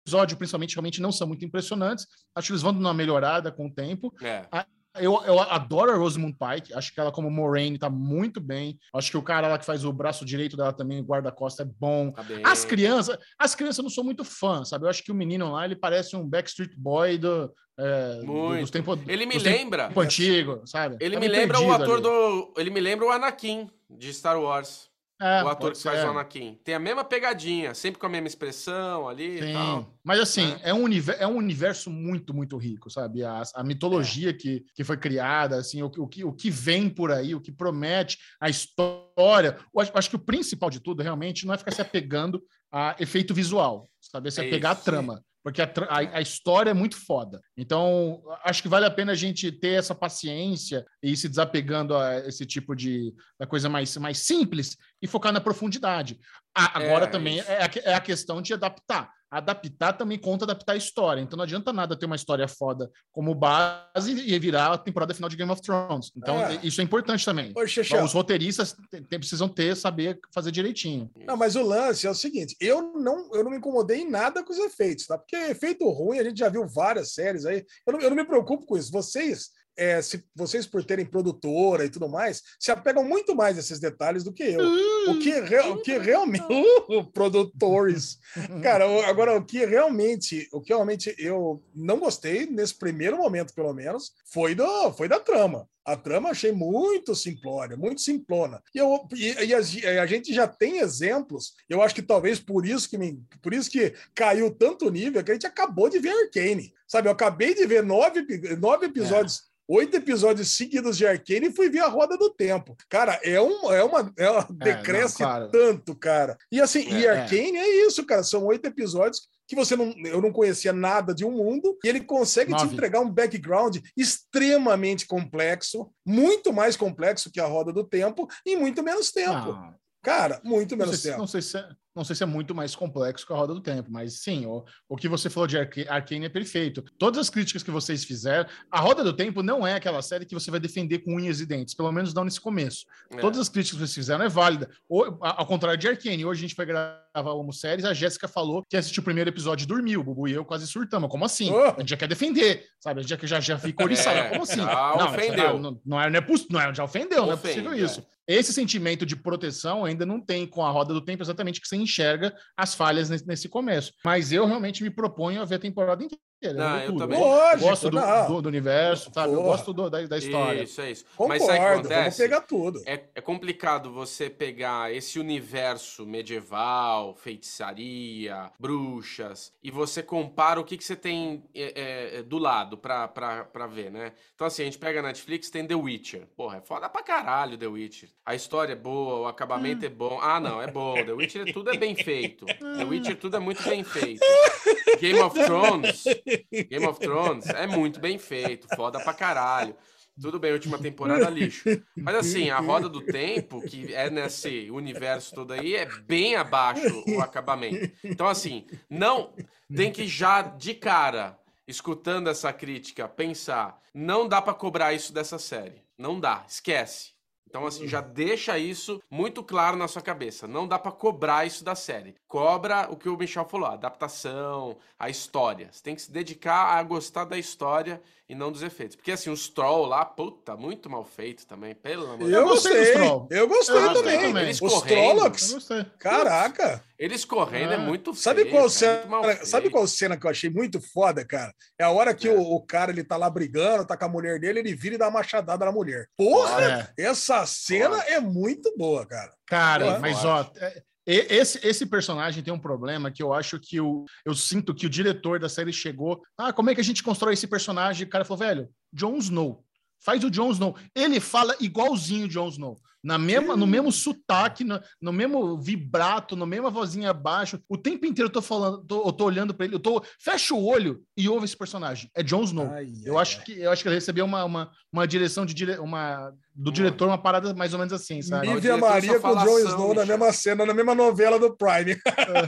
episódio, principalmente, realmente não são muito impressionantes. Acho que eles vão dando uma melhorada com o tempo. É. A, eu, eu adoro a Rosamund Pike. Acho que ela, como Moraine, tá muito bem. Acho que o cara lá que faz o braço direito dela também, o guarda-costa, é bom. Tá bem. As crianças, as crianças eu não sou muito fã, sabe? Eu acho que o menino lá, ele parece um Backstreet Boy do, é, Muito. dos tempos Ele me dos lembra. tempo antigo, sabe? Ele Tá me meio lembra o perdido ator ali. do. Ele me lembra o Anakin de Star Wars. É, o ator pode que faz ser. o Anakin. Tem a mesma pegadinha, sempre com a mesma expressão ali Sim. e tal. Mas assim, Né? é, um universo, é um universo muito, muito rico, sabe? A, a mitologia É. que, que foi criada, assim, o, o, que, o que vem por aí, o que promete, a história. Eu acho, acho que o principal de tudo, realmente, não é ficar se apegando a efeito visual, sabe? Se É apegar à isso. trama. Porque a, tra- a- a história é muito foda. Então, acho que vale a pena a gente ter essa paciência e ir se desapegando a esse tipo de da coisa mais, mais simples e focar na profundidade. A- agora É, também isso. é a, que- é a questão de adaptar. Adaptar também conta adaptar a história. Então não adianta nada ter uma história foda como base e virar a temporada final de Game of Thrones. Então É. isso é importante também. Ô, Chechel, Os roteiristas te- te- precisam ter, saber fazer direitinho. não, mas o lance é o seguinte, eu não, eu não me incomodei em nada com os efeitos, tá? Porque efeito ruim, a gente já viu várias séries aí, eu não, eu não me preocupo com isso. Vocês, é, se, vocês por terem produtora e tudo mais, se apegam muito mais a esses detalhes do que eu. O que, re, o que realmente... Uh, produtores! Cara, o- agora, o que realmente, o que realmente eu não gostei, nesse primeiro momento, pelo menos, foi, do, foi da trama. A trama eu achei muito simplória, muito simplona. E, eu, e, e a, a gente já tem exemplos, eu acho que talvez por isso que, me, por isso que caiu tanto nível, que a gente acabou de ver Arcane. Sabe, eu acabei de ver nove, epi- nove episódios, oito episódios seguidos de Arcane e fui ver a Roda do Tempo. Cara, é, um, é uma... É uma decresce não, claro. tanto, cara. E assim, e É, Arcane é isso, cara. São oito episódios que você não, eu não conhecia nada de um mundo, e ele consegue te Nove. entregar um background extremamente complexo, muito mais complexo que a Roda do Tempo, em muito menos tempo. Não, Cara, muito não, menos sei, se- tempo. não, sei se é, não sei se é muito mais complexo que a Roda do Tempo, mas sim, o, o que você falou de Arca- Arcane é perfeito. Todas as críticas que vocês fizeram, a Roda do Tempo não é aquela série que você vai defender com unhas e dentes, pelo menos não nesse começo. É. Todas as críticas que vocês fizeram é válida. Ou, a- ao contrário de Arcane, hoje a gente foi gravar o Homo Séries, a Jéssica falou que assistiu o primeiro episódio e dormiu. O Bubu e eu quase surtamos. Como assim? Oh. A gente já quer defender, sabe? A gente já, já, já fica oriçado. É, Como assim? já não, ofendeu. Não, não, é, não, é, poss- não é, já ofendeu, não é Ofende, possível é. isso. Esse sentimento de proteção ainda não tem com a Roda do Tempo, exatamente que você enxerga as falhas nesse, nesse começo. Mas eu realmente me proponho a ver a temporada inteira. Não, ver eu tudo. também. Eu Lógico, gosto do, não. do, do universo, sabe? Eu Porra. gosto do- da, da história. Isso, é isso. Concordo, Mas sabe o que vamos acontece? pegar tudo. É, é complicado você pegar esse universo medieval, feitiçaria, bruxas, e você compara o que, que você tem é, é, do lado pra, pra, pra ver, né? Então, assim, a gente pega a Netflix, tem The Witcher. Porra, é foda pra caralho The Witcher. A história é boa, o acabamento é bom. Ah, não, é bom. The Witcher tudo é bem feito. The Witcher tudo é muito bem feito. Game of Thrones, Game of Thrones é muito bem feito, foda pra caralho. Tudo bem, última temporada lixo. Mas assim, a Roda do Tempo, que é nesse universo todo aí, é bem abaixo o acabamento. Então assim, não tem que já de cara, escutando essa crítica, pensar, não dá pra cobrar isso dessa série. Não dá, esquece. Então, assim, já deixa isso muito claro na sua cabeça. Não dá pra cobrar isso da série. Cobra o que o Michel falou, a adaptação, a história. Você tem que se dedicar a gostar da história e não dos efeitos. Porque, assim, os troll lá, puta, muito mal feito também, pelo amor de Eu Eu gostei dos gostei, troll. eu gostei Eu gostei também. também. Eles Os correndo. Eu Trollocs, gostei. caraca. Eles correndo é Ah, muito feio. Sabe qual, cara, cena, muito mal sabe feito. qual cena que eu achei muito foda, cara? É a hora que É. o, o cara ele tá lá brigando, tá com a mulher dele, ele vira e dá uma machadada na mulher. Porra, É. essa cena Foda. é muito boa, cara. Cara, Boa. mas ó, é- e- esse, esse personagem tem um problema que eu acho que o, eu sinto que o diretor da série chegou. Ah, como é que a gente constrói esse personagem? O cara falou, velho, Jon Snow. Faz o Jon Snow. Ele fala igualzinho o Jon Snow. Na mesma, no mesmo sotaque, no, no mesmo vibrato, na mesma vozinha baixo. O tempo inteiro eu tô falando, tô- eu tô olhando pra ele, eu tô. Fecha o olho e ouve esse personagem. É Jon Snow. Ai, Eu ai, acho, ai. que, eu acho que ele recebeu uma, uma, uma direção de dire... uma, do diretor, uma parada mais ou menos assim, sabe? Não, o Nívia diretor Maria só com o fala Jon ação, Snow na Michel. mesma cena, na mesma novela do Prime.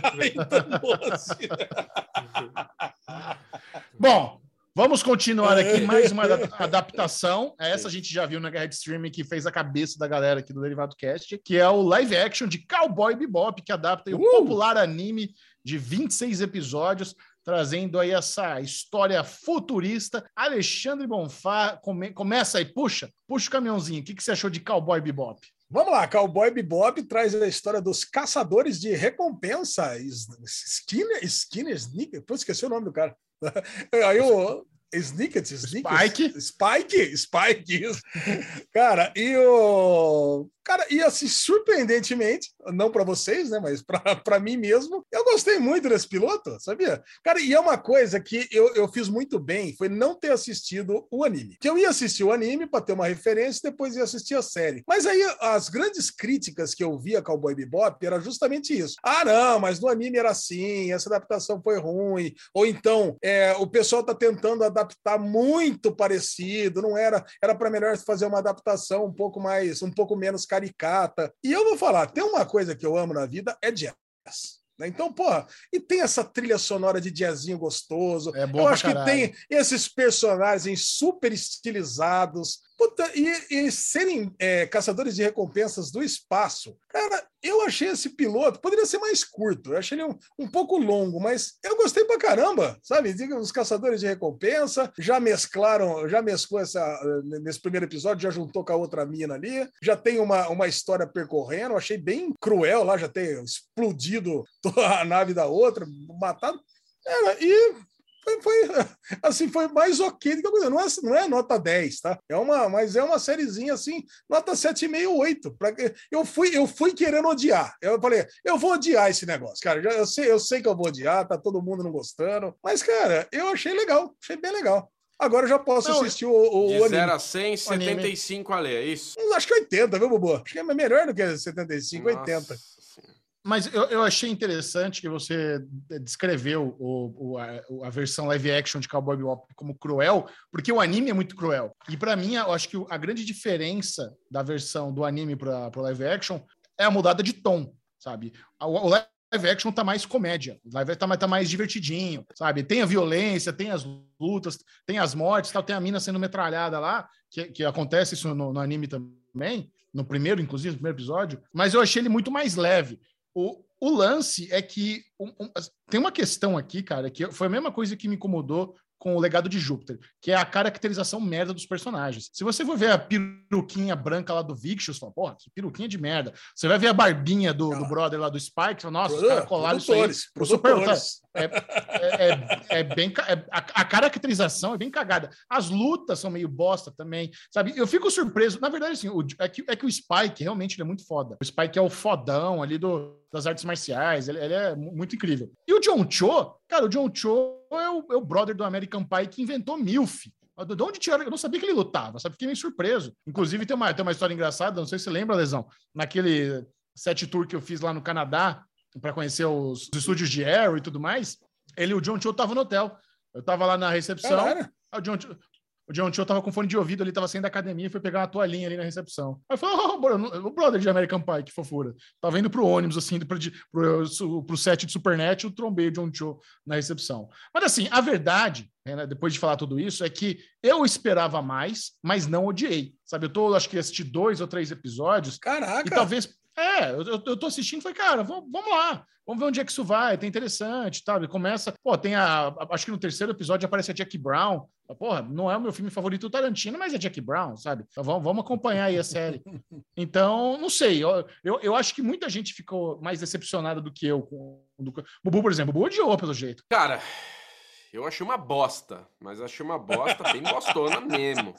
Então, moça. Bom, vamos continuar aqui. Mais uma ada- adaptação. Essa a gente já viu na Guerra de Streaming, que fez a cabeça da galera aqui do Derivado Cast, que é o live action de Cowboy Bebop, que adapta o Uh! popular anime de vinte e seis episódios. trazendo aí essa história futurista. Alexandre Bonfá, come, começa aí, puxa, puxa o caminhãozinho. O que, que você achou de Cowboy Bebop? Vamos lá, Cowboy Bebop traz a história dos caçadores de recompensa. Skinner, Skinner, Sneaker, pô, esqueci o nome do cara. Aí o Snicket, Spike, Spike, Spike, isso. Cara, e o cara, e assim, surpreendentemente, não para vocês, né, mas para mim mesmo, eu gostei muito desse piloto, sabia? Cara, e é uma coisa que eu, eu fiz muito bem, foi não ter assistido o anime. Que eu ia assistir o anime para ter uma referência e depois ia assistir a série. Mas aí as grandes críticas que eu vi a Cowboy Bebop era justamente isso. Ah, não, mas no anime era assim, essa adaptação foi ruim, ou então é, o pessoal tá tentando adaptar muito parecido, não era, era para melhor fazer uma adaptação um pouco mais, um pouco menos caricata. E eu vou falar, tem uma coisa que eu amo na vida, é jazz. Então, porra, e tem essa trilha sonora de jazzinho gostoso. É bom eu pra acho caralho. Que tem esses personagens super estilizados. Puta, e, e serem é, caçadores de recompensas do espaço. Cara, eu achei esse piloto, poderia ser mais curto, eu achei ele um, um pouco longo, mas eu gostei pra caramba, sabe? Os caçadores de recompensa já mesclaram, já mesclou essa, nesse primeiro episódio, já juntou com a outra mina ali, já tem uma, uma história percorrendo, eu achei bem cruel lá, já ter explodido a nave da outra, matado. Era, e foi, foi, assim, foi mais ok do que eu coisa. Não é, não é nota dez, tá? É uma, mas é uma sériezinha assim, nota sete vírgula cinco, oito. Pra, eu, fui, eu fui querendo odiar. Eu falei, eu vou odiar esse negócio, cara. Eu sei, eu sei que eu vou odiar, tá todo mundo não gostando. Mas, cara, eu achei legal, achei bem legal. Agora eu já posso não, assistir o, o, de o anime. zero a cem, setenta e cinco, Ale, é isso? Acho que oitenta, viu, Bobo? Acho que é melhor do que setenta e cinco, Nossa. oitenta. Mas eu, eu achei interessante que você descreveu o, o, a, a versão live action de Cowboy Bebop como cruel, porque o anime é muito cruel. E para mim, eu acho que a grande diferença da versão do anime para o live action é a mudada de tom, sabe? O, o live action tá mais comédia, o live tá, tá mais divertidinho, sabe? Tem a violência, tem as lutas, tem as mortes, tal, tem a mina sendo metralhada lá, que, que acontece isso no, no anime também, no primeiro, inclusive, no primeiro episódio, mas eu achei ele muito mais leve. O, o lance é que um, um, tem uma questão aqui, cara, que foi a mesma coisa que me incomodou com o Legado de Júpiter, que é a caracterização merda dos personagens. Se você for ver a peruquinha branca lá do Victus, você fala, porra, que peruquinha de merda. Você vai ver a barbinha do, do brother lá do Spike, você fala, nossa, os caras colaram isso aí. O super, é, é, é, é bem, é, a, a caracterização é bem cagada. As lutas são meio bosta também, sabe? Eu fico surpreso, na verdade, assim, o, é, que, é que o Spike realmente ele é muito foda. O Spike é o fodão ali do, das artes marciais, ele, ele é muito incrível. E o John Cho, cara, o John Cho é o, é o brother do American Pie que inventou MILF. De onde tiraram? Eu não sabia que ele lutava, sabe? Fiquei meio surpreso. Inclusive, tem uma, tem uma história engraçada, não sei se você lembra, Lesão, naquele set tour que eu fiz lá no Canadá, para conhecer os, os estúdios de Arrow e tudo mais, ele, o John Cho tava no hotel. Eu tava lá na recepção, o John Cho, o John Cho tava com fone de ouvido, ele tava saindo da academia e foi pegar uma toalhinha ali na recepção. Aí eu falei, oh, o brother de American Pie, que fofura. Tava indo pro ônibus, assim, pro, pro, pro set de Supernet, eu trombei o John Cho na recepção. Mas assim, a verdade, né, depois de falar tudo isso, é que eu esperava mais, mas não odiei. Sabe, eu tô, acho que assisti dois ou três episódios. Caraca! E talvez... É, eu, eu tô assistindo e falei, cara, vamos, vamos lá, vamos ver onde é que isso vai, tá interessante, sabe? Começa, pô, tem a, a, acho que no terceiro episódio aparece a Jackie Brown, porra, não é o meu filme favorito do Tarantino, mas é Jackie Brown, sabe? Então vamos, vamos acompanhar aí a série. Então, não sei, eu, eu, eu acho que muita gente ficou mais decepcionada do que eu. Com, do, Bubu, por exemplo, o Bubu odiou pelo jeito. Cara, eu achei uma bosta, mas achei uma bosta bem bostona mesmo.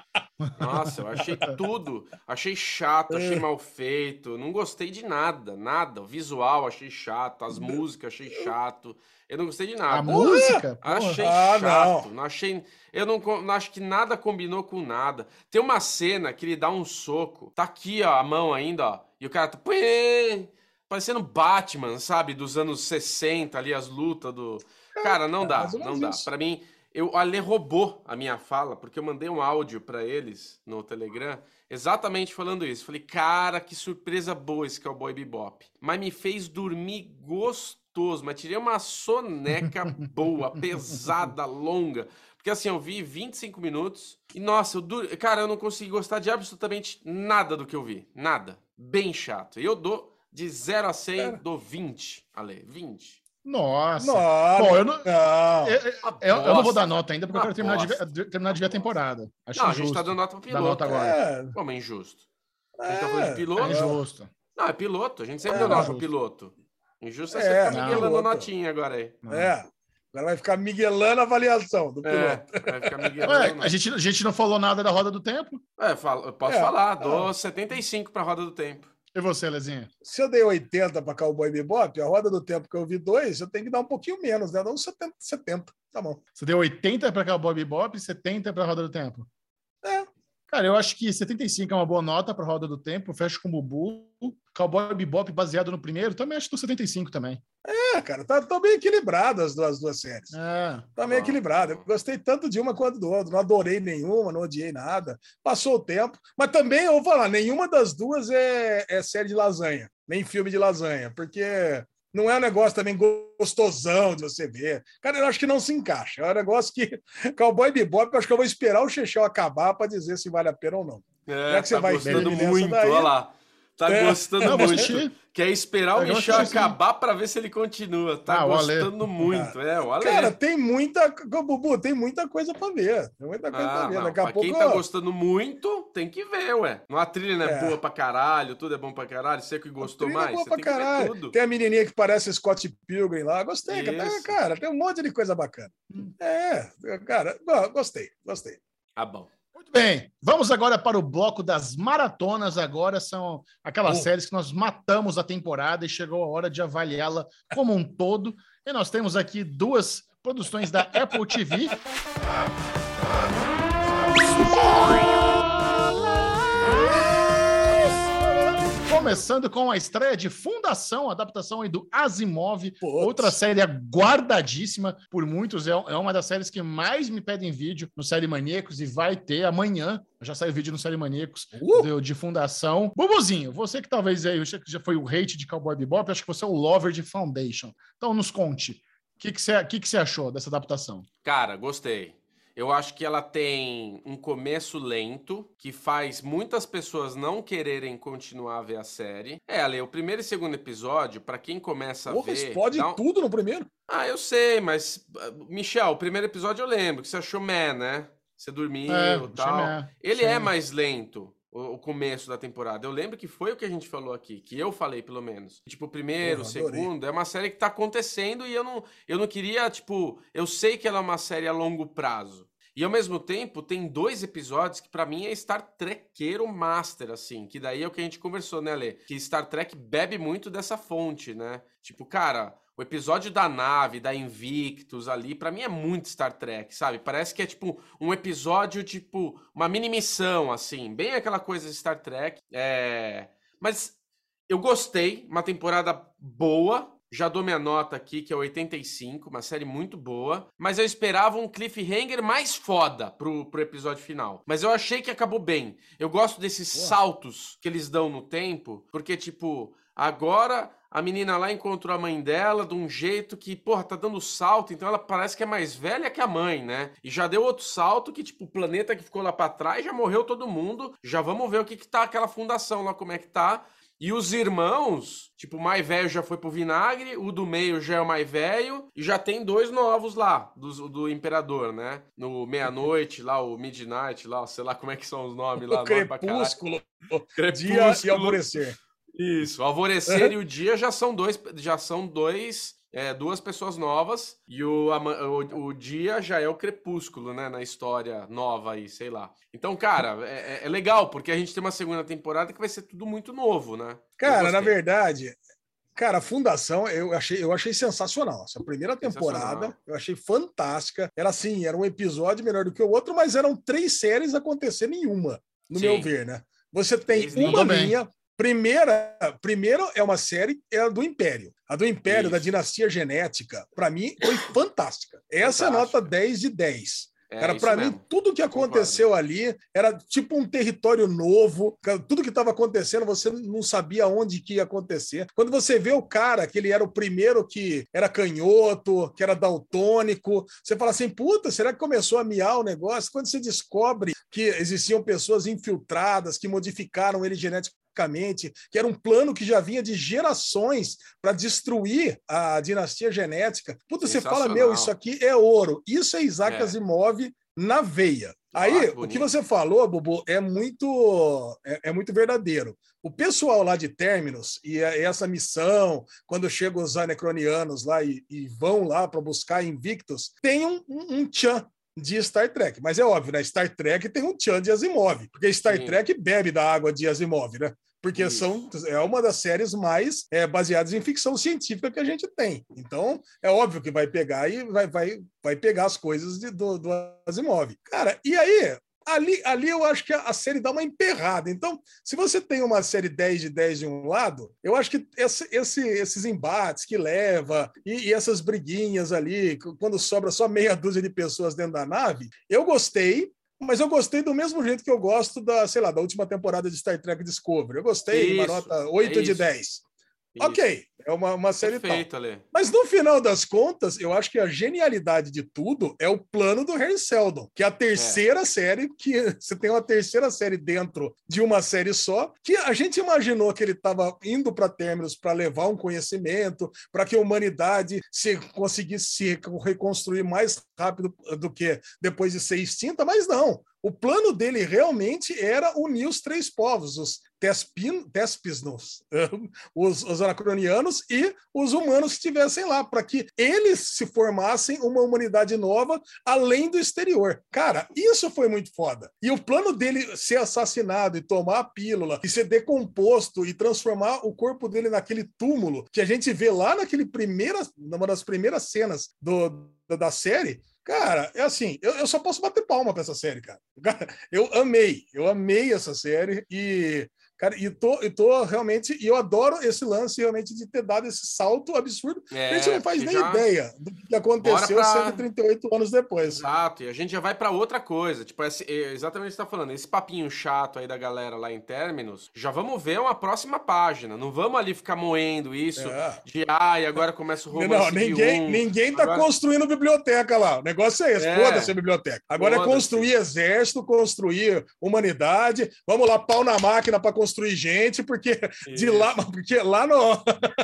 Nossa, eu achei tudo, achei chato, achei mal feito, não gostei de nada, nada, o visual achei chato, as músicas achei chato, eu não gostei de nada. A música? Achei ah, chato, não. não achei, eu não, não acho que nada combinou com nada. Tem uma cena que ele dá um soco, tá aqui ó, a mão ainda, ó, e o cara tá parecendo Batman, sabe, dos anos sessenta ali, as lutas do... Cara, não dá, não dá, pra mim... Eu, o Ale roubou a minha fala, porque eu mandei um áudio pra eles no Telegram, exatamente falando isso. Falei, cara, que surpresa boa esse Cowboy Bebop. Mas me fez dormir gostoso, mas tirei uma soneca boa, pesada, longa. Porque assim, eu vi vinte e cinco minutos e, nossa, eu dur... cara, eu não consegui gostar de absolutamente nada do que eu vi. Nada. Bem chato. E eu dou de zero a cem, dou vinte, Ale, vinte. Nossa. Não, Bom, eu não, não. eu, eu- eu não vou dar nota ainda, porque eu quero terminar de, ver, de- terminar de ver a temporada. Acho Não, a injusto. gente tá dando nota pro Dar piloto. nota agora. É, Como é injusto? A gente é, tá falando de É piloto? injusto. Não, é piloto. A gente sempre É, deu nota não. pro piloto. Injusto é, É, você ficar não. miguelando Piloto. notinha agora aí. Não. é. Agora vai ficar miguelando a avaliação do É, piloto. vai ficar Ué, miguelando. a, gente, a gente não falou nada da Roda do Tempo. É, falo- eu posso É, falar, é. dou setenta e cinco pra Roda do Tempo. E você, Lezinha? Se eu dei oitenta para Cowboy Bebop, a roda do tempo que eu vi dois, eu tenho que dar um pouquinho menos, né? Dá uns setenta, setenta. Tá bom. Você deu oitenta para Cowboy Bebop e setenta para Roda do Tempo. É. Cara, eu acho que setenta e cinco é uma boa nota para Roda do Tempo. Fecho com o Bubu. Cowboy Bebop baseado no primeiro, também acho que setenta e cinco também. É, cara, tá, tá bem equilibrado as duas, as duas séries. É. Tá meio Bom. equilibrado. Eu gostei tanto de uma quanto do outro. Não adorei nenhuma, não odiei nada. Passou o tempo. Mas também, eu vou falar, nenhuma das duas é, é série de lasanha, nem filme de lasanha, porque não é um negócio também gostosão de você ver. Cara, eu acho que não se encaixa. É um negócio que Cowboy Bebop, eu acho que eu vou esperar o Chechel acabar para dizer se vale a pena ou não. É, Já que você tá vai gostando firme nessa muito, daí- olha lá. Tá É. gostando Não, vou muito. assistir. Quer esperar o Eu vou Michel assistir, sim. acabar pra ver se ele continua. Tá Ah, o Ale. gostando muito. É, o Ale. Cara, tem muita. Bubu, tem muita coisa para ver. Tem muita coisa Ah, para ver. não, Daqui a pra pouco. quem tá gostando muito, tem que ver, ué. Não, a trilha não é, É. boa pra caralho, tudo é bom pra caralho. Você que gostou Trilha é mais, boa você pra tem que ver caralho. tudo. Tem a menininha que parece Scott Pilgrim lá. Gostei, cara. Isso. Cara, tem um monte de coisa bacana. É, cara, go- gostei, gostei. Ah, bom. Muito bem, vamos agora para o bloco das maratonas. Agora são aquelas Oh. séries que nós matamos a temporada e chegou a hora de avaliá-la como um todo. E nós temos aqui duas produções da Apple T V. Começando com a estreia de Fundação, adaptação aí do Asimov, Putz. outra série aguardadíssima por muitos. É é uma das séries que mais me pedem vídeo no Série Maníacos e vai ter amanhã. Já saiu vídeo no Série Maníacos Uh! do- de Fundação. Bubuzinho, você que talvez aí que já foi o hate de Cowboy Bebop, acho que você é o lover de Foundation. Então nos conte, o que, que, você, que, que você achou dessa adaptação? Cara, gostei. Eu acho que ela tem um começo lento, que faz muitas pessoas não quererem continuar a ver a série. É, Ale, o primeiro e segundo episódio, pra quem começa a Porra, ver... explode dá um- tudo no primeiro. Ah, eu sei, mas... ah, Michel, o primeiro episódio eu lembro, que você achou meh, né? Você dormiu É, e achei tal. meh, Ele sim. é mais lento, o, o começo da temporada. Eu lembro que foi o que a gente falou aqui, que eu falei, pelo menos. Tipo, o primeiro, o Porra, adorei. segundo, é uma série que tá acontecendo e eu não, eu não queria, tipo... Eu sei que ela é uma série a longo prazo. E ao mesmo tempo, tem dois episódios que pra mim é Star Trekeiro Master, assim. Que daí é o que a gente conversou, né, Lê? Que Star Trek bebe muito dessa fonte, né? Tipo, cara, o episódio da nave, da Invictus ali, pra mim é muito Star Trek, sabe? Parece que é tipo um episódio, tipo, uma mini missão, assim. Bem aquela coisa de Star Trek. É... Mas eu gostei, uma temporada boa. Já dou minha nota aqui, que é oitenta e cinco, uma série muito boa. Mas eu esperava um cliffhanger mais foda pro, pro episódio final. Mas eu achei que acabou bem. Eu gosto desses Boa. saltos que eles dão no tempo, porque, tipo, agora a menina lá encontrou a mãe dela de um jeito que, porra, tá dando salto, então ela parece que é mais velha que a mãe, né? E já deu outro salto que, tipo, o planeta que ficou lá pra trás já morreu todo mundo. Já vamos ver o que que tá aquela fundação lá, como é que tá. E os irmãos, tipo, o mais velho já foi pro vinagre, o do meio já é o mais velho, e já tem dois novos lá, do, do Imperador, né? No Meia-Noite, lá, o Midnight, lá, sei lá como é que são os nomes lá. O nome pra caralho. crepúsculo, Crepúsculo. dia e alvorecer. Isso, o Alvorecer e o Dia já são dois, já são dois, é, duas pessoas novas, e o, ama- o, o Dia já é o Crepúsculo, né, na história nova aí, sei lá. Então, cara, é, é- é legal, porque a gente tem uma segunda temporada que vai ser tudo muito novo, né? Eu Cara, na gostei. verdade, cara, a Fundação eu achei, eu achei sensacional. Essa primeira temporada Sensacional. eu achei fantástica. Era assim, era um episódio melhor do que o outro, mas eram três séries acontecendo em uma, no Sim. meu ver, né? Você tem Três uma linhas. Bem. linha. Primeira, primeiro é uma série é a do Império. A do Império, Isso. da dinastia genética, para mim foi fantástica. Essa é Fantástica. nota dez de dez. É, Cara, isso para mim, mesmo. tudo que aconteceu ali era tipo um território novo. Cara, tudo que estava acontecendo, você não sabia onde que ia acontecer. Quando você vê o cara, que ele era o primeiro que era canhoto, que era daltônico, você fala assim, puta, será que começou a miar o negócio? Quando você descobre que existiam pessoas infiltradas, que modificaram ele geneticamente, epicamente, que era um plano que já vinha de gerações para destruir a dinastia genética. Puta, você fala, meu, isso aqui é ouro. Isso é Isaac é. Asimov na veia. Aí, ah, o que você falou, Bubu, é muito, é, é muito verdadeiro. O pessoal lá de Terminus e essa missão, quando chegam os anacronianos lá e, e vão lá para buscar Invictus, tem um, um, um tchan de Star Trek. Mas é óbvio, né? Star Trek tem um tchan de Asimov, porque Star Sim. Trek bebe da água de Asimov, né? Porque são, é uma das séries mais é, baseadas em ficção científica que a gente tem. Então, é óbvio que vai pegar e vai, vai, vai pegar as coisas de, do, do Asimov. Cara, e aí, ali, ali eu acho que a, a série dá uma emperrada. Então, se você tem uma série dez de dez de um lado, eu acho que esse, esse, esses embates que leva e, e essas briguinhas ali, quando sobra só meia dúzia de pessoas dentro da nave, eu gostei. Mas eu gostei do mesmo jeito que eu gosto da, sei lá, da última temporada de Star Trek Discovery. Eu gostei, isso, uma nota oito é de dez. Isso. Ok, é uma, uma série Perfeito, tal. Mas no final das contas, eu acho que a genialidade de tudo é o plano do Harry Seldon, que é a terceira é. série, que você tem uma terceira série dentro de uma série só, que a gente imaginou que ele estava indo para Terminus para levar um conhecimento, para que a humanidade se conseguisse se reconstruir mais rápido do que depois de ser extinta, mas não. O plano dele realmente era unir os três povos, os Tespin, Tespinos, os, os anacronianos e os humanos que estivessem lá, para que eles se formassem uma humanidade nova além do exterior. Cara, isso foi muito foda. E o plano dele ser assassinado e tomar a pílula e ser decomposto e transformar o corpo dele naquele túmulo que a gente vê lá naquele primeira, numa das primeiras cenas do, da série. Cara, é assim, eu, eu só posso bater palma pra essa série, cara. Eu amei, eu amei essa série e, cara, e tô, eu tô realmente, e eu adoro esse lance realmente de ter dado esse salto absurdo. É, a gente não faz nem já... ideia do que aconteceu pra... cento e trinta e oito anos depois. Exato, e a gente já vai pra outra coisa, tipo, esse, exatamente o que você tá falando, esse papinho chato aí da galera lá em Terminus, já vamos ver uma próxima página, não vamos ali ficar moendo isso é. de, ai, agora começa o romance não, ninguém, de um. Ninguém tá agora... construindo biblioteca lá, o negócio é esse, é. foda-se a biblioteca. Agora foda-se. É construir exército, construir humanidade, vamos lá, pau na máquina pra construir gente, porque isso. de lá, porque lá no...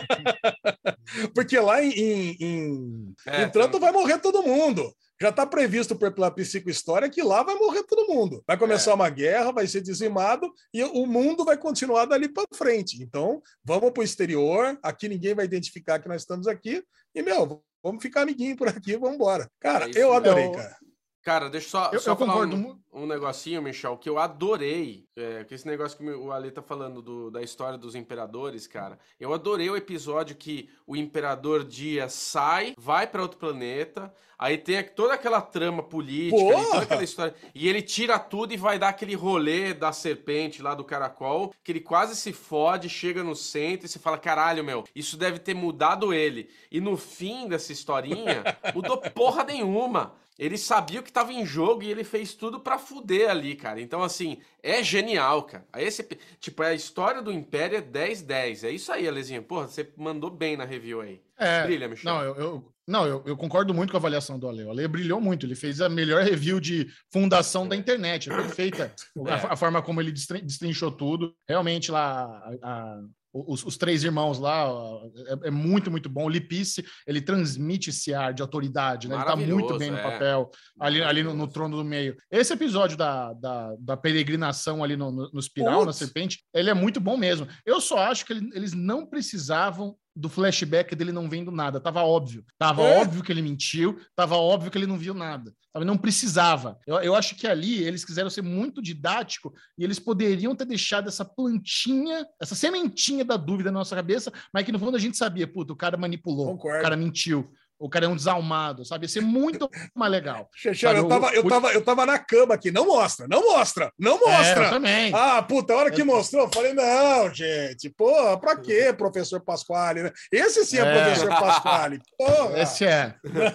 porque lá em, em, em, é, em Tranto tem... vai morrer todo mundo. Já está previsto pela psicohistória que lá vai morrer todo mundo. Vai começar é. uma guerra, vai ser dizimado e o mundo vai continuar dali para frente. Então, vamos para o exterior. Aqui ninguém vai identificar que nós estamos aqui. E, meu, vamos ficar amiguinho por aqui, vamos embora. Cara, é eu adorei, eu... cara. Cara, deixa eu só, eu, só eu falar concordo. um, um negocinho, Michel, que eu adorei, é, que esse negócio que o Ale tá falando do, da história dos imperadores, cara, eu adorei o episódio que o imperador Dias sai, vai pra outro planeta, aí tem toda aquela trama política, ali, toda aquela história, e ele tira tudo e vai dar aquele rolê da serpente lá do caracol, que ele quase se fode, chega no centro e você fala, caralho, meu, isso deve ter mudado ele. E no fim dessa historinha, mudou porra nenhuma. Ele sabia o que estava em jogo e ele fez tudo pra fuder ali, cara. Então, assim, é genial, cara. Esse, tipo, a história do Império é dez dez. É isso aí, Alezinho. Porra, você mandou bem na review aí. É, Brilha, Michel. Não, eu, eu, não eu, eu concordo muito com a avaliação do Ale. O Ale brilhou muito. Ele fez a melhor review de fundação é. da internet. É perfeita. É. A, a forma como ele destrinchou tudo. Realmente, lá... A, a... Os, os três irmãos lá, é, é muito, muito bom. O Lipice, ele transmite esse ar de autoridade, né? Ele tá muito bem no é. papel, ali, ali no, no trono do meio. Esse episódio da, da, da peregrinação ali no, no, no espiral, Putz. na serpente, ele é muito bom mesmo. Eu só acho que ele, eles não precisavam do flashback dele não vendo nada. Tava óbvio. Tava é. óbvio que ele mentiu, tava óbvio que ele não viu nada. Não precisava. Eu, eu acho que ali eles quiseram ser muito didático e eles poderiam ter deixado essa plantinha, essa sementinha da dúvida na nossa cabeça, mas que no fundo a gente sabia, puta, o cara manipulou, Concordo. o cara mentiu. O cara é um desalmado, sabe? Ia ser muito mais legal. Xexé, eu, tava, eu, tava, eu tava na cama aqui. Não mostra, não mostra, não mostra. É, eu também. Ah, puta, a hora que eu... mostrou, eu falei, não, gente, porra, pra quê, professor Pasquale? Né? Esse sim é, é. professor Pasquale. Porra. Esse é.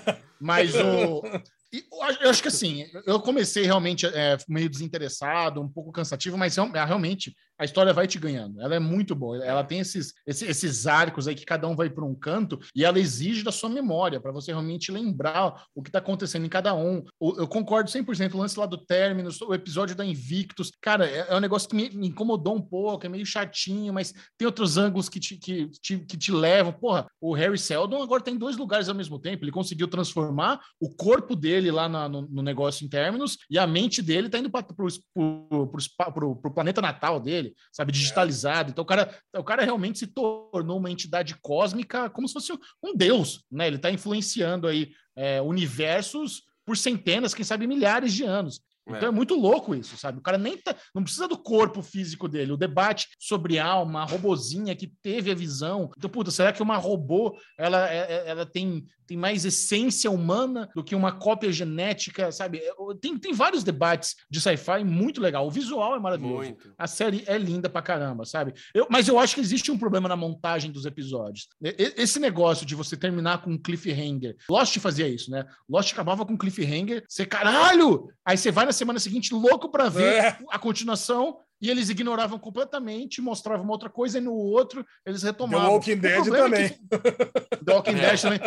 Mas o... Eu acho que assim, eu comecei realmente é, meio desinteressado, um pouco cansativo, mas realmente a história vai te ganhando. Ela é muito boa. Ela tem esses, esses, esses arcos aí que cada um vai para um canto e ela exige da sua memória para você realmente lembrar o que está acontecendo em cada um. Eu concordo cem por cento. O lance lá do Terminus, o episódio da Invictus. Cara, é, é um negócio que me, me incomodou um pouco, é meio chatinho, mas tem outros ângulos que te, que, te, que te levam. Porra, o Harry Seldon agora tem dois lugares ao mesmo tempo. Ele conseguiu transformar o corpo dele lá na, no, no negócio em Terminus e a mente dele tá indo para o planeta natal dele, sabe, digitalizado. Então o cara, o cara realmente se tornou uma entidade cósmica como se fosse um deus, né? Ele tá influenciando aí é, universos por centenas, quem sabe milhares de anos. Então é. é muito louco isso, sabe? O cara nem tá, não precisa do corpo físico dele. O debate sobre alma, a robozinha que teve a visão. Então, puta, será que uma robô ela, ela tem, tem mais essência humana do que uma cópia genética, sabe? Tem, tem vários debates de sci-fi muito legal. O visual é maravilhoso. Muito. A série é linda pra caramba, sabe? Eu, mas eu acho que existe um problema na montagem dos episódios. Esse negócio de você terminar com um cliffhanger. Lost fazia isso, né? Lost acabava com um cliffhanger. Você, caralho! Aí você vai na semana seguinte louco para ver é. a continuação e eles ignoravam completamente, mostravam uma outra coisa e no outro eles retomavam. The Walking Dead também. Que... The Walking Dead também.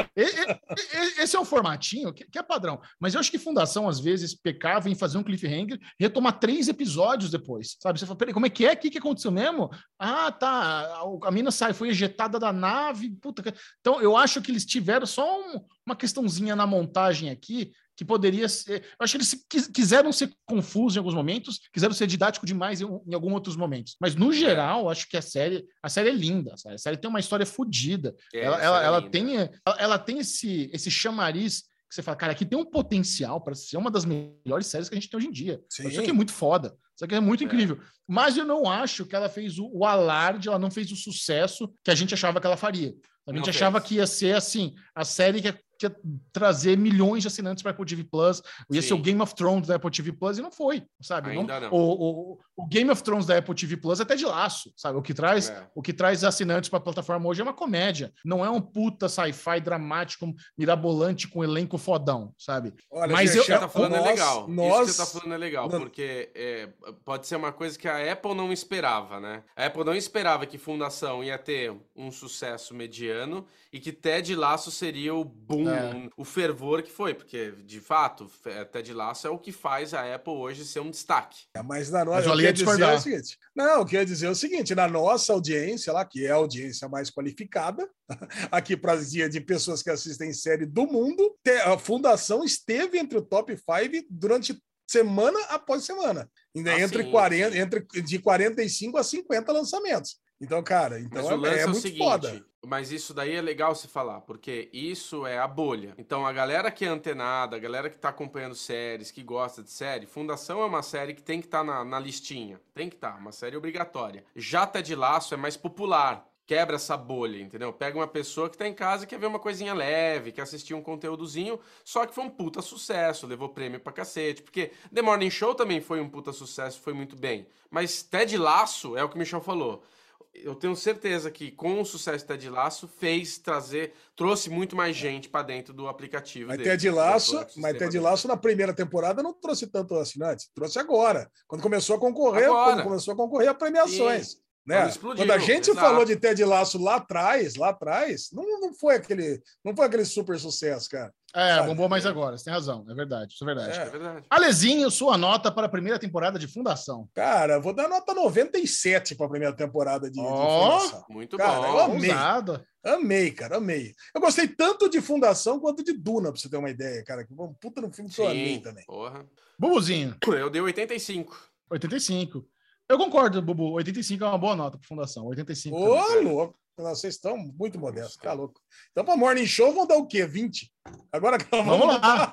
Esse é um formatinho que é padrão, mas eu acho que Fundação às vezes pecava em fazer um cliffhanger e retomar três episódios depois, sabe? Você fala, peraí, como é que é? O que, que aconteceu mesmo? Ah, tá, a mina sai, foi ejetada da nave, puta. Então eu acho que eles tiveram só um, uma questãozinha na montagem aqui que poderia ser... Eu acho que eles quiseram ser confusos em alguns momentos, quiseram ser didático demais em, em alguns outros momentos. Mas, no geral, acho que a série, a série é linda. Sabe? A série tem uma história fodida. É, ela ela, é ela, tem, ela, ela tem esse, esse chamariz que você fala, cara, aqui tem um potencial para ser uma das melhores séries que a gente tem hoje em dia. Sim. Isso aqui é muito foda. Isso aqui é muito é. incrível. Mas eu não acho que ela fez o, o alarde, ela não fez o sucesso que a gente achava que ela faria. A gente não achava fez. que ia ser, assim, a série que que ia trazer milhões de assinantes para a Apple T V Plus, ia Sim. ser o Game of Thrones da Apple T V Plus, e não foi, sabe? Ainda não, não. O, o, o Game of Thrones da Apple T V Plus é até de laço, sabe? O que traz, é. o que traz assinantes para a plataforma hoje é uma comédia, não é um puta sci-fi dramático, mirabolante, com elenco fodão, sabe? Olha, mas eu, eu tá falando nós, é legal. Nós... Isso que você tá falando é legal, não. porque é, pode ser uma coisa que a Apple não esperava, né? A Apple não esperava que Fundação ia ter um sucesso mediano e que Ted Lasso seria o boom, é. um, o fervor que foi, porque, de fato, Ted Lasso é o que faz a Apple hoje ser um destaque. É, mas na nossa, eu queria dizer é o seguinte, não, eu queria dizer o seguinte, na nossa audiência lá, que é a audiência mais qualificada, aqui para as dias de pessoas que assistem série do mundo, a Fundação esteve entre o top cinco durante semana após semana, ah, entre, sim, quarenta, sim. entre de quarenta e cinco a cinquenta lançamentos. Então, cara, então mas o lance é, é, é o muito seguinte, foda. Mas isso daí é legal se falar, porque isso é a bolha. Então, a galera que é antenada, a galera que tá acompanhando séries, que gosta de série, Fundação é uma série que tem que estar tá na, na listinha. Tem que estar, tá, uma série obrigatória. Já Ted Lasso é mais popular. Quebra essa bolha, entendeu? Pega uma pessoa que tá em casa e quer ver uma coisinha leve, quer assistir um conteúdozinho, só que foi um puta sucesso, levou prêmio pra cacete, porque The Morning Show também foi um puta sucesso, foi muito bem. Mas Ted Lasso, é o que o Michel falou, eu tenho certeza que com o sucesso de Ted Lasso fez trazer, trouxe muito mais gente para dentro do aplicativo. Mas dele, Ted Lasso, mas Ted Lasso na primeira temporada não trouxe tanto assinante, trouxe agora, quando começou a concorrer, agora. quando começou a concorrer a premiações. Sim. Né? Explodiu, quando a gente exato. falou de Ted Lasso lá atrás, lá atrás, não, não foi aquele, não foi aquele super sucesso, cara. É, Sabe? bombou mais agora, você tem razão, é verdade, isso é verdade. É, é verdade. Alezinho, sua nota para a primeira temporada de Fundação? Cara, vou dar nota noventa e sete para a primeira temporada de, oh, de Fundação. Muito cara, bom. Eu amei. Ousado. Amei, cara, amei. Eu gostei tanto de Fundação quanto de Duna, pra você ter uma ideia, cara. Que um puta no filme que eu amei também. Porra. Bubuzinho. Eu dei oitenta e cinco. oitenta e cinco. Eu concordo, Bubu. oitenta e cinco é uma boa nota para Fundação. oitenta e cinco. Ô, louco. Vocês estão muito modestos, tá louco. Então, para Morning Show, vão dar o quê? vinte? Agora vamos, vamos lá.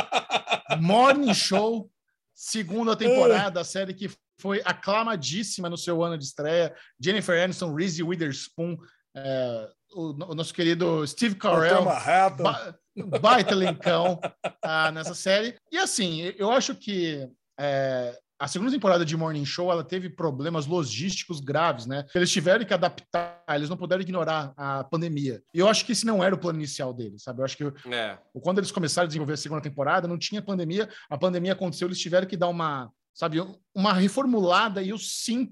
Morning Show, segunda temporada, a série que foi aclamadíssima no seu ano de estreia. Jennifer Aniston, Reese Witherspoon, é, o, o nosso querido Steve Carell, ba, baita elencão ah, nessa série. E assim, eu acho que é, a segunda temporada de Morning Show, ela teve problemas logísticos graves, né? Eles tiveram que adaptar, eles não puderam ignorar a pandemia. E eu acho que esse não era o plano inicial deles, sabe? Eu acho que é. quando eles começaram a desenvolver a segunda temporada, não tinha pandemia, a pandemia aconteceu, eles tiveram que dar uma, sabe, uma reformulada, e eu sinto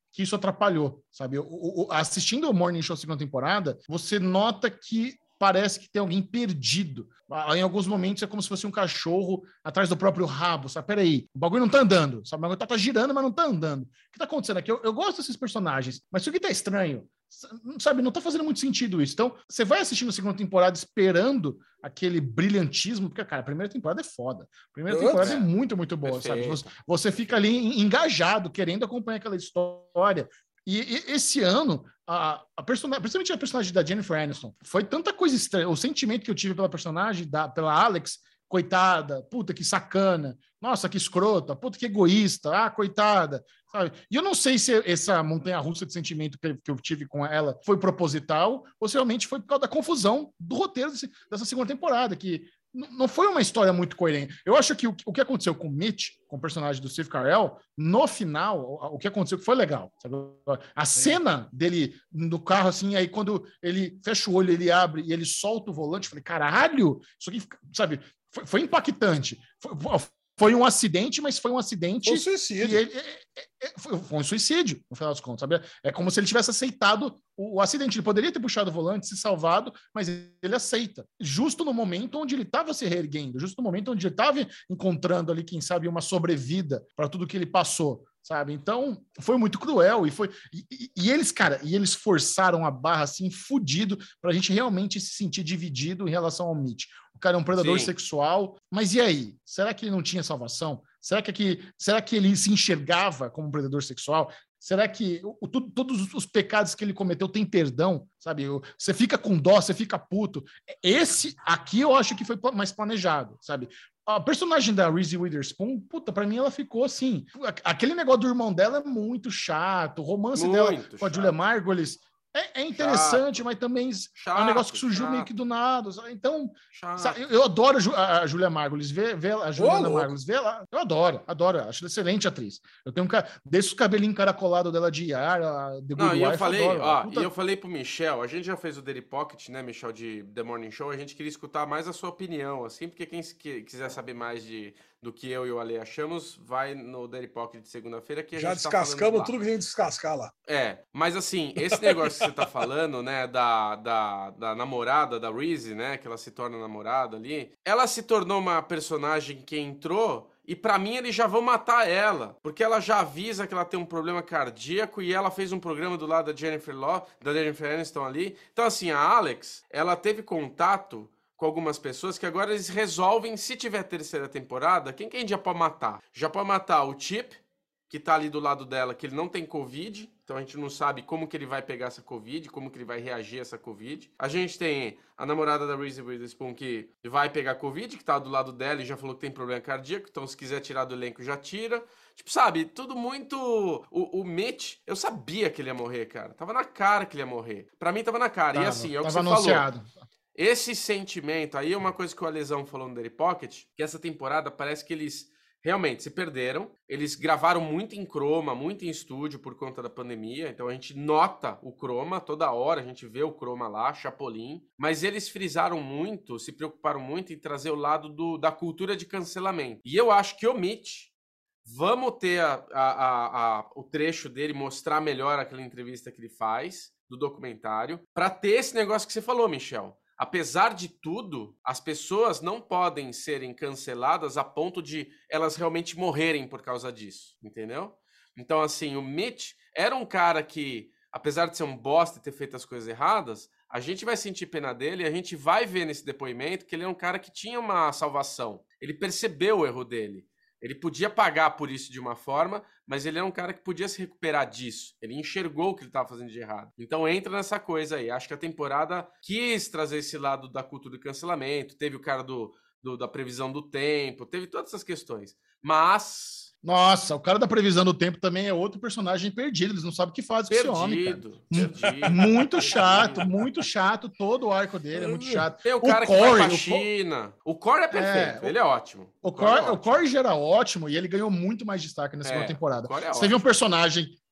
que isso atrapalhou, sabe? O, o, assistindo o Morning Show segunda temporada, você nota que parece que tem alguém perdido. Em alguns momentos é como se fosse um cachorro atrás do próprio rabo, sabe? Peraí, o bagulho não tá andando, sabe? O bagulho tá, tá girando, mas não tá andando. O que tá acontecendo aqui? Eu, eu gosto desses personagens, mas isso aqui tá estranho, sabe? Não tá fazendo muito sentido isso. Então, você vai assistindo a segunda temporada esperando aquele brilhantismo, porque, cara, a primeira temporada é foda. A primeira temporada é, é muito, muito boa, perfeito. Sabe? Você, você fica ali engajado, querendo acompanhar aquela história. E, e esse ano, a, a personagem, principalmente a personagem da Jennifer Aniston, foi tanta coisa estranha. O sentimento que eu tive pela personagem, da, pela Alex, coitada, puta que sacana, nossa, que escrota, puta que egoísta, ah, coitada, sabe? E eu não sei se essa montanha-russa de sentimento que, que eu tive com ela foi proposital ou se realmente foi por causa da confusão do roteiro desse, dessa segunda temporada, que não foi uma história muito coerente. Eu acho que o, o que aconteceu com o Mitch, com o personagem do Steve Carell, no final, o, o que aconteceu foi legal. Sabe? A cena dele no carro, assim, aí quando ele fecha o olho, ele abre e ele solta o volante, eu falei, caralho, isso aqui, sabe, foi, foi impactante. Foi, foi um acidente, mas foi um acidente... Foi um suicídio. Ele, é, é, foi, foi um suicídio, no final das contas, sabe? É como se ele tivesse aceitado o, o acidente. Ele poderia ter puxado o volante, se salvado, mas ele aceita. Justo no momento onde ele estava se reerguendo, justo no momento onde ele estava encontrando ali, quem sabe, uma sobrevida para tudo que ele passou, sabe? Então, foi muito cruel e foi... E, e, e eles, cara, e eles forçaram a barra, assim, fudido, pra gente realmente se sentir dividido em relação ao Mitch. O cara é um predador Sim. sexual, mas e aí? Será que ele não tinha salvação? Será que, aqui, será que ele se enxergava como um predador sexual? Será que o, tudo, todos os pecados que ele cometeu têm perdão? Sabe? Você fica com dó, você fica puto. Esse aqui eu acho que foi mais planejado, sabe? A personagem da Reese Witherspoon, puta, pra mim ela ficou assim... Aquele negócio do irmão dela é muito chato. O romance muito dela com a Julia Margulies é, é interessante, chato. Mas também chato, é um negócio que surgiu chato. Meio que do nada. Então, sabe, eu, eu adoro a, a Julia Margulies. Vê, vê a Juliana Margulies. Vê lá. Eu adoro, adoro. Acho ela excelente atriz. Eu tenho um cara... Desse o cabelinho encaracolado dela de Yara, The Good Não, e eu Wife, falei, eu adoro, ó, puta... e eu falei pro Michel, a gente já fez o Daily Pocket, né, Michel, de The Morning Show, a gente queria escutar mais a sua opinião, assim, porque quem quiser saber mais de... do que eu e o Ale achamos, vai no Daily Pocket de segunda-feira que a Já gente descascamos tá tudo que a gente descascar lá. É, mas assim, esse negócio que você tá falando, né, da, da, da namorada da Reese, né, que ela se torna namorada ali, ela se tornou uma personagem que entrou e pra mim eles já vão matar ela, porque ela já avisa que ela tem um problema cardíaco e ela fez um programa do lado da Jennifer Law, da Jennifer Aniston ali. Então assim, a Alex, ela teve contato com algumas pessoas que agora eles resolvem, se tiver terceira temporada, quem que a gente já pode matar? Já pode matar o Chip, que tá ali do lado dela, que ele não tem Covid, então a gente não sabe como que ele vai pegar essa Covid, como que ele vai reagir a essa Covid. A gente tem a namorada da Reese Witherspoon, que vai pegar Covid, que tá do lado dela e já falou que tem problema cardíaco, então se quiser tirar do elenco, já tira. Tipo, sabe, tudo muito... O, o Mitch, eu sabia que ele ia morrer, cara. Tava na cara que ele ia morrer. Pra mim, tava na cara. Tava, e assim, é o que você anunciado. Falou. Esse sentimento, aí é uma coisa que o Alesão falou no Daily Pocket, que essa temporada parece que eles realmente se perderam. Eles gravaram muito em croma, muito em estúdio por conta da pandemia, então a gente nota o croma, toda hora a gente vê o croma lá, Chapolin, mas eles frisaram muito, se preocuparam muito em trazer o lado do, da cultura de cancelamento. E eu acho que o Mitch, vamos ter a, a, a, a, o trecho dele, mostrar melhor aquela entrevista que ele faz, do documentário, para ter esse negócio que você falou, Michel. Apesar de tudo, as pessoas não podem serem canceladas a ponto de elas realmente morrerem por causa disso, entendeu? Então, assim, o Mitch era um cara que, apesar de ser um bosta e ter feito as coisas erradas, a gente vai sentir pena dele e a gente vai ver nesse depoimento que ele é um cara que tinha uma salvação. Ele percebeu o erro dele. Ele podia pagar por isso de uma forma, mas ele era um cara que podia se recuperar disso. Ele enxergou o que ele estava fazendo de errado. Então entra nessa coisa aí. Acho que a temporada quis trazer esse lado da cultura do cancelamento. Teve o cara do, do, da previsão do tempo. Teve todas essas questões. Mas... Nossa, o cara da previsão do tempo também é outro personagem perdido. Eles não sabem o que faz com esse homem, cara. Perdido. Muito chato, muito chato. Todo o arco dele é muito chato. Tem o cara o que Corey, vai pra China. O Corey é perfeito, é, ele é ótimo. O, o, Corey, é ótimo. o Corey já era ótimo e ele ganhou muito mais destaque na segunda é, temporada. É Você teve um personagem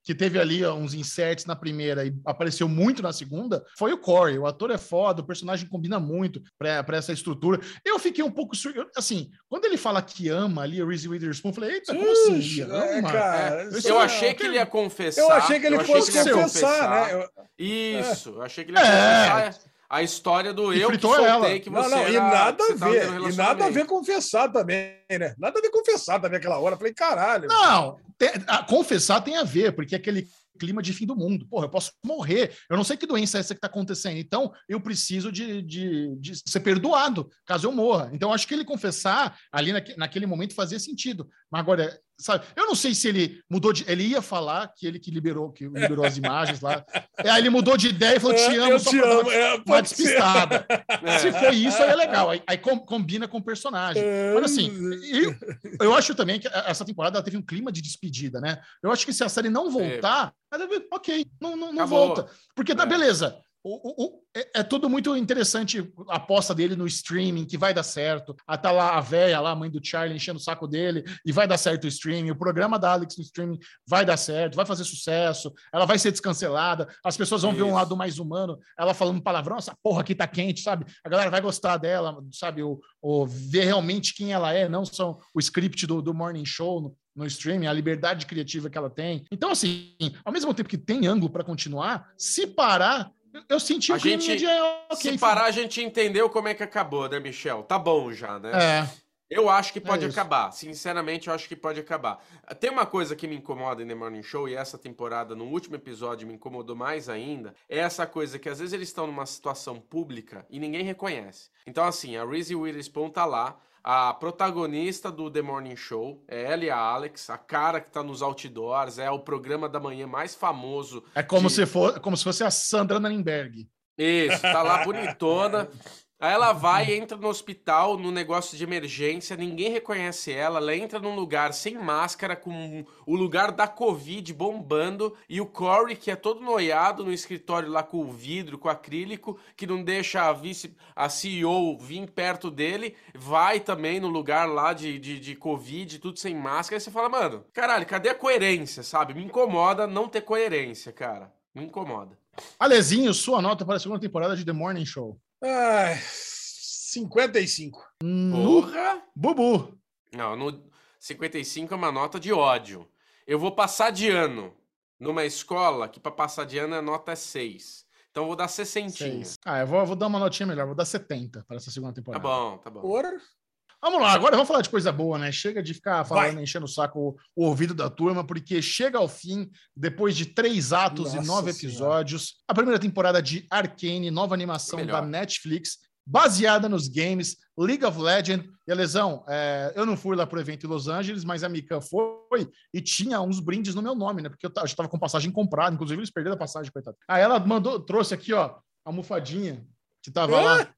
que teve ali ó, uns inserts na primeira e apareceu muito na segunda, foi o Corey. O ator é foda, o personagem combina muito pra, pra essa estrutura. Eu fiquei um pouco surpreso, assim, quando ele fala que ama ali a Reese Witherspoon, eu falei, eita, como assim? Ele ama? É, cara, É, eu achei que ele ia confessar. Eu achei que ele fosse que ele confessar, né? Eu... Isso, eu achei que ele ia É. confessar a história do E eu que fritou soltei ela. que Não, você não, era, e nada que a você tava ver, tendo e nada a relacionamento. ver confessar também, né? Nada a ver confessar também aquela hora. Eu falei, caralho. Não, tem, a, confessar tem a ver, porque é aquele clima de fim do mundo. Porra, eu posso morrer. Eu não sei que doença é essa que tá acontecendo. Então, eu preciso de, de, de ser perdoado caso eu morra. Então, eu acho que ele confessar ali naque, naquele momento fazia sentido. Mas agora, sabe, eu não sei se ele mudou de. Ele ia falar que ele que liberou, que liberou as imagens lá. Aí ele mudou de ideia e falou: te amo, eu só te pra dar amo. uma, É, uma pode despistada. É. Se foi isso, aí é legal. Aí, aí com, combina com o personagem. Mas assim, eu, eu acho também que essa temporada ela teve um clima de despedida, né? Eu acho que se a série não voltar, ok, não, não, não volta. Porque tá, É. beleza. O, o, o, é, é tudo muito interessante a aposta dele no streaming, que vai dar certo. Ah, tá lá a véia, lá, a mãe do Charlie, enchendo o saco dele, e vai dar certo o streaming. O programa da Alex no streaming vai dar certo, vai fazer sucesso, ela vai ser descancelada, as pessoas vão Isso. ver um lado mais humano, ela falando palavrão, essa porra aqui tá quente, sabe? A galera vai gostar dela, sabe? O, o, ver realmente quem ela é, não só o script do, do Morning Show no, no streaming, a liberdade criativa que ela tem. Então, assim, ao mesmo tempo que tem ângulo para continuar, se parar, eu senti A o clima gente, de... Okay, se parar, a gente entendeu como é que acabou, né, Michel? Tá bom já, né? É. Eu acho que pode É isso. acabar. Sinceramente, eu acho que pode acabar. Tem uma coisa que me incomoda em The Morning Show, e essa temporada, no último episódio, me incomodou mais ainda, é essa coisa que às vezes eles estão numa situação pública e ninguém reconhece. Então, assim, a Reese Witherspoon tá lá, a protagonista do The Morning Show, é ela e a Alex, a cara que tá nos outdoors, é o programa da manhã mais famoso. É como, de... se for, como se fosse a Sandra Nanenberg. Isso, tá lá bonitona. Aí ela vai, entra no hospital, no negócio de emergência, ninguém reconhece ela, ela entra num lugar sem máscara, com o lugar da Covid bombando, e o Corey, que é todo noiado no escritório lá com o vidro, com o acrílico, que não deixa a vice, a C E O vir perto dele, vai também no lugar lá de, de, de Covid, tudo sem máscara, e você fala, mano, caralho, cadê a coerência, sabe? Me incomoda não ter coerência, cara. Me incomoda. Alezinho, sua nota para a segunda temporada de The Morning Show. Ai, cinquenta e cinco. No Porra! Bubu. Não, no cinquenta e cinco é uma nota de ódio. Eu vou passar de ano numa escola que para passar de ano a nota é seis. Então eu vou dar sessenta. Ah, eu vou, eu vou dar uma notinha melhor, vou dar setenta para essa segunda Tá temporada. bom, tá bom. Porra. Vamos lá, agora vamos falar de coisa boa, né? Chega de ficar falando, Vai. enchendo o saco o, o ouvido da turma, porque chega ao fim, depois de três atos Nossa e nove Senhora. episódios, a primeira temporada de Arcane, nova animação Melhor. da Netflix, baseada nos games League of Legends. E a Lesão, é, eu não fui lá pro evento em Los Angeles, mas a Mikan foi e tinha uns brindes no meu nome, né? Porque eu, eu já tava com passagem comprada, inclusive eles perderam a passagem, coitado. Aí ela mandou, trouxe aqui, ó, a almofadinha que tava lá.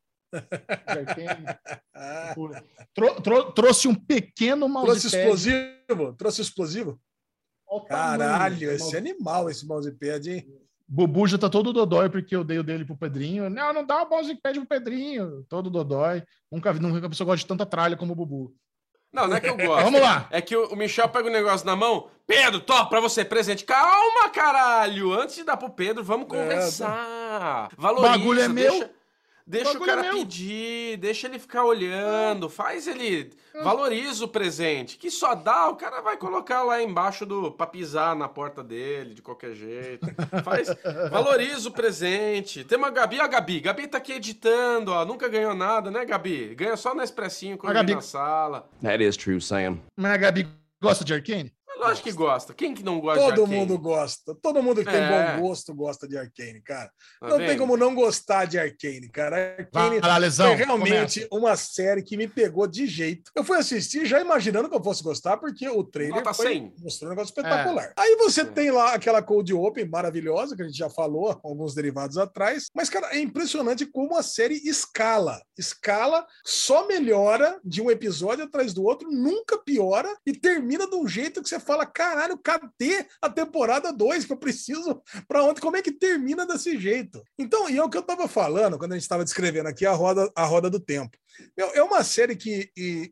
De Arcane. Trou- trou- trouxe um pequeno Trouxe mousepad. explosivo? Trouxe explosivo? Olha o tamanho Caralho, do esse mouse- é animal, esse mousepad, hein? Bubu já tá todo dodói porque eu dei o dele pro Pedrinho. Não, não dá o mousepad pro Pedrinho. Todo dodói. Nunca vi, nunca a pessoa gosta de tanta tralha como o Bubu. Não, não é que eu gosto. Vamos lá. É que o o Michel pega o negócio na mão. Pedro, top, pra você, presente. Calma, caralho. Antes de dar pro Pedro, vamos conversar. Valoriza. Bagulho é meu. Deixa, deixa o Bagulho cara é meu. pedir, deixa ele ficar olhando. Faz ele... Valoriza o presente. Que só dá, o cara vai colocar lá embaixo do... Pra pisar na porta dele, de qualquer jeito. Faz... Valoriza o presente. Tem uma Gabi. Ó, a Gabi. Gabi tá aqui editando, ó. Nunca ganhou nada, né, Gabi? Ganha só no expressinho quando A Gabi- vem na sala. That is true, Sam. Mas a Gabi gosta de Arcane? Mas lógico que gosta. Quem que não gosta de Todo Arcane? mundo gosta. Todo mundo que tem É. bom gosto gosta de Arcane, cara. Tá Não vendo? tem como não gostar de Arcane, cara. Arcane Vai lá, Lesão, foi realmente começa. uma série que me pegou de jeito. Eu fui assistir já imaginando que eu fosse gostar, porque o trailer Nota foi, cem. mostrou um negócio espetacular. Aí você É. tem lá aquela Cold Open maravilhosa, que a gente já falou alguns derivados atrás. Mas, cara, é impressionante como a série escala. Escala, só melhora de um episódio atrás do outro, nunca piora e termina de um jeito que você fala, caralho, cadê a temporada dois que eu preciso pra onde? Como é que termina desse jeito? Então, e é o que eu tava falando quando a gente estava descrevendo aqui a roda, a roda do tempo. Meu, é uma série que, e, em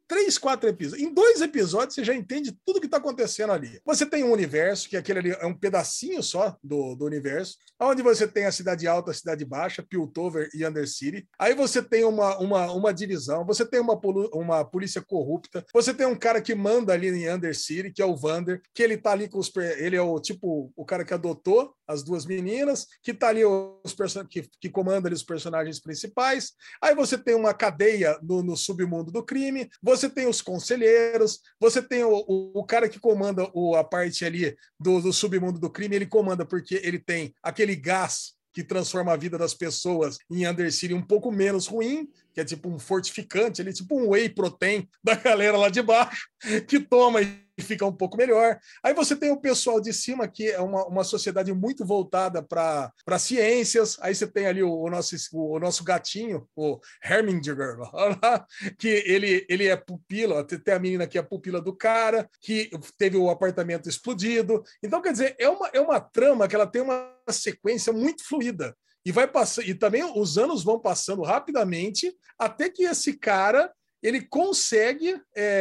três, quatro episódios. Em dois episódios, você já entende tudo que está acontecendo ali. Você tem um universo, que aquele ali é um pedacinho só do, do universo, onde você tem a Cidade Alta, a Cidade Baixa, Piltover e Undercity. Aí você tem uma, uma, uma divisão, você tem uma, uma polícia corrupta, você tem um cara que manda ali em Undercity, que é o Vander, que ele tá ali com os... Ele é o tipo, o cara que adotou as duas meninas, que tá ali os person... que, que comanda ali os personagens principais. Aí você tem uma cadeia no, no submundo do crime, você tem os conselheiros, você tem o, o, o cara que comanda o, a parte ali do, do submundo do crime, ele comanda porque ele tem aquele gás que transforma a vida das pessoas em Undercity um pouco menos ruim, que é tipo um fortificante, ele é tipo um whey protein da galera lá de baixo, que toma e fica um pouco melhor. Aí você tem o pessoal de cima, que é uma, uma sociedade muito voltada para ciências. Aí você tem ali o, o, nosso, o, o nosso gatinho, o Herminger, que ele, ele é pupila, tem a menina que é pupila do cara, que teve o apartamento explodido. Então, quer dizer, é uma, é uma trama que ela tem uma sequência muito fluida. E vai passando, e também os anos vão passando rapidamente, até que esse cara ele consegue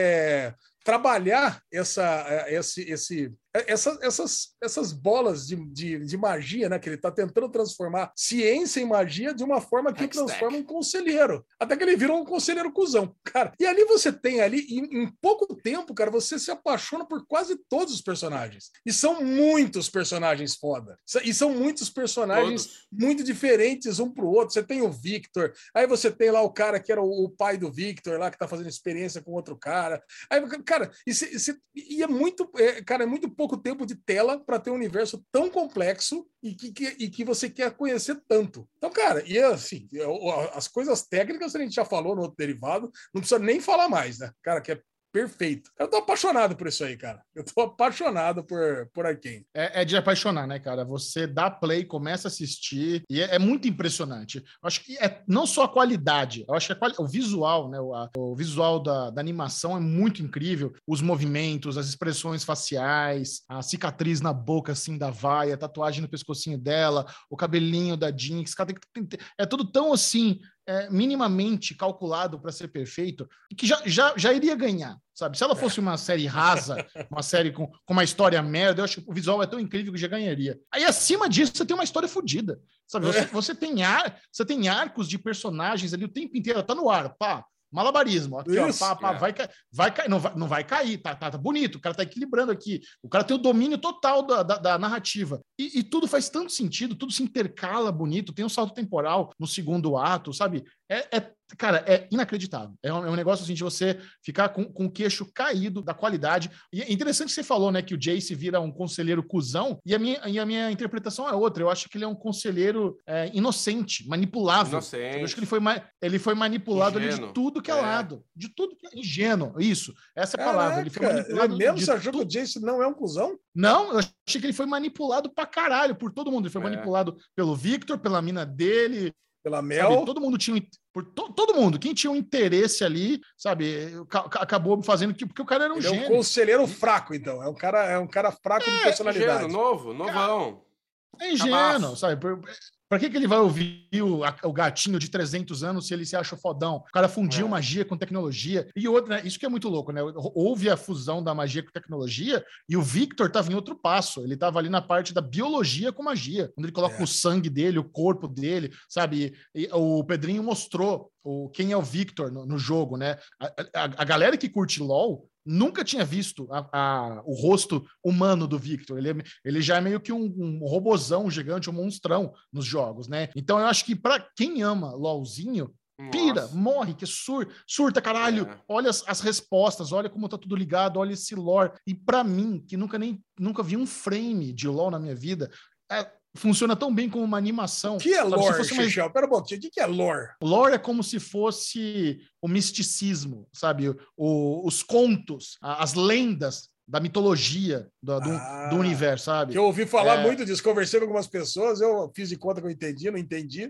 é, trabalhar essa, esse, esse, essa, essas, essas bolas de, de, de magia, né? Que ele está tentando transformar ciência em magia de uma forma que Hextech. transforma em conselheiro. Até que ele vira um conselheiro cuzão, cara. E ali você tem ali, em, em pouco tempo, cara, você se apaixona por quase todos os personagens. E são muitos personagens foda. E são muitos personagens todos. Muito diferentes um pro outro. Você tem o Victor, aí você tem lá o cara que era o, o pai do Victor, lá que tá fazendo experiência com outro cara. Aí, cara, e, se, se, e é muito, é, cara, é muito pouco tempo de tela para ter um universo tão complexo e que, que, e que você quer conhecer tanto. Então, cara, e assim, as coisas técnicas a gente já falou no outro derivado, não precisa nem falar mais, né? Cara, que é perfeito. Eu tô apaixonado por isso aí, cara. Eu tô apaixonado por, por Arcane. É, é de apaixonar, né, cara? Você dá play, começa a assistir e é, é muito impressionante. Eu acho que é não só a qualidade, eu acho que a quali- o visual, né? O, a, o visual da, da animação é muito incrível. Os movimentos, as expressões faciais, a cicatriz na boca, assim, da Vai, a tatuagem no pescocinho dela, o cabelinho da Jinx. Cara, tem, tem, é tudo tão, assim... É, minimamente calculado para ser perfeito, que já, já, já iria ganhar, sabe? Se ela fosse uma série rasa, uma série com, com uma história merda, eu acho que o visual é tão incrível que já ganharia. Aí, acima disso, você tem uma história fodida, sabe? Você, você, tem ar, você tem arcos de personagens ali o tempo inteiro, tá no ar, pá. Malabarismo, aqui, ó, pá, pá, é. vai, vai cair, não vai, não vai cair, tá, tá, tá bonito, o cara tá equilibrando aqui, o cara tem o domínio total da, da, da narrativa, e, e tudo faz tanto sentido, tudo se intercala bonito, tem um salto temporal no segundo ato, sabe? É, é cara, é inacreditável. É um, é um negócio assim de você ficar com, com o queixo caído da qualidade. E é interessante que você falou, né, que o Jace vira um conselheiro cuzão, e a minha, e a minha interpretação é outra. Eu acho que ele é um conselheiro é, inocente, manipulável. Inocente. Eu acho que ele foi, ele foi manipulado ali de tudo que é, é lado. De tudo que é ingênuo. Isso, essa é a palavra. Ele foi manipulado. Ele mesmo de você achou tudo. que o Jace não é um cuzão? Não, eu achei que ele foi manipulado pra caralho por todo mundo. Ele foi é. manipulado pelo Victor, pela mina dele, pela Mel. Sabe, todo mundo tinha por to, todo mundo, quem tinha um interesse ali, sabe, acabou fazendo que porque o cara era um ele gênio. É um conselheiro fraco, então. É um cara, é um cara fraco é, de personalidade. Ingênuo, novo, novão. É ingênuo, sabe? Pra que, que ele vai ouvir o, a, o gatinho de trezentos anos se ele se acha fodão? O cara fundiu é. magia com tecnologia. E outra, né, isso que é muito louco, né? Houve a fusão da magia com tecnologia e o Victor estava em outro passo. Ele estava ali na parte da biologia com magia. Quando ele coloca é. o sangue dele, o corpo dele, sabe? E, e o Pedrinho mostrou o, quem é o Victor no, no jogo, né? A, a, a galera que curte LoL nunca tinha visto a, a, o rosto humano do Victor. Ele, ele já é meio que um, um robozão gigante, um monstrão nos jogos, né? Então eu acho que para quem ama LOLzinho, pira, Nossa. morre, que sur, surta, caralho. É. Olha as, as respostas, olha como tá tudo ligado, olha esse lore. E para mim, que nunca nem nunca vi um frame de LoL na minha vida, é, funciona tão bem como uma animação. O que é lore, Xixel? Uma... Pera um pouquinho, o que é lore? Lore é como se fosse o misticismo, sabe? O, os contos, as lendas da mitologia do, do, ah, do universo, sabe? Que eu ouvi falar é... muito disso, conversei com algumas pessoas, eu fiz de conta que eu entendi, não entendi.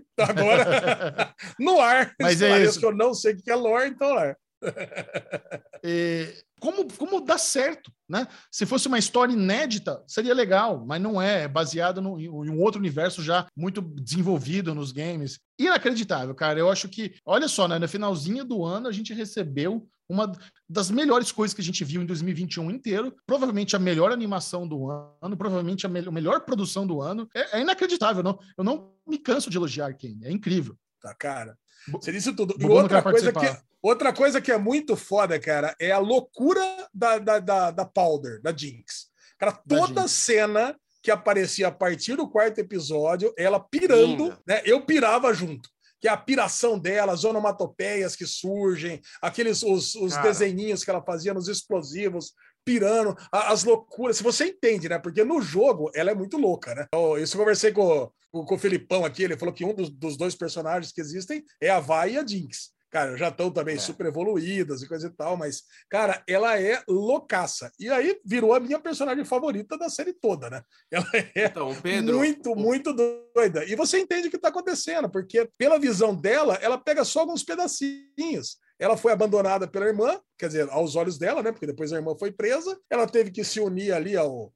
Agora, no ar. Mas é isso. Que eu não sei o que é lore, então é. E como, como dá certo, né? Se fosse uma história inédita, seria legal, mas não é, é baseado no, em um outro universo já muito desenvolvido nos games. Inacreditável, cara. Eu acho que, olha só, né? No finalzinho do ano, a gente recebeu uma das melhores coisas que a gente viu em dois mil e vinte e um inteiro, provavelmente a melhor animação do ano, provavelmente a me- melhor produção do ano. É, é inacreditável, não? Eu não me canso de elogiar Arcane, é incrível. Tá, cara. Você disse tudo. E Bubu não outra quer coisa, que, participar. outra coisa que é muito foda, cara, é a loucura da, da, da, da Powder, da Jinx. Cara, Da toda Jinx. cena que aparecia a partir do quarto episódio, ela pirando, Linda. né? Eu pirava junto. Que é a piração dela, as onomatopeias que surgem, aqueles os, os Cara. desenhinhos que ela fazia nos explosivos, pirando, a- as loucuras. Se você entende, né? Porque no jogo ela é muito louca, né? Então, isso eu conversei com, com, com o Felipão aqui, ele falou que um dos, dos dois personagens que existem é a Vai e a Jinx. Cara, já estão também É. super evoluídas e coisa e tal, mas, cara, ela é loucaça. E aí virou a minha personagem favorita da série toda, né? Ela é Então, o Pedro... muito, o- muito doida. E você entende o que está acontecendo, porque pela visão dela, ela pega só alguns pedacinhos. Ela foi abandonada pela irmã, quer dizer, aos olhos dela, né? Porque depois a irmã foi presa. Ela teve que se unir ali ao.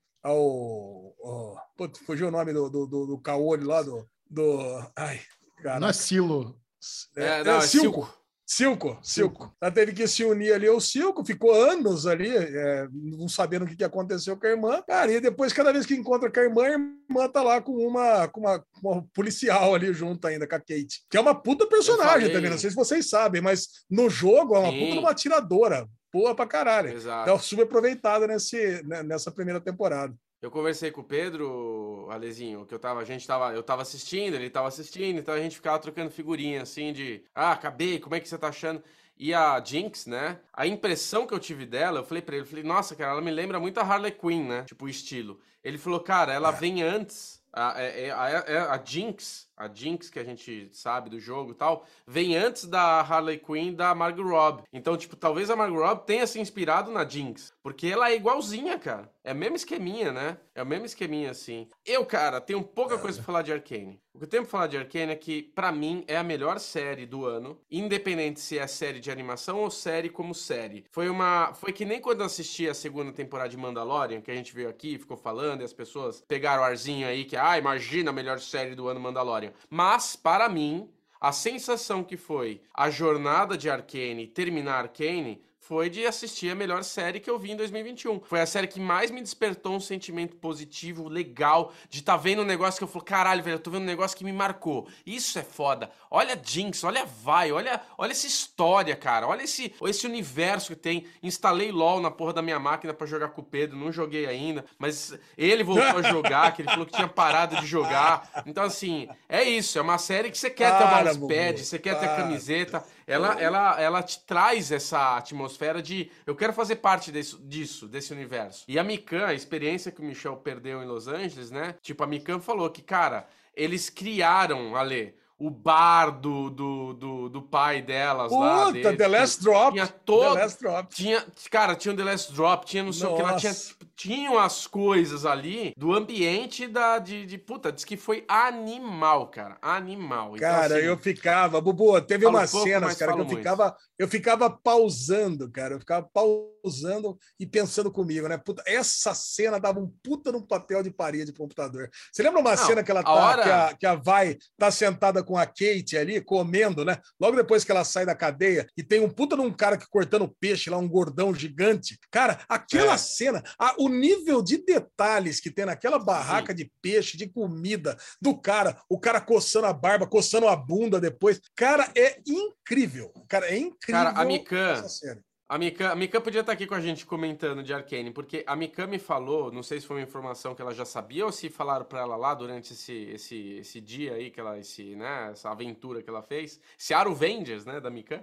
ao, ao putz, fugiu o nome do, do, do, do Kaori lá, do. do ai, caraca. Não é Silo. É, não, é Silco. Silco, Silco. Ela teve que se unir ali ao Silco, ficou anos ali, é, não sabendo o que que aconteceu com a irmã. Cara, e depois, cada vez que encontra com a irmã, a irmã tá lá com uma, com uma, com uma policial ali junto ainda, com a Kate. Que é uma puta personagem falei- também, não sei se vocês sabem, mas no jogo é uma Sim. puta de uma atiradora. Boa pra caralho. Exato. Então, subaproveitada nesse, né, nessa primeira temporada. Eu conversei com o Pedro, Alezinho, que eu tava, a gente tava, eu tava assistindo, ele tava assistindo, então a gente ficava trocando figurinha, assim, de, ah, acabei, como é que você tá achando? E a Jinx, né, a impressão que eu tive dela, eu falei pra ele, eu falei, nossa, cara, ela me lembra muito a Harley Quinn, né, tipo, o estilo. Ele falou, cara, ela vem antes, a, é- é- a, a, a Jinx, a Jinx que a gente sabe do jogo e tal, vem antes da Harley Quinn da Margot Robbie. Então, tipo, talvez a Margot Robbie tenha se inspirado na Jinx, porque ela é igualzinha, cara. É o mesmo esqueminha, né? É o mesmo esqueminha, assim. Eu, cara, tenho pouca coisa pra falar de Arcane. O que eu tenho pra falar de Arcane é que, pra mim, é a melhor série do ano, independente se é série de animação ou série como série. Foi uma... Foi que nem quando eu assisti a segunda temporada de Mandalorian, que a gente veio aqui, ficou falando, e as pessoas pegaram o arzinho aí, que, ah, imagina a melhor série do ano Mandalorian. Mas, para mim, a sensação que foi a jornada de Arcane terminar Arcane foi de assistir a melhor série que eu vi em dois mil e vinte e um. Foi a série que mais me despertou um sentimento positivo, legal, de estar tá vendo um negócio que eu falo, caralho, velho, eu tô vendo um negócio que me marcou. Isso é foda. Olha a Jinx, olha a Vi, olha, olha essa história, cara. Olha esse, esse universo que tem. Instalei LOL na porra da minha máquina pra jogar com o Pedro, não joguei ainda, mas ele voltou a jogar, que ele falou que tinha parado de jogar. Então, assim, é isso. É uma série que você quer ter o Para, mousepad, Bubu, você quer ter a para. camiseta. Ela, ela, ela te traz essa atmosfera de eu quero fazer parte desse, disso, desse universo. E a Mikan, a experiência que o Michel perdeu em Los Angeles, né? Tipo, a Mikan falou que, cara, eles criaram, Ale, o bar do, do, do, do pai delas lá. Puta, deles, The Last Drop. Tinha todo... The Last Drop. Tinha, cara, tinha o The Last Drop, tinha não sei o que lá, tinha, Nossa. tinham as coisas ali do ambiente da, de, de... Puta, diz que foi animal, cara, animal. Então, Cara, assim, eu ficava, Bubu, teve falo umas pouco, cenas, mas cara, que eu falo muito. ficava, eu ficava pausando, cara, eu ficava pausando e pensando comigo, né? Puta, essa cena dava um puta num papel de parede pro computador. Você lembra uma Não, cena que ela a tá, hora- que a, que a Vai tá sentada com a Kate ali, comendo, né? Logo depois que ela sai da cadeia e tem um puta num cara que cortando peixe lá, um gordão gigante. Cara, aquela É. cena, a- o nível de detalhes que tem naquela barraca de peixe, de comida, do cara, o cara coçando a barba, coçando a bunda depois. Cara, é incrível. Cara, é incrível. Cara, a Mikan- essa série. A Mikan, a Mikan podia estar aqui com a gente comentando de Arcane, porque a Mikan me falou, não sei se foi uma informação que ela já sabia ou se falaram pra ela lá durante esse, esse, esse dia aí, que ela, esse, né, essa aventura que ela fez, esse Aruvengers, né, da Mikan,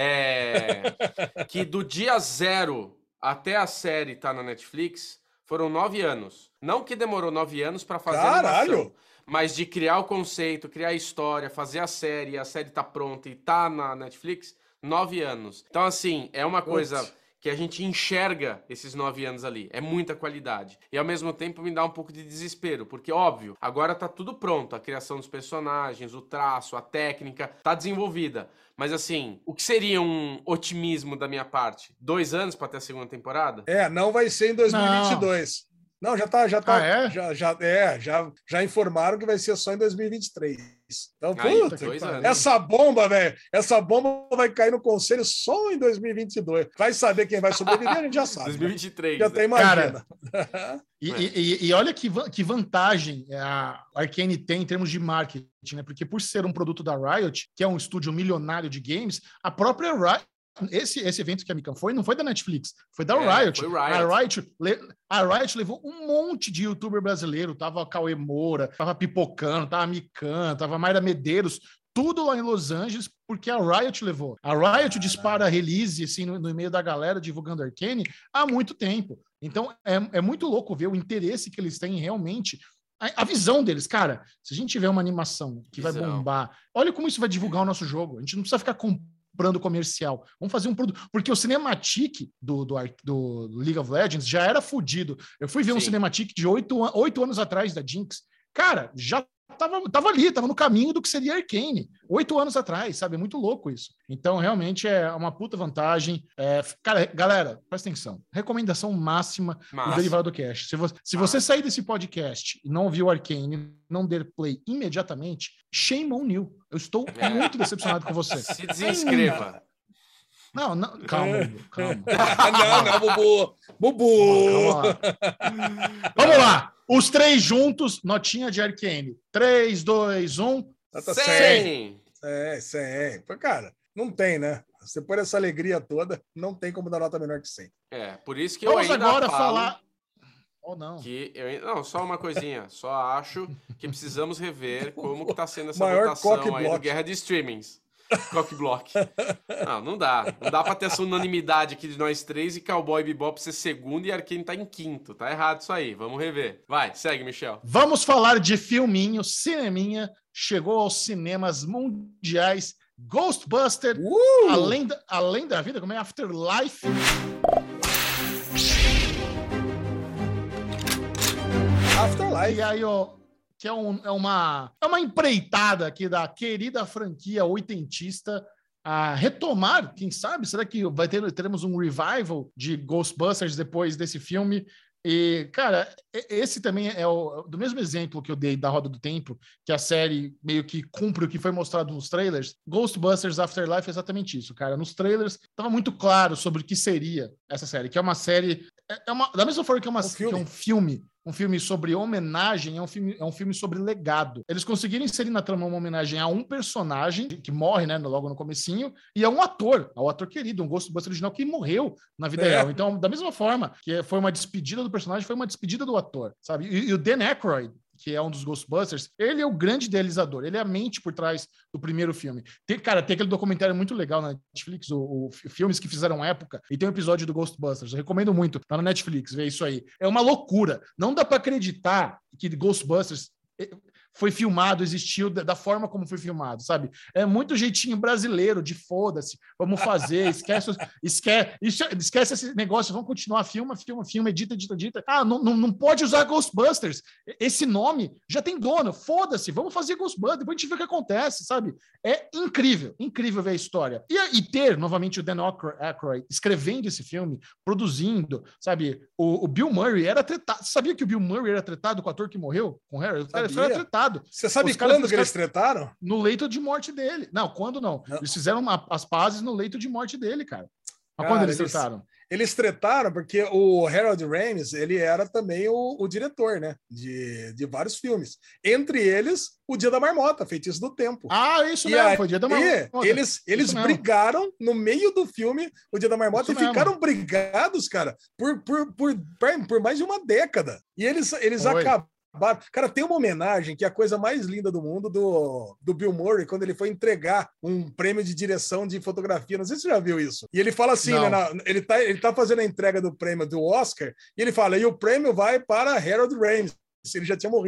é, que do dia zero até a série tá na Netflix, foram nove anos. Não que demorou nove anos pra fazer a Caralho! animação, mas de criar o conceito, criar a história, fazer a série, a série tá pronta e tá na Netflix, nove anos. Então, assim, é uma coisa Putz. que a gente enxerga esses nove anos ali. É muita qualidade. E ao mesmo tempo me dá um pouco de desespero, porque, óbvio, agora tá tudo pronto. A criação dos personagens, o traço, a técnica, tá desenvolvida. Mas assim, o que seria um otimismo da minha parte? Dois anos pra ter a segunda temporada? É, não vai ser em dois mil e vinte e dois. Não, não já tá, já tá, ah, é? já, já, é, já, já informaram que vai ser só em dois mil e vinte e três. Então, Aí, puta, dois anos. essa bomba, velho, essa bomba vai cair no conselho só em dois mil e vinte e dois. Vai saber quem vai sobreviver, a gente já sabe. dois mil e vinte e três. Já né? até imagina. Cara, e, e, e olha que, que vantagem a Arcane tem em termos de marketing, né? Porque por ser um produto da Riot, que é um estúdio milionário de games, a própria Riot Esse, esse evento que a Mikan foi, não foi da Netflix, foi da é, Riot. Foi Riot. A Riot, a Riot levou um monte de youtuber brasileiro, tava Cauê Moura, tava Pipocano, tava Mikan, tava Mayra Medeiros, tudo lá em Los Angeles, porque a Riot levou. A Riot ah, dispara não. release assim, no, no meio da galera divulgando Arcane há muito tempo. Então é, é muito louco ver o interesse que eles têm realmente. A, a visão deles, cara, se a gente tiver uma animação que visão. vai bombar, olha como isso vai divulgar o nosso jogo. A gente não precisa ficar comprando comercial. Vamos fazer um produto. Porque o cinematic do, do, do League of Legends já era fodido. Eu fui ver Sim. um cinematic de oito anos atrás da Jinx. Cara, já tava, tava ali, tava no caminho do que seria Arcane. Oito anos atrás, sabe? É muito louco isso. Então, realmente, é uma puta vantagem. É, cara, galera, presta atenção. Recomendação máxima Massa. do Derivado Cast. Se, vo- se você sair desse podcast e não ouvir o Arcane, não der play imediatamente, shame on you. Eu estou é. muito decepcionado com você. Se desinscreva. Não, não, calma, calma. não, não, Bubu. Bubu. Calma lá. Vamos lá. Os três juntos, notinha de Arcane. três, dois, um. cem. É, cem. Cara, não tem, né? Você põe essa alegria toda, não tem como dar nota menor que cem. É, por isso que eu Vamos ainda agora falo falar... Ou não. Que eu, não, só uma coisinha. Só acho que precisamos rever como que tá sendo essa Maior votação aí do Guerra de Streamings. Cockblock. Não, não dá. Não dá pra ter essa unanimidade aqui de nós três e Cowboy Bebop ser segundo e Arcane tá em quinto. Tá errado isso aí. Vamos rever. Vai, segue, Michel. Vamos falar de filminho, cineminha. Chegou aos cinemas mundiais. Ghostbuster, uh! além, da, além da vida, como é Afterlife. Afterlife. E aí, ó, que é, um, é, uma, é uma empreitada aqui da querida franquia oitentista a retomar, quem sabe? Será que vai ter, teremos um revival de Ghostbusters depois desse filme? E, cara, esse também é o, do mesmo exemplo que eu dei da Roda do Tempo, que a série meio que cumpre o que foi mostrado nos trailers. Ghostbusters Afterlife é exatamente isso, cara. Nos trailers estava muito claro sobre o que seria essa série, que é uma série... É uma, da mesma forma que é, uma, um que é um filme, um filme sobre homenagem, é um filme, é um filme sobre legado. Eles conseguiram inserir na trama uma homenagem a um personagem que morre, né, logo no comecinho, e a um ator, ao ator querido, um Ghostbuster original que morreu na vida é. real. Então, da mesma forma que foi uma despedida do personagem, foi uma despedida do ator, sabe? E, e o Dan Aykroyd, que é um dos Ghostbusters, ele é o grande idealizador, ele é a mente por trás do primeiro filme. Tem, cara, tem aquele documentário muito legal na Netflix, o, o filmes que fizeram época, e tem um episódio do Ghostbusters, eu recomendo muito, tá na Netflix, vê isso aí. É uma loucura, não dá pra acreditar que Ghostbusters foi filmado, existiu da forma como foi filmado, sabe? É muito jeitinho brasileiro de foda-se, vamos fazer, esquece, esquece, esquece esse negócio, vamos continuar, filma, filma, filma, edita, edita, edita. Ah, não, não, não pode usar Ghostbusters, esse nome já tem dono, foda-se, vamos fazer Ghostbusters, depois a gente vê o que acontece, sabe? É incrível, incrível ver a história. E, e ter, novamente, o Dan Aykroyd escrevendo esse filme, produzindo, sabe? O, o Bill Murray era tretado, você sabia que o Bill Murray era tretado com o ator que morreu, com o Harry? Ele era tretado. Você sabe quando que eles tretaram? No leito de morte dele. Não, quando não. não. Eles fizeram uma, as pazes no leito de morte dele, cara. Mas cara, quando eles, eles tretaram? Eles tretaram porque o Harold Ramis, ele era também o, o diretor, né? De, de vários filmes. Entre eles, o Dia da Marmota, Feitiço do Tempo. Ah, isso e mesmo, aí, foi o Dia da Marmota. Eles, eles brigaram no meio do filme, o Dia da Marmota, isso e ficaram mesmo. brigados, cara, por, por, por, por mais de uma década. E eles, eles acabaram. Cara, tem uma homenagem que é a coisa mais linda do mundo do, do Bill Murray, quando ele foi entregar um prêmio de direção de fotografia. Não sei se você já viu isso. E ele fala assim, né, na, ele, tá, ele tá fazendo a entrega do prêmio do Oscar, e ele fala, e o prêmio vai para Harold Ramis. Ele já tinha morrido.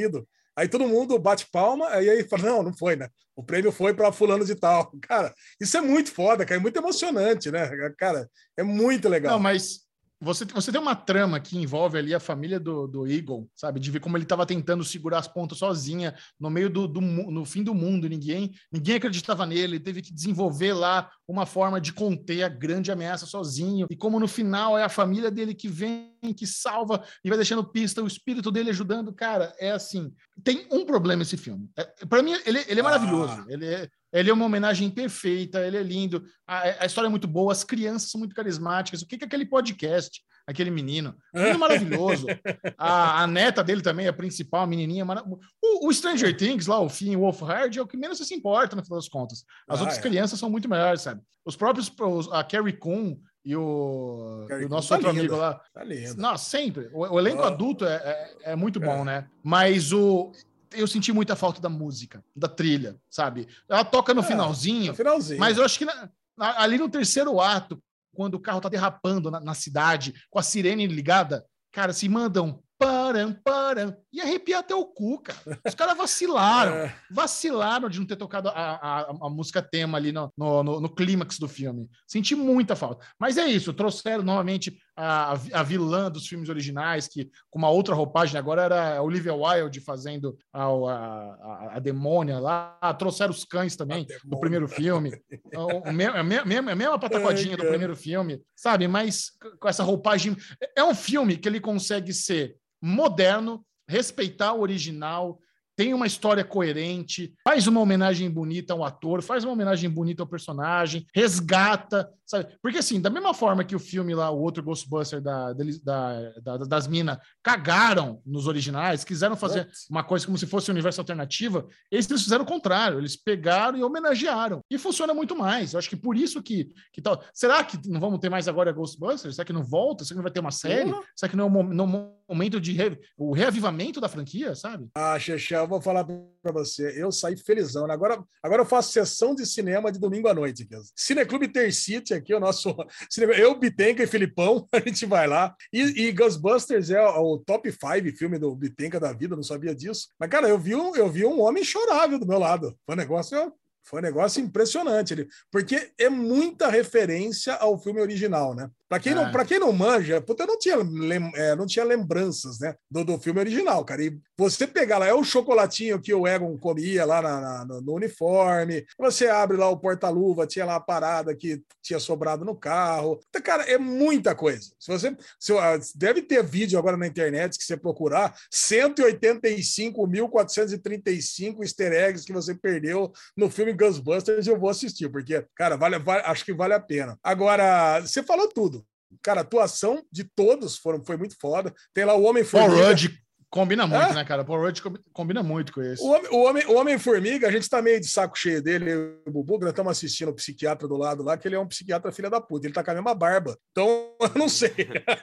Aí todo mundo bate palma, aí aí fala, não, não foi, né? O prêmio foi para fulano de tal. Cara, isso é muito foda, cara, é muito emocionante, né? Cara, é muito legal. Não, mas você, você tem uma trama que envolve ali a família do, do Eagle, sabe? De ver como ele estava tentando segurar as pontas sozinha no meio do, do no fim do mundo. Ninguém, ninguém acreditava nele. Ele teve que desenvolver lá uma forma de conter a grande ameaça sozinho. E como no final é a família dele que vem, que salva e vai deixando pista, o espírito dele ajudando. Cara, é assim. Tem um problema esse filme. É, para mim, ele, ele é maravilhoso. Ah. Ele é. Ele é uma homenagem perfeita, ele é lindo, a, a história é muito boa, as crianças são muito carismáticas. O que é aquele podcast, aquele menino? Menino maravilhoso. A, a neta dele também, a principal, a menininha. Mara... O, o Stranger Things, lá, o Finn Wolfhard, é o que menos se importa, no final das contas. As ah, outras é. crianças são muito melhores, sabe? Os próprios, a Carrie Coon e o, e o nosso tá outro lindo. amigo lá. Tá lindo. Não, sempre. O, o elenco oh. adulto é, é, é muito bom, é. né? Mas o... eu senti muita falta da música, da trilha, sabe? Ela toca no, é, finalzinho, no finalzinho, mas eu acho que na, na, ali no terceiro ato, quando o carro tá derrapando na, na cidade, com a sirene ligada, cara, se mandam param, param, e arrepia até o cu, cara. Os caras vacilaram, é. vacilaram de não ter tocado a, a, a música tema ali no, no, no, no clímax do filme. Senti muita falta. Mas é isso, trouxeram novamente a, a vilã dos filmes originais, que com uma outra roupagem, agora era a Olivia Wilde fazendo a, a, a, a demônia lá, trouxeram os cães também do primeiro filme, o, o mesmo, a, mesma, a mesma pataquadinha do primeiro filme, sabe? Mas com essa roupagem... É um filme que ele consegue ser moderno, respeitar o original, tem uma história coerente, faz uma homenagem bonita ao ator, faz uma homenagem bonita ao personagem, resgata, sabe? Porque assim, da mesma forma que o filme lá, o outro Ghostbuster da, da, da, das minas, cagaram nos originais, quiseram fazer What? uma coisa como se fosse um universo alternativo, eles fizeram o contrário, eles pegaram e homenagearam. E funciona muito mais. Eu acho que por isso que, que tal. Será que não vamos ter mais agora Ghostbusters? Será que não volta? Será que não vai ter uma série? Uhum. Será que não é um momento de re... o reavivamento da franquia, sabe? Ah, Xexé, eu vou falar para você, eu saí felizão. Agora, agora eu faço sessão de cinema de domingo à noite. Cineclube Intercity, aqui o nosso... Eu, Bitenca e Filipão, a gente vai lá. E, e Ghostbusters é o, o top cinco filme do Bitenca da vida, não sabia disso. Mas, cara, eu vi um, eu vi um homem chorável do meu lado. Foi um negócio... Foi um negócio impressionante, porque é muita referência ao filme original, né? Para quem, é. Não, quem não manja, puta, eu não tinha, lem, é, não tinha lembranças, né, do, do filme original, cara. E você pegar lá, é o chocolatinho que o Egon comia lá na, na, no, no uniforme, você abre lá o porta-luva, tinha lá a parada que tinha sobrado no carro. Então, cara, é muita coisa. Se você se, deve ter vídeo agora na internet que você procurar, cento e oitenta e cinco mil quatrocentos e trinta e cinco easter eggs que você perdeu no filme Ghostbusters, eu vou assistir, porque, cara, vale, vale, acho que vale a pena. Agora, você falou tudo. Cara, a atuação de todos foram, foi muito foda. Tem lá o Homem-Formiga. Paul Rudd combina muito, é? né, cara? Paul Rudd combina muito com isso. O Homem, o Homem, o Homem-Formiga, a gente tá meio de saco cheio dele, o Bubu, nós estamos assistindo o psiquiatra do lado lá, que ele é um psiquiatra filha da puta. Ele tá com a mesma barba. Então, eu não sei.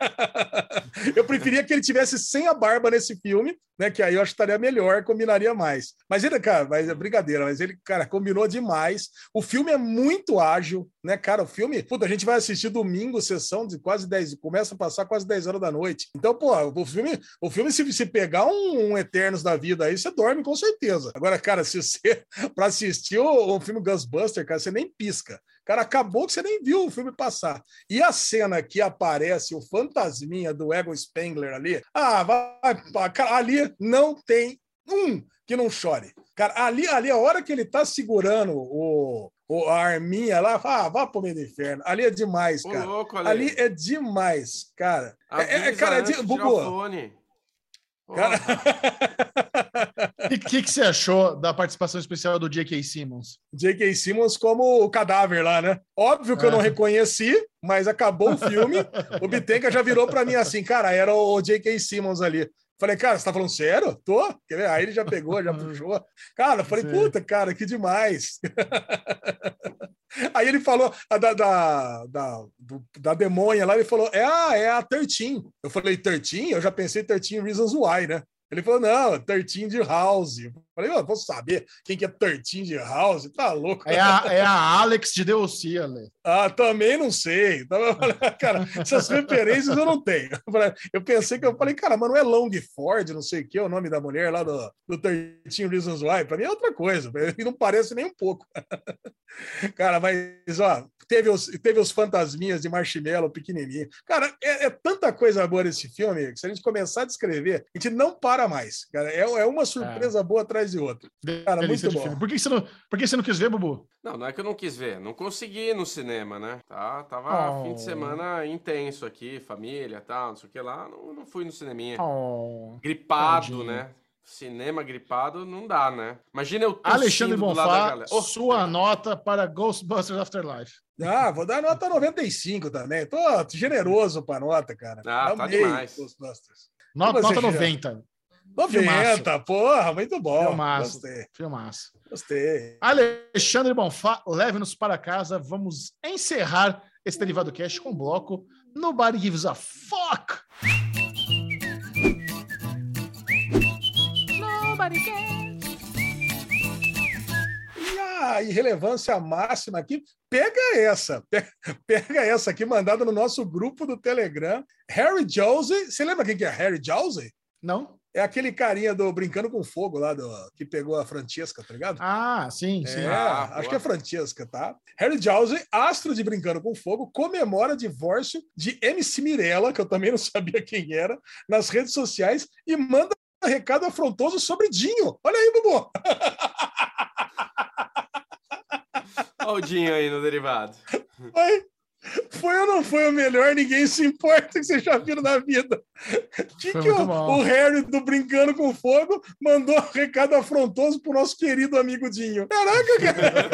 Eu preferia que ele tivesse sem a barba nesse filme, né? Que aí eu acho que estaria melhor, combinaria mais. Mas ele, cara, mas é brincadeira, mas ele, cara, combinou demais. O filme é muito ágil, né, cara? O filme, puta, a gente vai assistir domingo, sessão de quase dez, começa a passar quase dez horas da noite. Então, pô, o filme, o filme se, se pegar um, um Eternos da vida aí, você dorme com certeza. Agora, cara, se você, pra assistir o, o filme Ghostbuster, cara, você nem pisca. Cara, acabou que você nem viu o filme passar. E a cena que aparece o fantasminha do Egon Spengler ali, ah, vai, cara, ali não tem um que não chore. Cara, ali, ali a hora que ele tá segurando o, o, a arminha lá, ah, vá pro meio do inferno. Ali é demais, cara. Ô, louco, ali. ali é demais, cara. É, é, cara, é de... Bubu. Cara... E o que, que você achou da participação especial do J K. Simmons? J K. Simmons como o cadáver lá, né? Óbvio que é. eu não reconheci, mas acabou o filme. O Bitenca já virou pra mim assim, cara, era o J K. Simmons ali. Falei, cara, você tá falando sério? Tô. Aí ele já pegou, já puxou. Cara, eu falei, Sim. puta, cara, que demais. Aí ele falou da, da, da, da demônia lá, ele falou, é a, é a treze. Eu falei, treze? Eu já pensei treze Reasons Why, né? Ele falou, não, treze de House. Eu Falei, eu vou saber quem que é thirteen House, tá louco? É a, é a Alex de Delcia, Ale. Ah, também não sei. Então, eu falei, cara, essas referências eu não tenho. Eu pensei que eu falei, cara, mas não é Longford, não sei o que, é o nome da mulher lá do, do thirteen Reasons Why. Pra mim é outra coisa, e não parece nem um pouco. Cara, mas, ó, teve os, teve os fantasminhas de Marshmallow pequenininho. Cara, é, é tanta coisa boa nesse filme que se a gente começar a descrever, a gente não para mais. Cara, é, é uma surpresa é. boa atrás de outra. Cara, muito bom. Por que você não, por que você não quis ver, Bubu? Não, não é que eu não quis ver. Não consegui ir no cinema, né? Tá, tava oh. fim de semana intenso aqui, família e tal, não sei o que lá. Não, não fui no cineminha. Oh. Gripado, Tadinho. Né? Cinema gripado não dá, né? Imagina eu tossindo Alexandre do Bonfá, lado da galera. Oh, sua nota para Ghostbusters Afterlife. Ah, vou dar nota noventa e cinco também. Tô generoso pra nota, cara. Ah, tá demais. Ghostbusters. Nota, nota noventa. noventa, porra, muito bom. Filmaço. Gostei. Filmaço. Gostei. Alexandre Bonfá, leve-nos para casa. Vamos encerrar esse Derivado Cast com o bloco Nobody Gives a Fuck. Nobody cares. E a irrelevância máxima aqui, pega essa. Pega essa aqui, mandada no nosso grupo do Telegram. Harry Jowsey. Você lembra quem que é Harry Jowsey? Não. É aquele carinha do Brincando com Fogo lá, do, que pegou a Francesca, tá ligado? Ah, sim, sim. É, ah, acho boa. que é Francesca, tá? Harry Jowsey, astro de Brincando com Fogo, comemora divórcio de M C Mirella, que eu também não sabia quem era, nas redes sociais e manda um recado afrontoso sobre Dinho. Olha aí, Bubu! Olha o Dinho aí no derivado. Oi. Foi ou não foi o melhor? Ninguém se importa que vocês já viram na vida. Que que o, o Harry do Brincando com Fogo mandou um recado afrontoso pro nosso querido amigo Dinho. Caraca,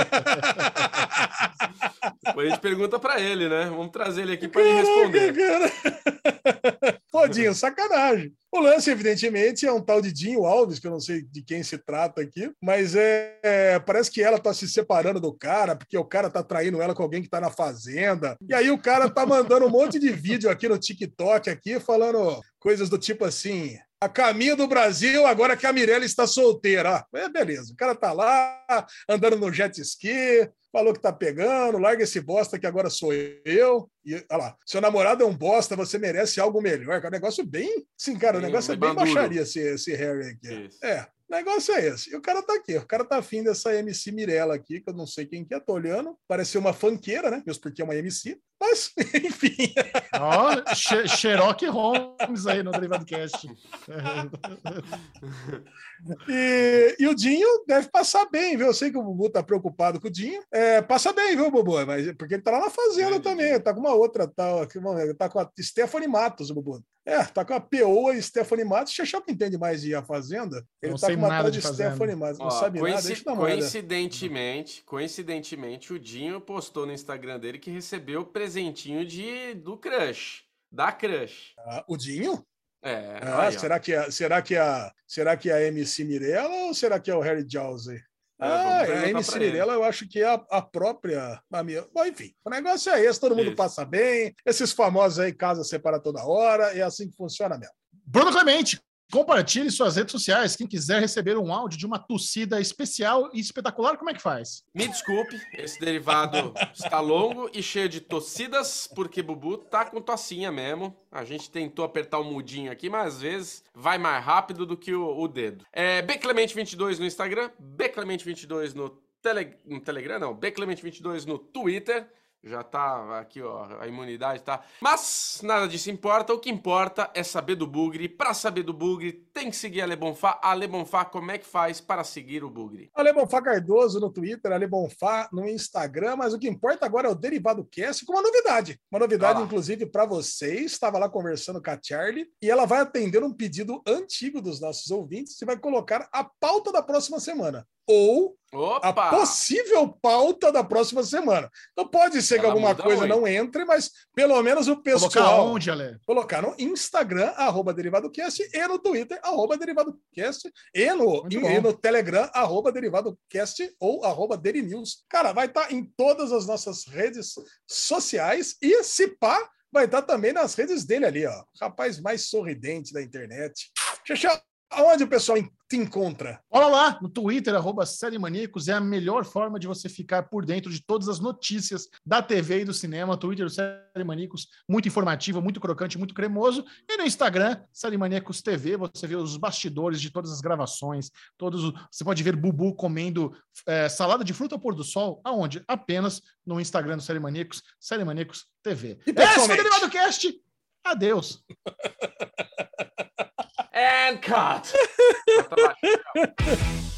cara! Depois a gente pergunta pra ele, né? Vamos trazer ele aqui pra ele responder. Cara. Pô, Dinho, sacanagem. O lance, evidentemente, é um tal de Dinho Alves, que eu não sei de quem se trata aqui, mas é, é parece que ela tá se separando do cara, porque o cara tá traindo ela com alguém que tá na fazenda. E aí o cara tá mandando um monte de vídeo aqui no TikTok, aqui, falando coisas do tipo assim... A caminho do Brasil, agora que a Mirella está solteira. Ah, é, beleza, o cara tá lá, andando no jet ski, falou que tá pegando, larga esse bosta que agora sou eu. E, olha lá, seu namorado é um bosta, você merece algo melhor. É um negócio bem... Sim, cara, bem, o negócio é bem bandulho. Baixaria esse, esse Harry aqui. Isso. É, o negócio é esse. E o cara tá aqui, o cara tá afim dessa M C Mirella aqui, que eu não sei quem que é, tô olhando. Parece uma funkeira, né? Mesmo porque é uma M C. Mas, enfim. Ó, oh, Sherlock Holmes aí no Derivado Cast. E, e o Dinho deve passar bem, viu? Eu sei que o Bubu tá preocupado com o Dinho. É, passa bem, viu, Bubu? Mas, porque ele tá lá na fazenda é, também. Ele tá com uma outra, tá, tá com a Stephanie Matos, o Bubu. É, tá com a Peoa e Stephanie Matos. Xexão que entende mais de A Fazenda. Ele não tá com uma nada de, de Stephanie Matos. Não Ó, sabe coinci- nada. Deixa eu dar uma coincidentemente, coincidentemente, o Dinho postou no Instagram dele que recebeu o presentinho de, do crush. Da crush. Ah, o Dinho? É. Ah, aí, será, que é, será, que é, será que é a M C Mirella ou será que é o Harry Jowsey? É, ah, a M C Mirella eu acho que é a, a própria... A minha... Bom, enfim, o negócio é esse, todo mundo Isso. passa bem, esses famosos aí, casa separa toda hora, é assim que funciona mesmo. Bruno Clemente, compartilhe suas redes sociais. Quem quiser receber um áudio de uma tossida especial e espetacular, como é que faz? Me desculpe, esse derivado está longo e cheio de tossidas, porque Bubu tá com tossinha mesmo. A gente tentou apertar o mudinho aqui, mas às vezes vai mais rápido do que o, o dedo. É B Clemente vinte e dois no Instagram, B Clemente vinte e dois no, tele, no Telegram, não, B Clemente vinte e dois no Twitter. Já tá aqui, ó, a imunidade tá... Mas nada disso importa, o que importa é saber do Bugre. Para saber do Bugre, tem que seguir a Ale Bonfá. A Ale Bonfá, como é que faz para seguir o Bugre? Ale Bonfá Cardoso no Twitter, Ale Bonfá no Instagram, mas o que importa agora é o Derivado Cast com uma novidade. Uma novidade, ah. inclusive, para vocês. Estava lá conversando com a Charlie e ela vai atender um pedido antigo dos nossos ouvintes e vai colocar a pauta da próxima semana. Ou Opa! a possível pauta da próxima semana. Então pode ser Ela que alguma coisa muito. não entre, mas pelo menos o pessoal... Colocar onde, Ale? Colocar no Instagram, arroba DerivadoCast, e no Twitter, arroba DerivadoCast, e no, e, e no Telegram, arroba DerivadoCast ou arroba DeriNews. Cara, vai estar tá em todas as nossas redes sociais e, se pá, vai estar tá também nas redes dele ali, ó. Rapaz mais sorridente da internet. Tchau, tchau. Aonde o pessoal te encontra? Olha lá, no Twitter, arroba Série Maníacos, é a melhor forma de você ficar por dentro de todas as notícias da T V e do cinema. Twitter do Série Maníacos, muito informativo, muito crocante, muito cremoso. E no Instagram, Série Maníacos T V, você vê os bastidores de todas as gravações, todos, você pode ver Bubu comendo é, salada de fruta ao pôr do sol, aonde? Apenas no Instagram do Série Maníacos, Série Maníacos T V. E Esse foi o Derivado Cast. Adeus. And cut!